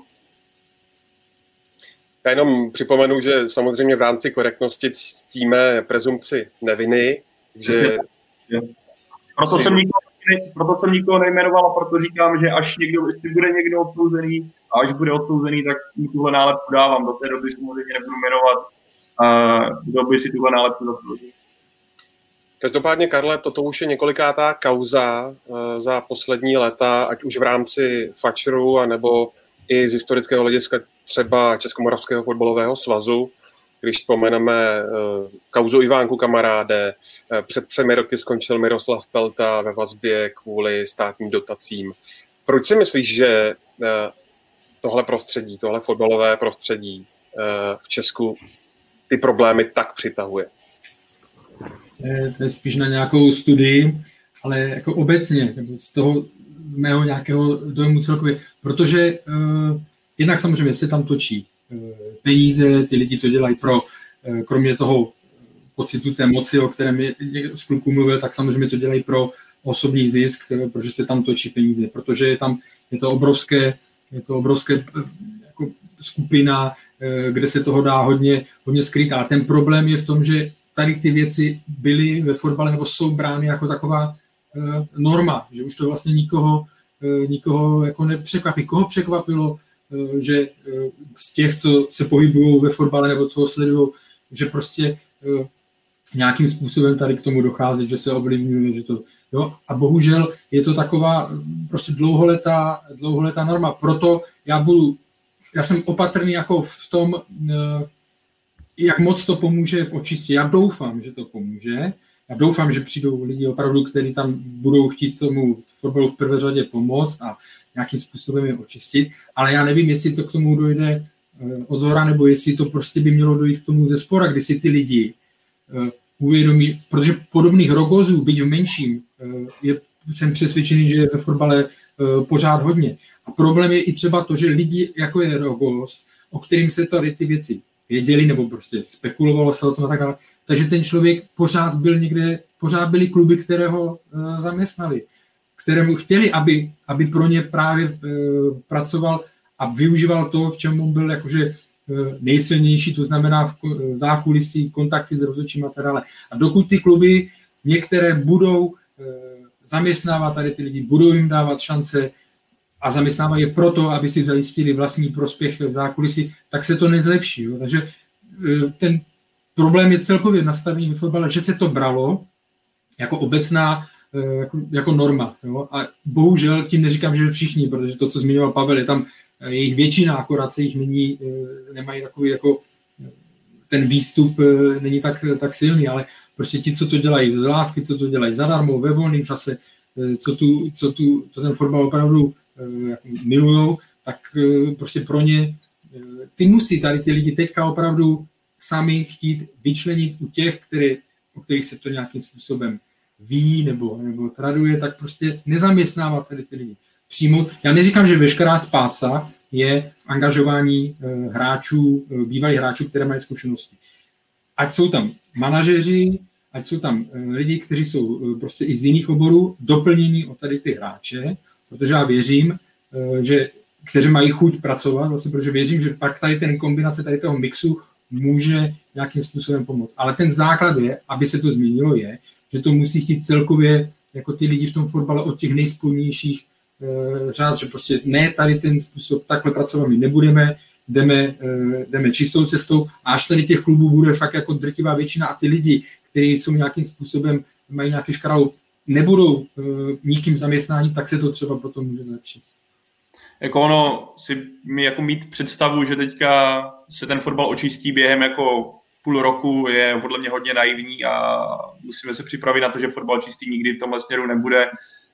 Já jenom připomenu, že samozřejmě v rámci korektnosti ctíme prezumpci neviny, že... Proto jsem nikoho nejmenoval, proto říkám, že jestli bude někdo odsouzený a až bude odsouzený, tak mu tuhle nálepku dávám. Do té doby samozřejmě nebudu jmenovat, kdo by si tuhle nálepku zasloužil. Každopádně, Karle, toto už je několikátá kauza za poslední léta, ať už v rámci FAČRu, anebo i z historického hlediska třeba Českomoravského fotbalového svazu. Když vzpomeneme kauzu Ivánku Kamaráde, před 3 roky skončil Miroslav Pelta ve vazbě kvůli státním dotacím. Proč si myslíš, že tohle fotbalové prostředí v Česku ty problémy tak přitahuje? To je spíš na nějakou studii, ale jako obecně, nebo z mého nějakého dojmu celkově, protože jednak samozřejmě se tam točí peníze, ty lidi to dělají kromě toho pocitu té moci, o kterém z kluků mluvil, tak samozřejmě to dělají pro osobní zisk, protože se tam točí peníze, protože je to obrovské jako skupina, kde se toho dá hodně skrýt. A ten problém je v tom, že tady ty věci byly ve fotbale nebo jsou brány jako taková norma, že už to vlastně nikoho jako nepřekvapí. Koho překvapilo, že z těch, co se pohybují ve fotbale nebo co ho sledují, že prostě nějakým způsobem tady k tomu dochází, že se ovlivňuje, že to, jo? A bohužel je to taková prostě dlouholetá norma. Proto já jsem opatrný jako v tom, jak moc to pomůže v očistě. Já doufám, že to pomůže. Já doufám, že přijdou lidi opravdu, kteří tam budou chtít tomu fotbalu v prvé řadě pomoct a nějakým způsobem je očistit, ale já nevím, jestli to k tomu dojde od zhora, nebo jestli to prostě by mělo dojít k tomu ze spora, kdy si ty lidi uvědomí, protože podobných rogozů, byť v menším, jsem přesvědčený, že je ve fotbale pořád hodně. A problém je i třeba to, že lidi, jako je Rogoz, o kterým se tady ty věci věděli, nebo prostě spekulovalo se o tom a tak dále, takže ten člověk pořád byl někde, pořád byly kluby, které ho zaměstnali, kterému chtěli, aby pro ně právě pracoval a využíval to, v čem on byl jakože nejsilnější, to znamená v zákulisí, kontakty s rozhodčím a tak dále. A dokud ty kluby některé budou zaměstnávat tady ty lidi, budou jim dávat šance a zaměstnávají je proto, aby si zajistili vlastní prospěch v zákulisí, tak se to nezlepší. Jo? Takže ten problém je celkově nastavení v fotbale, že se to bralo jako obecná jako norma. Jo? A bohužel tím neříkám, že všichni, protože to, co zmiňoval Pavel, je tam jejich většina, akorát se jich nemají takový jako ten výstup není tak silný, ale prostě ti, co to dělají z lásky, co to dělají zadarmo, ve volném čase, co ten fotbal opravdu milujou, tak prostě pro ně ty musí tady ty lidi teďka opravdu sami chtít vyčlenit u těch, o kterých se to nějakým způsobem ví nebo traduje, tak prostě nezaměstnávat tady ty lidi. Přijmout. Já neříkám, že veškerá spása je v angažování hráčů, bývalých hráčů, které mají zkušenosti. Ať jsou tam manažeři, ať jsou tam lidi, kteří jsou prostě i z jiných oborů, doplnění o tady ty hráče, protože já věřím, že kteří mají chuť pracovat, vlastně, protože věřím, že pak tady ten kombinace tady toho mixu může nějakým způsobem pomoct. Ale ten základ je, aby se to změnilo, je, že to musí chtít celkově jako ty lidi v tom fotbale od těch nejspodnějších řád, že prostě ne tady ten způsob, takhle pracovat my nebudeme, jdeme čistou cestou a až tady těch klubů bude fakt jako drtivá většina a ty lidi, kteří jsou nějakým způsobem, mají nějaký škálu, nebudou nikým zaměstnání, tak se to třeba potom může zlepšit. Jako ono si mi jako mít představu, že teďka se ten fotbal očistí během jako půl roku je podle mě hodně naivní a musíme se připravit na to, že fotbal čistý nikdy v tomhle směru nebude.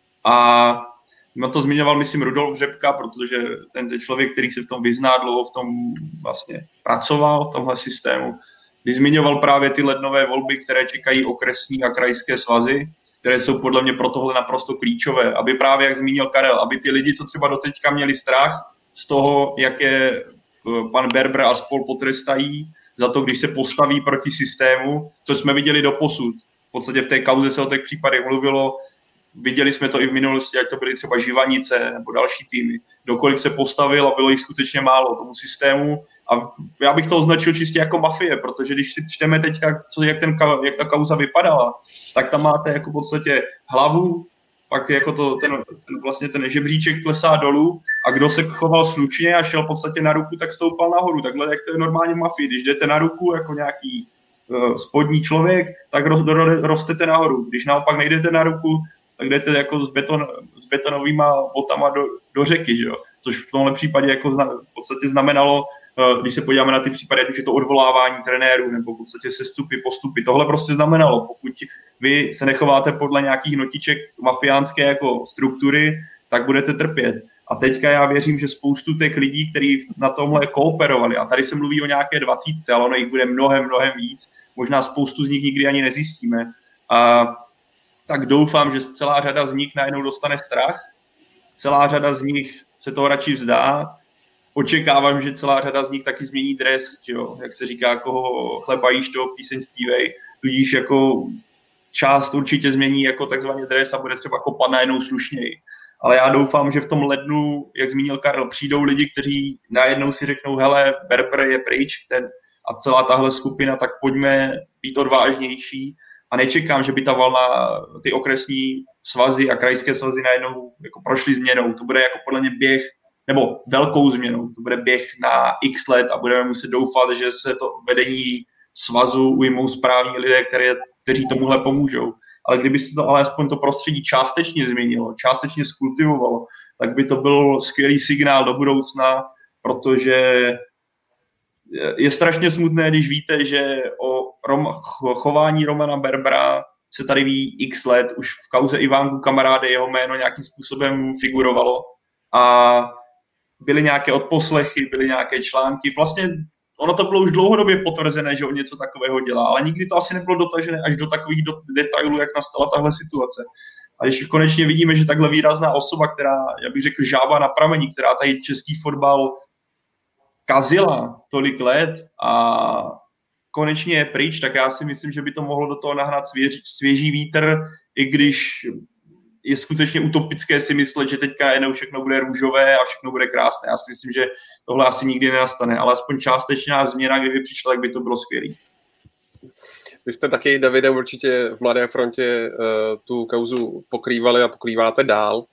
A no to zmiňoval, myslím, Rudolf Řepka, protože ten člověk, který se v tom vyzná, dlouho v tom vlastně pracoval, v tomhle systému, když zmiňoval právě ty lednové volby, které čekají okresní a krajské svazy, které jsou podle mě pro tohle naprosto klíčové, aby právě, jak zmínil Karel, aby ty lidi, co třeba doteďka měli strach z toho, jak je pan Berber a spol potrestají za to, když se postaví proti systému, což jsme viděli doposud. V podstatě v té kauze se o těch případech mluvilo, viděli jsme to i v minulosti, ať to byly třeba Živanice nebo další týmy, dokolik se postavil a bylo jich skutečně málo tomu systému. A já bych to označil čistě jako mafie, protože když si čteme teďka, jak ta kauza vypadala, tak tam máte jako v podstatě hlavu, pak jako ten žebříček klesá dolů a kdo se choval slušně a šel v podstatě na ruku, tak stoupal nahoru. Takhle, jak to je normálně mafie. Když jdete na ruku jako nějaký spodní člověk, tak rostete nahoru. Když naopak nejdete na ruku, tak jdete jako s betonovýma botama do řeky, že jo? Což v tomhle případě jako v podstatě znamenalo, když se podíváme na ty případy, ať už je to odvolávání trenérů nebo v podstatě sestupy, postupy. Tohle prostě znamenalo, pokud vy se nechováte podle nějakých notiček mafiánské jako struktury, tak budete trpět. A teďka já věřím, že spoustu těch lidí, kteří na tomhle kooperovali, a tady se mluví o nějaké 20, ale ono jich bude mnohem víc, možná spoustu z nich nikdy ani nezjistíme. A tak doufám, že celá řada z nich najednou dostane strach, celá řada z nich se toho radši vzdá. Očekávám, že celá řada z nich taky změní dres, že jo? Jak se říká, koho chleba jíš, toho píseň zpívej, tudíž jako část určitě změní jako takzvaný dres a bude třeba kopat najednou slušněji. Ale já doufám, že v tom lednu, jak zmínil Karel, přijdou lidi, kteří najednou si řeknou, hele, Berber je pryč a celá tahle skupina, tak pojďme být odvážnější. A nečekám, že by ta valna, ty okresní svazy a krajské svazy najednou jako prošly změnou. To bude jako podle mě běh, nebo velkou změnou. To bude běh na x let a budeme muset doufat, že se to vedení svazu ujmou správní lidé, kteří tomuhle pomůžou. Ale kdyby se to alespoň to prostředí částečně změnilo, částečně skultivovalo, tak by to byl skvělý signál do budoucna, protože je strašně smutné, když víte, že o chování Romana Berbera se tady ví x let, už v kauze Ivánku Kamaráde jeho jméno nějakým způsobem figurovalo a byly nějaké odposlechy, byly nějaké články. Vlastně ono to bylo už dlouhodobě potvrzené, že on něco takového dělá, ale nikdy to asi nebylo dotažené až do takových detailů, jak nastala tahle situace. A když konečně vidíme, že takhle výrazná osoba, která, já bych řekl, žába na pramení, která tady český fotbal kazila tolik let a konečně je pryč, tak já si myslím, že by to mohlo do toho nahnat svěží vítr, i když je skutečně utopické si myslet, že teďka najednou všechno bude růžové a všechno bude krásné. Já si myslím, že tohle asi nikdy nenastane, ale aspoň částečná změna, kdyby přišla, tak by to bylo skvělý. Vy jste taky, Davide, určitě v Mladé frontě tu kauzu pokrývali a pokrýváte dál.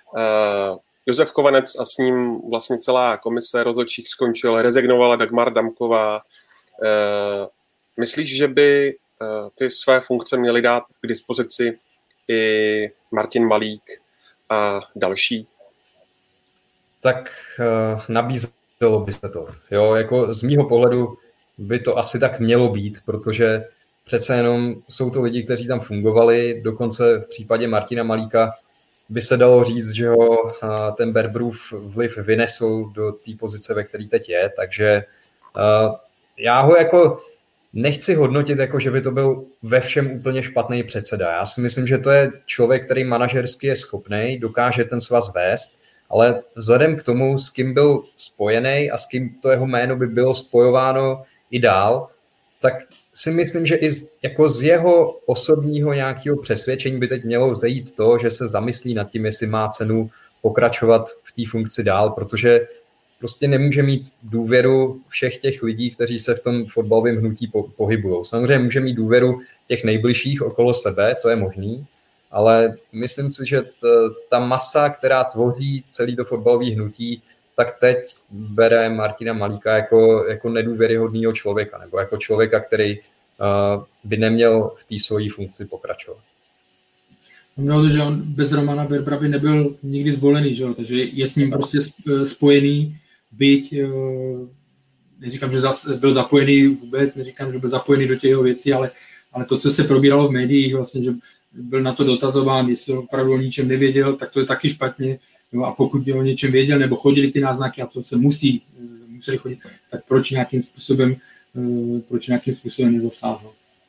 Josef Kovanec a s ním vlastně celá komise rozhodčích skončil, rezignovala Dagmar Damková. Myslíš, že by ty své funkce měly dát k dispozici i Martin Malík a další? Tak nabízelo by se to. Jo, jako z mýho pohledu by to asi tak mělo být, protože přece jenom jsou to lidi, kteří tam fungovali, dokonce v případě Martina Malíka by se dalo říct, že ho ten Berberův vliv vynesl do té pozice, ve které teď je, takže já ho jako nechci hodnotit, jako že by to byl ve všem úplně špatný předseda. Já si myslím, že to je člověk, který manažersky je schopný, dokáže ten svaz vést, ale vzhledem k tomu, s kým byl spojený a s kým to jeho jméno by bylo spojováno i dál, tak si myslím, že i jako z jeho osobního nějakého přesvědčení by teď mělo vzejít to, že se zamyslí nad tím, jestli má cenu pokračovat v té funkci dál, protože prostě nemůže mít důvěru všech těch lidí, kteří se v tom fotbalovém hnutí pohybují. Samozřejmě může mít důvěru těch nejbližších okolo sebe, to je možný, ale myslím si, že ta masa, která tvoří celý to fotbalové hnutí, tak teď bere Martina Malíka jako nedůvěryhodného člověka, nebo jako člověka, který by neměl v té svojí funkci pokračovat. Znamená to, že on bez Romana Berbera by nebyl nikdy zvolený, že? Takže je s ním prostě spojený, byť neříkám, že byl zapojený vůbec, neříkám, že byl zapojený do těch jeho věcí, ale to, co se probíralo v médiích, vlastně, že byl na to dotazován, jestli opravdu o ničem nevěděl, tak to je taky špatně. No a pokud o něčem věděl, nebo chodili ty náznaky a to se museli chodit, tak proč nějakým způsobem nezasáhl?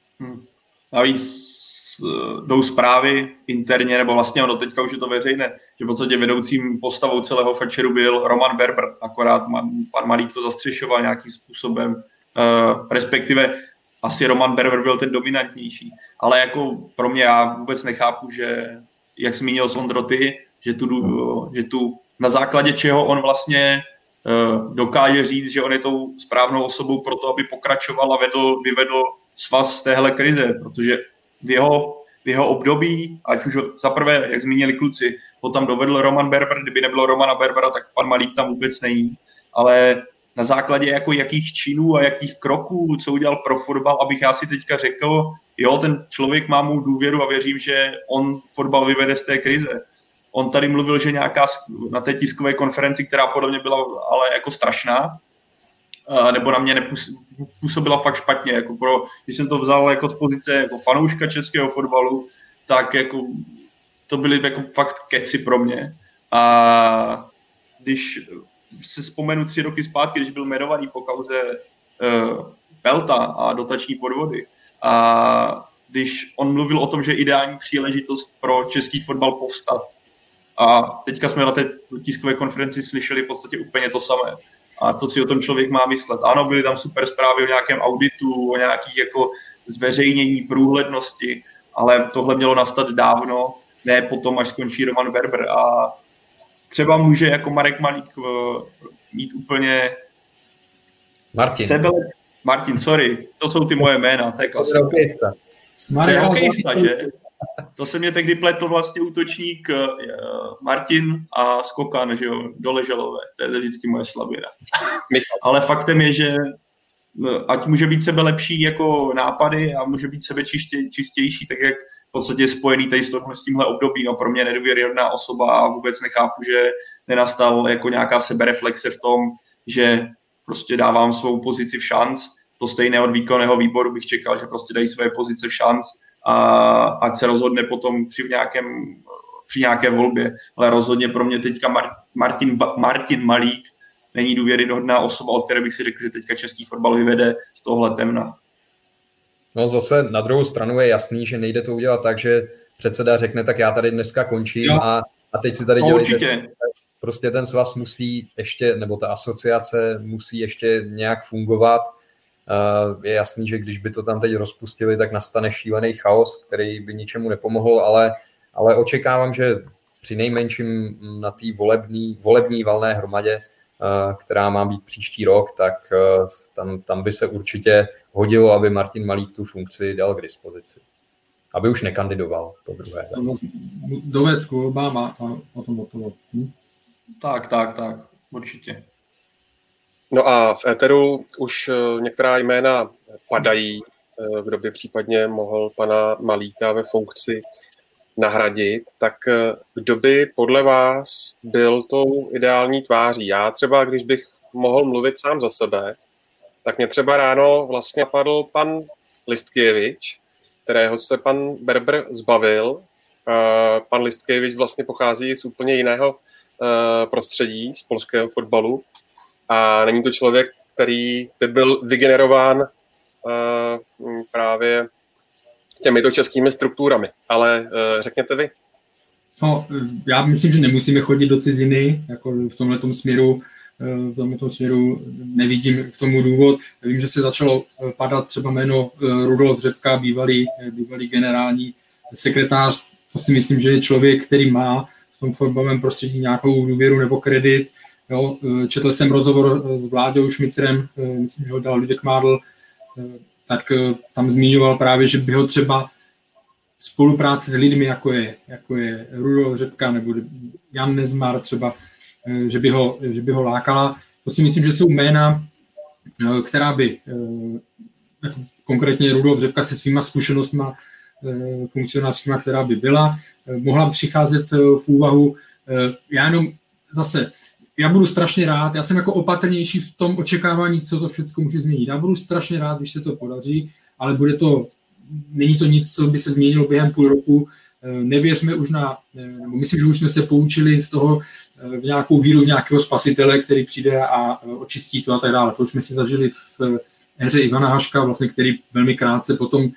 Navíc jdou zprávy interně, nebo vlastně doteďka už je to veřejné, že v podstatě vedoucím postavou celého Fetcheru byl Roman Berber, akorát pan Malík to zastřešoval nějakým způsobem, respektive asi Roman Berber byl ten dominantnější, ale jako pro mě já vůbec nechápu, že, jak zmínil Sondro ty, že tu na základě čeho on vlastně dokáže říct, že on je tou správnou osobou pro to, aby pokračoval a vyvedl svaz z téhle krize, protože v jeho období, ať už zaprvé, jak zmínili kluci, ho tam dovedl Roman Berber, kdyby nebylo Romana Berbera, tak pan Malík tam vůbec není, ale na základě jako jakých činů a jakých kroků, co udělal pro fotbal, abych já si teďka řekl, jo, ten člověk má mou důvěru a věřím, že on fotbal vyvede z té krize. On tady mluvil, že nějaká na té tiskové konferenci, která podle mě byla ale jako strašná, nebo na mě působila fakt špatně. Jako když jsem to vzal jako z pozice jako fanouška českého fotbalu, tak jako to byly jako fakt keci pro mě. A když se vzpomenu 3 roky zpátky, když byl jmenovaný po kauze Pelta a dotační podvody, a když on mluvil o tom, že je ideální příležitost pro český fotbal povstat. A teďka jsme na té tiskové konferenci slyšeli v podstatě úplně to samé. A to si o tom člověk má myslet. Ano, byly tam super zprávy o nějakém auditu, o nějakých jako zveřejnění, průhlednosti, ale tohle mělo nastat dávno, ne potom, až skončí Roman Berber. A třeba může jako Marek Malík mít úplně Martin, sorry, to jsou ty moje jména, to je klasika. To je hokejista, že? To se mě tehdy pletl vlastně útočník Martin a Skokan, že jo, do Leželové. To je vždycky moje slabina. Ale faktem je, že ať může být sebe lepší jako nápady a může být sebe čistější, tak jak v podstatě je spojený tady s tímhle období. No, pro mě nedůvěryhodná osoba a vůbec nechápu, že nenastal jako nějaká sebereflexe v tom, že prostě dávám svou pozici v šanc. To stejné od výkonného výboru bych čekal, že prostě dají své pozice v šanc a ať se rozhodne potom při nějaké volbě. Ale rozhodně pro mě teďka Martin Malík není důvěryhodná osoba, od které bych si řekl, že teďka český fotbal vyvede z tohohle temna. No zase na druhou stranu je jasný, že nejde to udělat tak, že předseda řekne, tak já tady dneska končím a teď si tady dělejte. Prostě ten svaz musí ještě, nebo ta asociace musí ještě nějak fungovat. Je jasný, že když by to tam teď rozpustili, tak nastane šílený chaos, který by ničemu nepomohl, ale očekávám, že při nejmenším na té volební valné hromadě, která má být příští rok, tak tam by se určitě hodilo, aby Martin Malík tu funkci dal k dispozici. Aby už nekandidoval po druhé. Dovést k volbám a potom o tom. Tak, určitě. No a v éteru už některá jména padají, kdo by případně mohl pana Malíka ve funkci nahradit. Tak kdo by podle vás byl tou ideální tváří? Já třeba, když bych mohl mluvit sám za sebe, tak mě třeba ráno vlastně napadl pan Listkiewicz, kterého se pan Berber zbavil. Pan Listkiewicz vlastně pochází z úplně jiného prostředí, z polského fotbalu. A není to člověk, který by byl vygenerován právě těmito českými strukturami. Ale řekněte vy. No, já myslím, že nemusíme chodit do ciziny, jako v tomhletom směru nevidím k tomu důvod. Vím, že se začalo padat třeba jméno Rudolf Řepka, bývalý generální sekretář. To si myslím, že je člověk, který má v tom fotbalovém prostředí nějakou důvěru nebo kredit. Jo, četl jsem rozhovor s Vláďou Šmicerem, myslím, že ho dal Luděk Mádl, tak tam zmiňoval právě, že by ho třeba spolupráce s lidmi, jako je Rudolf Řepka nebo Jan Nezmar třeba, že by ho lákala. To si myslím, že jsou jména, která by konkrétně Rudolf Řepka se svýma zkušenostma funkcionářskýma, která by byla, mohla přicházet v úvahu. Já jenom zase, já budu strašně rád, já jsem jako opatrnější v tom očekávání, co to všechno může změnit. Já budu strašně rád, když se to podaří, ale není to nic, co by se změnilo během půl roku. Nevěřme už myslím, že už jsme se poučili z toho v nějakou víru v nějakého spasitele, který přijde a očistí to a tak dále. To už jsme si zažili v éře Ivana Haška, vlastně, který velmi krátce potom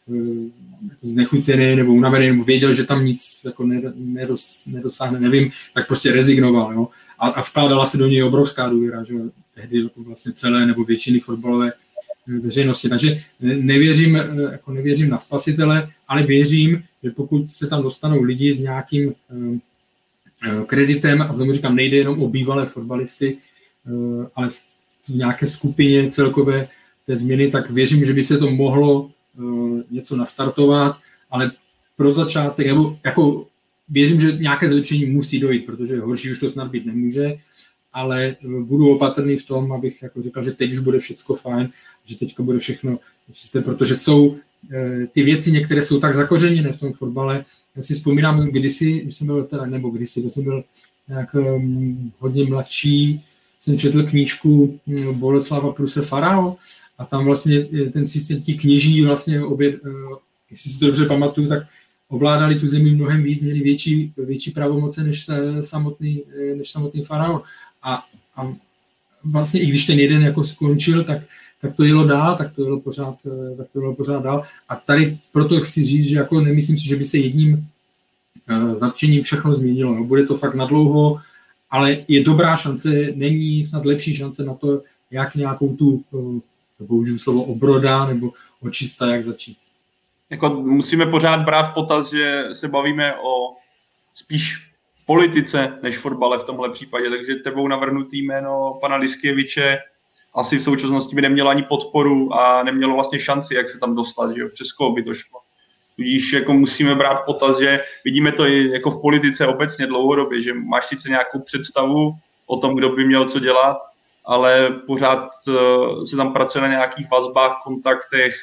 znechucený nebo unavený, nebo věděl, že tam nic jako nedosáhne, nevím, tak prostě rezignoval. Jo? A vkládala se do něj obrovská důvěra, že tehdy vlastně celé nebo většiny fotbalové veřejnosti. Takže nevěřím na spasitele, ale věřím, že pokud se tam dostanou lidi s nějakým kreditem, a znovu říkám, nejde jenom o bývalé fotbalisty, ale v nějaké skupině celkové té změny, tak věřím, že by se to mohlo něco nastartovat, ale pro začátek, nebo jako věřím, že nějaké zlepšení musí dojít, protože horší už to snad být nemůže, ale budu opatrný v tom, abych jako říkal, že teď už bude všecko fajn, že teďka bude všechno čisté, protože jsou ty věci, některé jsou tak zakořeněné v tom fotbale. Já si vzpomínám, kdysi jsem byl nějak hodně mladší, jsem četl knížku Boleslava Pruse Farao a tam vlastně ten systém, ti kněží vlastně jestli si to dobře pamatuju, tak ovládali tu zemi mnohem víc, měli větší pravomoce než samotný faraon. A vlastně i když ten jeden jako skončil, tak to jelo dál, tak to jelo pořád dál. A tady proto chci říct, že jako nemyslím si, že by se jedním zatčením všechno změnilo. No, bude to fakt nadlouho, ale je dobrá šance, není snad lepší šance na to, jak nějakou tu, použiju slovo obroda nebo očista, jak začít. Jako musíme pořád brát v potaz, že se bavíme o spíš politice než fotbale v tomhle případě, takže tebou navrhnutý jméno pana Liskěviče asi v současnosti by nemělo ani podporu a nemělo vlastně šanci, jak se tam dostat, že přes koho by to šlo. Tudíž jako musíme brát v potaz, že vidíme to i jako v politice obecně dlouhodobě, že máš sice nějakou představu o tom, kdo by měl co dělat, ale pořád se tam pracuje na nějakých vazbách, kontaktech,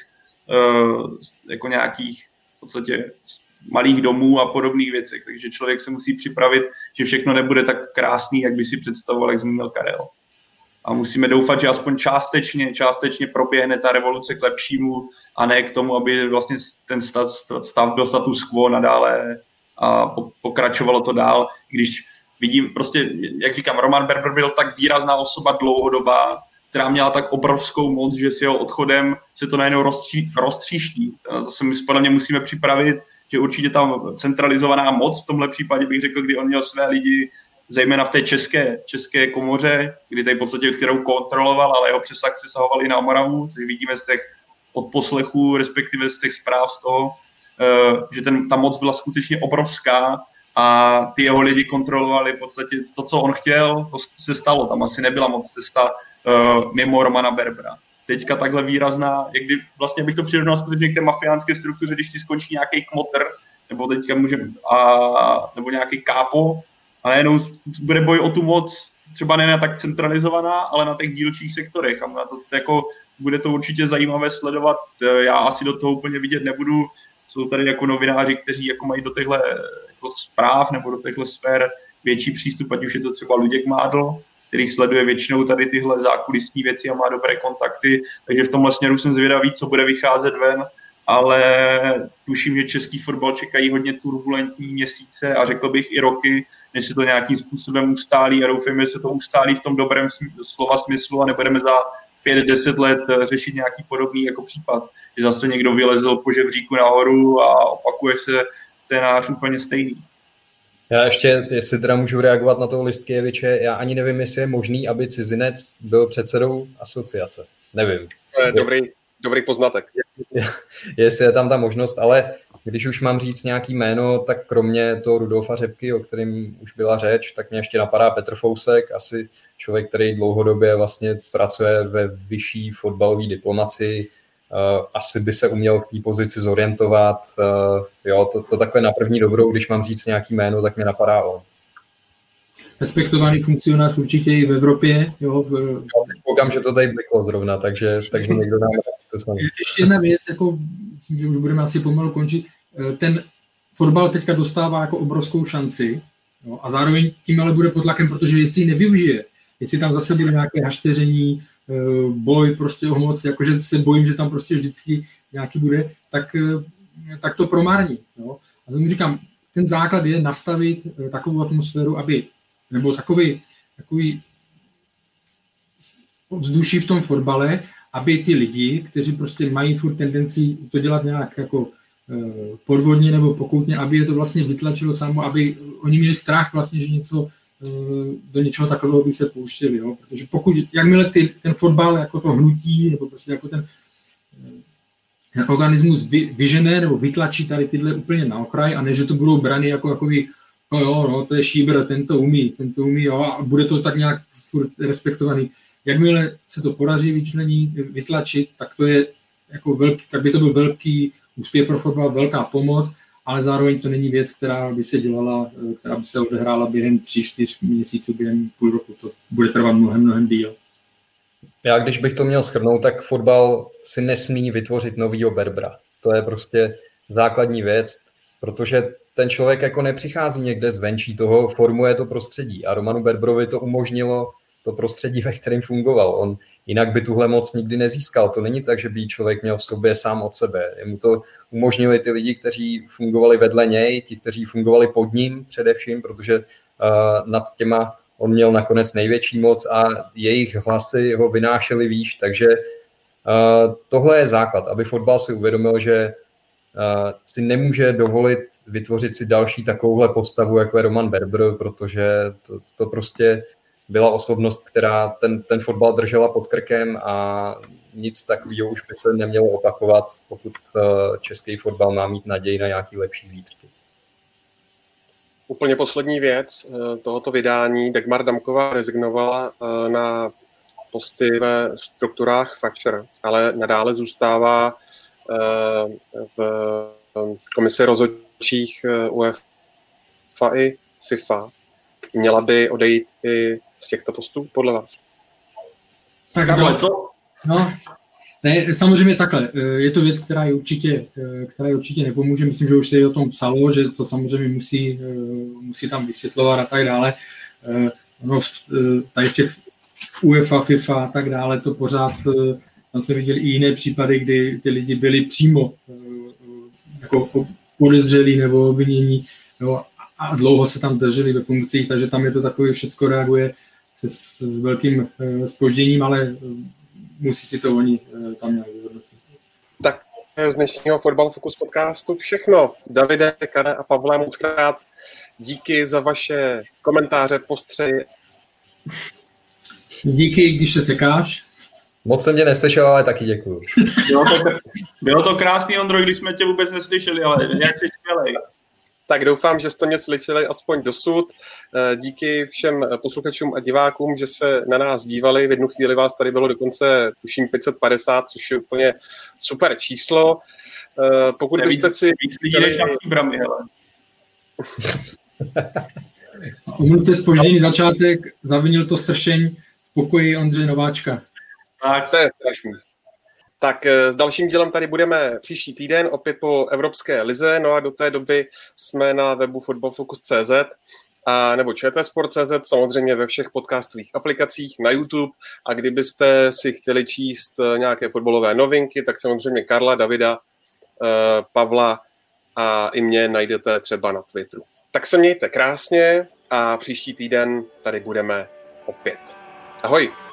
jako nějakých v podstatě malých domů a podobných věcech. Takže člověk se musí připravit, že všechno nebude tak krásný, jak by si představoval, jak zmínil Karel. A musíme doufat, že aspoň částečně proběhne ta revoluce k lepšímu a ne k tomu, aby vlastně ten stav byl status quo nadále a pokračovalo to dál. Když vidím prostě, jak říkám, Roman Berber byl tak výrazná osoba dlouhodobá, která měla tak obrovskou moc, že s jeho odchodem se to najednou roztříští. To se my podle mě musíme připravit, že určitě tam centralizovaná moc v tomhle případě bych řekl, kdy on měl své lidi, zejména v té české komoře, kdy tady v podstatě, kterou kontroloval, ale jeho přesah přesahoval i na Moravu, což vidíme z těch odposlechů, respektive z těch zpráv z toho, že ta moc byla skutečně obrovská a ty jeho lidi kontrolovali v podstatě to, co on chtěl, to se stalo. Tam asi nebyla moc cesta mimo Romana Berbera. Teďka takhle výrazná, jak kdy vlastně bych to přirovnal skutečně k té mafiánské struktuře, když ti skončí nějaký kmotr, nebo teďka nebo nějaký kápo, a najednou bude boj o tu moc, třeba ne tak centralizovaná, ale na těch dílčích sektorech. A na to, jako, bude to určitě zajímavé sledovat. Já asi do toho úplně vidět nebudu. Jsou tady jako novináři, kteří jako mají do těchto jako zpráv nebo do těchto sfér větší přístup, ať už je to třeba Luděk Mádl, který sleduje většinou tady tyhle zákulisní věci a má dobré kontakty. Takže v tomhle směru jsem zvědavý, co bude vycházet ven, ale tuším, že český fotbal čekají hodně turbulentní měsíce a řekl bych i roky, než se to nějakým způsobem ustálí a doufám, že se to ustálí v tom dobrém slova smyslu a nebudeme za 5-10 let řešit nějaký podobný jako případ, že zase někdo vylezl po žebříku nahoru a opakuje se scénář úplně stejný. Já ještě, jestli teda můžu reagovat na toho Listkeviče, já ani nevím, jestli je možný, aby cizinec byl předsedou asociace. Nevím. To je dobrý poznatek. Jestli je tam ta možnost, ale když už mám říct nějaký jméno, tak kromě toho Rudolfa Řepky, o kterém už byla řeč, tak mě ještě napadá Petr Fousek, asi člověk, který dlouhodobě vlastně pracuje ve vyšší fotbalové diplomacii, asi by se uměl v té pozici zorientovat. Jo, to takhle na první dobrou, když mám říct nějaký jméno, tak mě napadá on. Respektovaný funkcionář určitě i v Evropě. Jo, Koukám, že to tady bliklo zrovna, takže někdo nám to samé. Ještě jedna věc, jako, myslím, že už budeme asi pomalu končit. Ten fotbal teďka dostává jako obrovskou šanci, jo, a zároveň tím ale bude pod tlakem, protože jestli ji nevyužije, jestli tam zase bude nějaké hašteření, boj prostě o moc, jakože se bojím, že tam prostě vždycky nějaký bude, tak to promární. Jo. A tomu říkám, ten základ je nastavit takovou atmosféru, nebo takový vzduší v tom fotbale, aby ty lidi, kteří prostě mají furt tendenci to dělat nějak jako podvodně nebo pokoutně, aby je to vlastně vytlačilo samo, aby oni měli strach vlastně, že do něčeho takového by se pouštěli, jo? Protože pokud, jakmile ten fotbal jako to hnutí, nebo prostě jako ten organismus vyžene nebo vytlačí tady tyhle úplně na okraj, a ne, že to budou brany jako takový, no, to je šíbr, ten to umí, jo, a bude to tak nějak furt respektovaný. Jakmile se to podaří vytlačit, tak to je jako tak by to byl velký úspěch pro fotbal, velká pomoc, ale zároveň to není věc, která by se dělala, která by se odehrála během 3-4 měsíců, během půl roku. To bude trvat mnohem díl. Já když bych to měl shrnout, tak fotbal si nesmí vytvořit novýho Berbera. To je prostě základní věc, protože ten člověk jako nepřichází někde zvenčí, toho formuje to prostředí. A Romanu Berberovi to umožnilo to prostředí, ve kterém fungoval. On jinak by tuhle moc nikdy nezískal. To není tak, že by člověk měl v sobě sám od sebe. Mu to umožnili ty lidi, kteří fungovali vedle něj, ti, kteří fungovali pod ním především, protože nad těma on měl nakonec největší moc a jejich hlasy ho vynášely výš. Takže tohle je základ, aby fotbal si uvědomil, že si nemůže dovolit vytvořit si další takovouhle postavu, jako je Roman Berber, protože to prostě byla osobnost, která ten fotbal držela pod krkem a nic takového už by se nemělo opakovat, pokud český fotbal má mít naději na nějaký lepší zítřky. Úplně poslední věc tohoto vydání. Dagmar Damková rezignovala na posty ve strukturách FAČR, ale nadále zůstává v komisi rozhodčích UEFA i FIFA. Měla by odejít i z těchto postů, podle vás? Tak co? No, ne, samozřejmě takhle. Je to věc, která je určitě nepomůže. Myslím, že už se o tom psalo, že to samozřejmě musí tam vysvětlovat a tak dále. No, tady v těch UEFA, FIFA a tak dále, to pořád, tam jsme viděli i jiné případy, kdy ty lidi byli přímo jako podezřelí nebo obvinění, no, a dlouho se tam drželi ve funkcích, takže tam je to takové, všecko reaguje s velkým zpožděním, ale musí si to oni tam nějak vyhodnotit. Tak z dnešního Fotbal Focus podcastu všechno. Davide, Kane a Pavle, moc krát díky za vaše komentáře, postřehy. Díky, když se sekáš. Moc jsem tě neslyšel, ale taky děkuju. Bylo to krásný, Ondro, když jsme tě vůbec neslyšeli, ale jak jsi skvělej. Tak doufám, že jste mě slyšeli aspoň dosud. Díky všem posluchačům a divákům, že se na nás dívali. V jednu chvíli vás tady bylo dokonce, tuším, 550, což je úplně super číslo. Pokud byste si... Víc lidí než na Bramy, hele. Omluvte zpožděný začátek, zavinil to sršeň v pokoji Ondřeje Nováčka. Tak, to je strašný. Tak s dalším dílem tady budeme příští týden, opět po Evropské lize, no a do té doby jsme na webu fotbalfocus.cz a nebo čtsport.cz, samozřejmě ve všech podcastových aplikacích, na YouTube, a kdybyste si chtěli číst nějaké fotbalové novinky, tak samozřejmě Karla, Davida, Pavla a i mě najdete třeba na Twitteru. Tak se mějte krásně a příští týden tady budeme opět. Ahoj!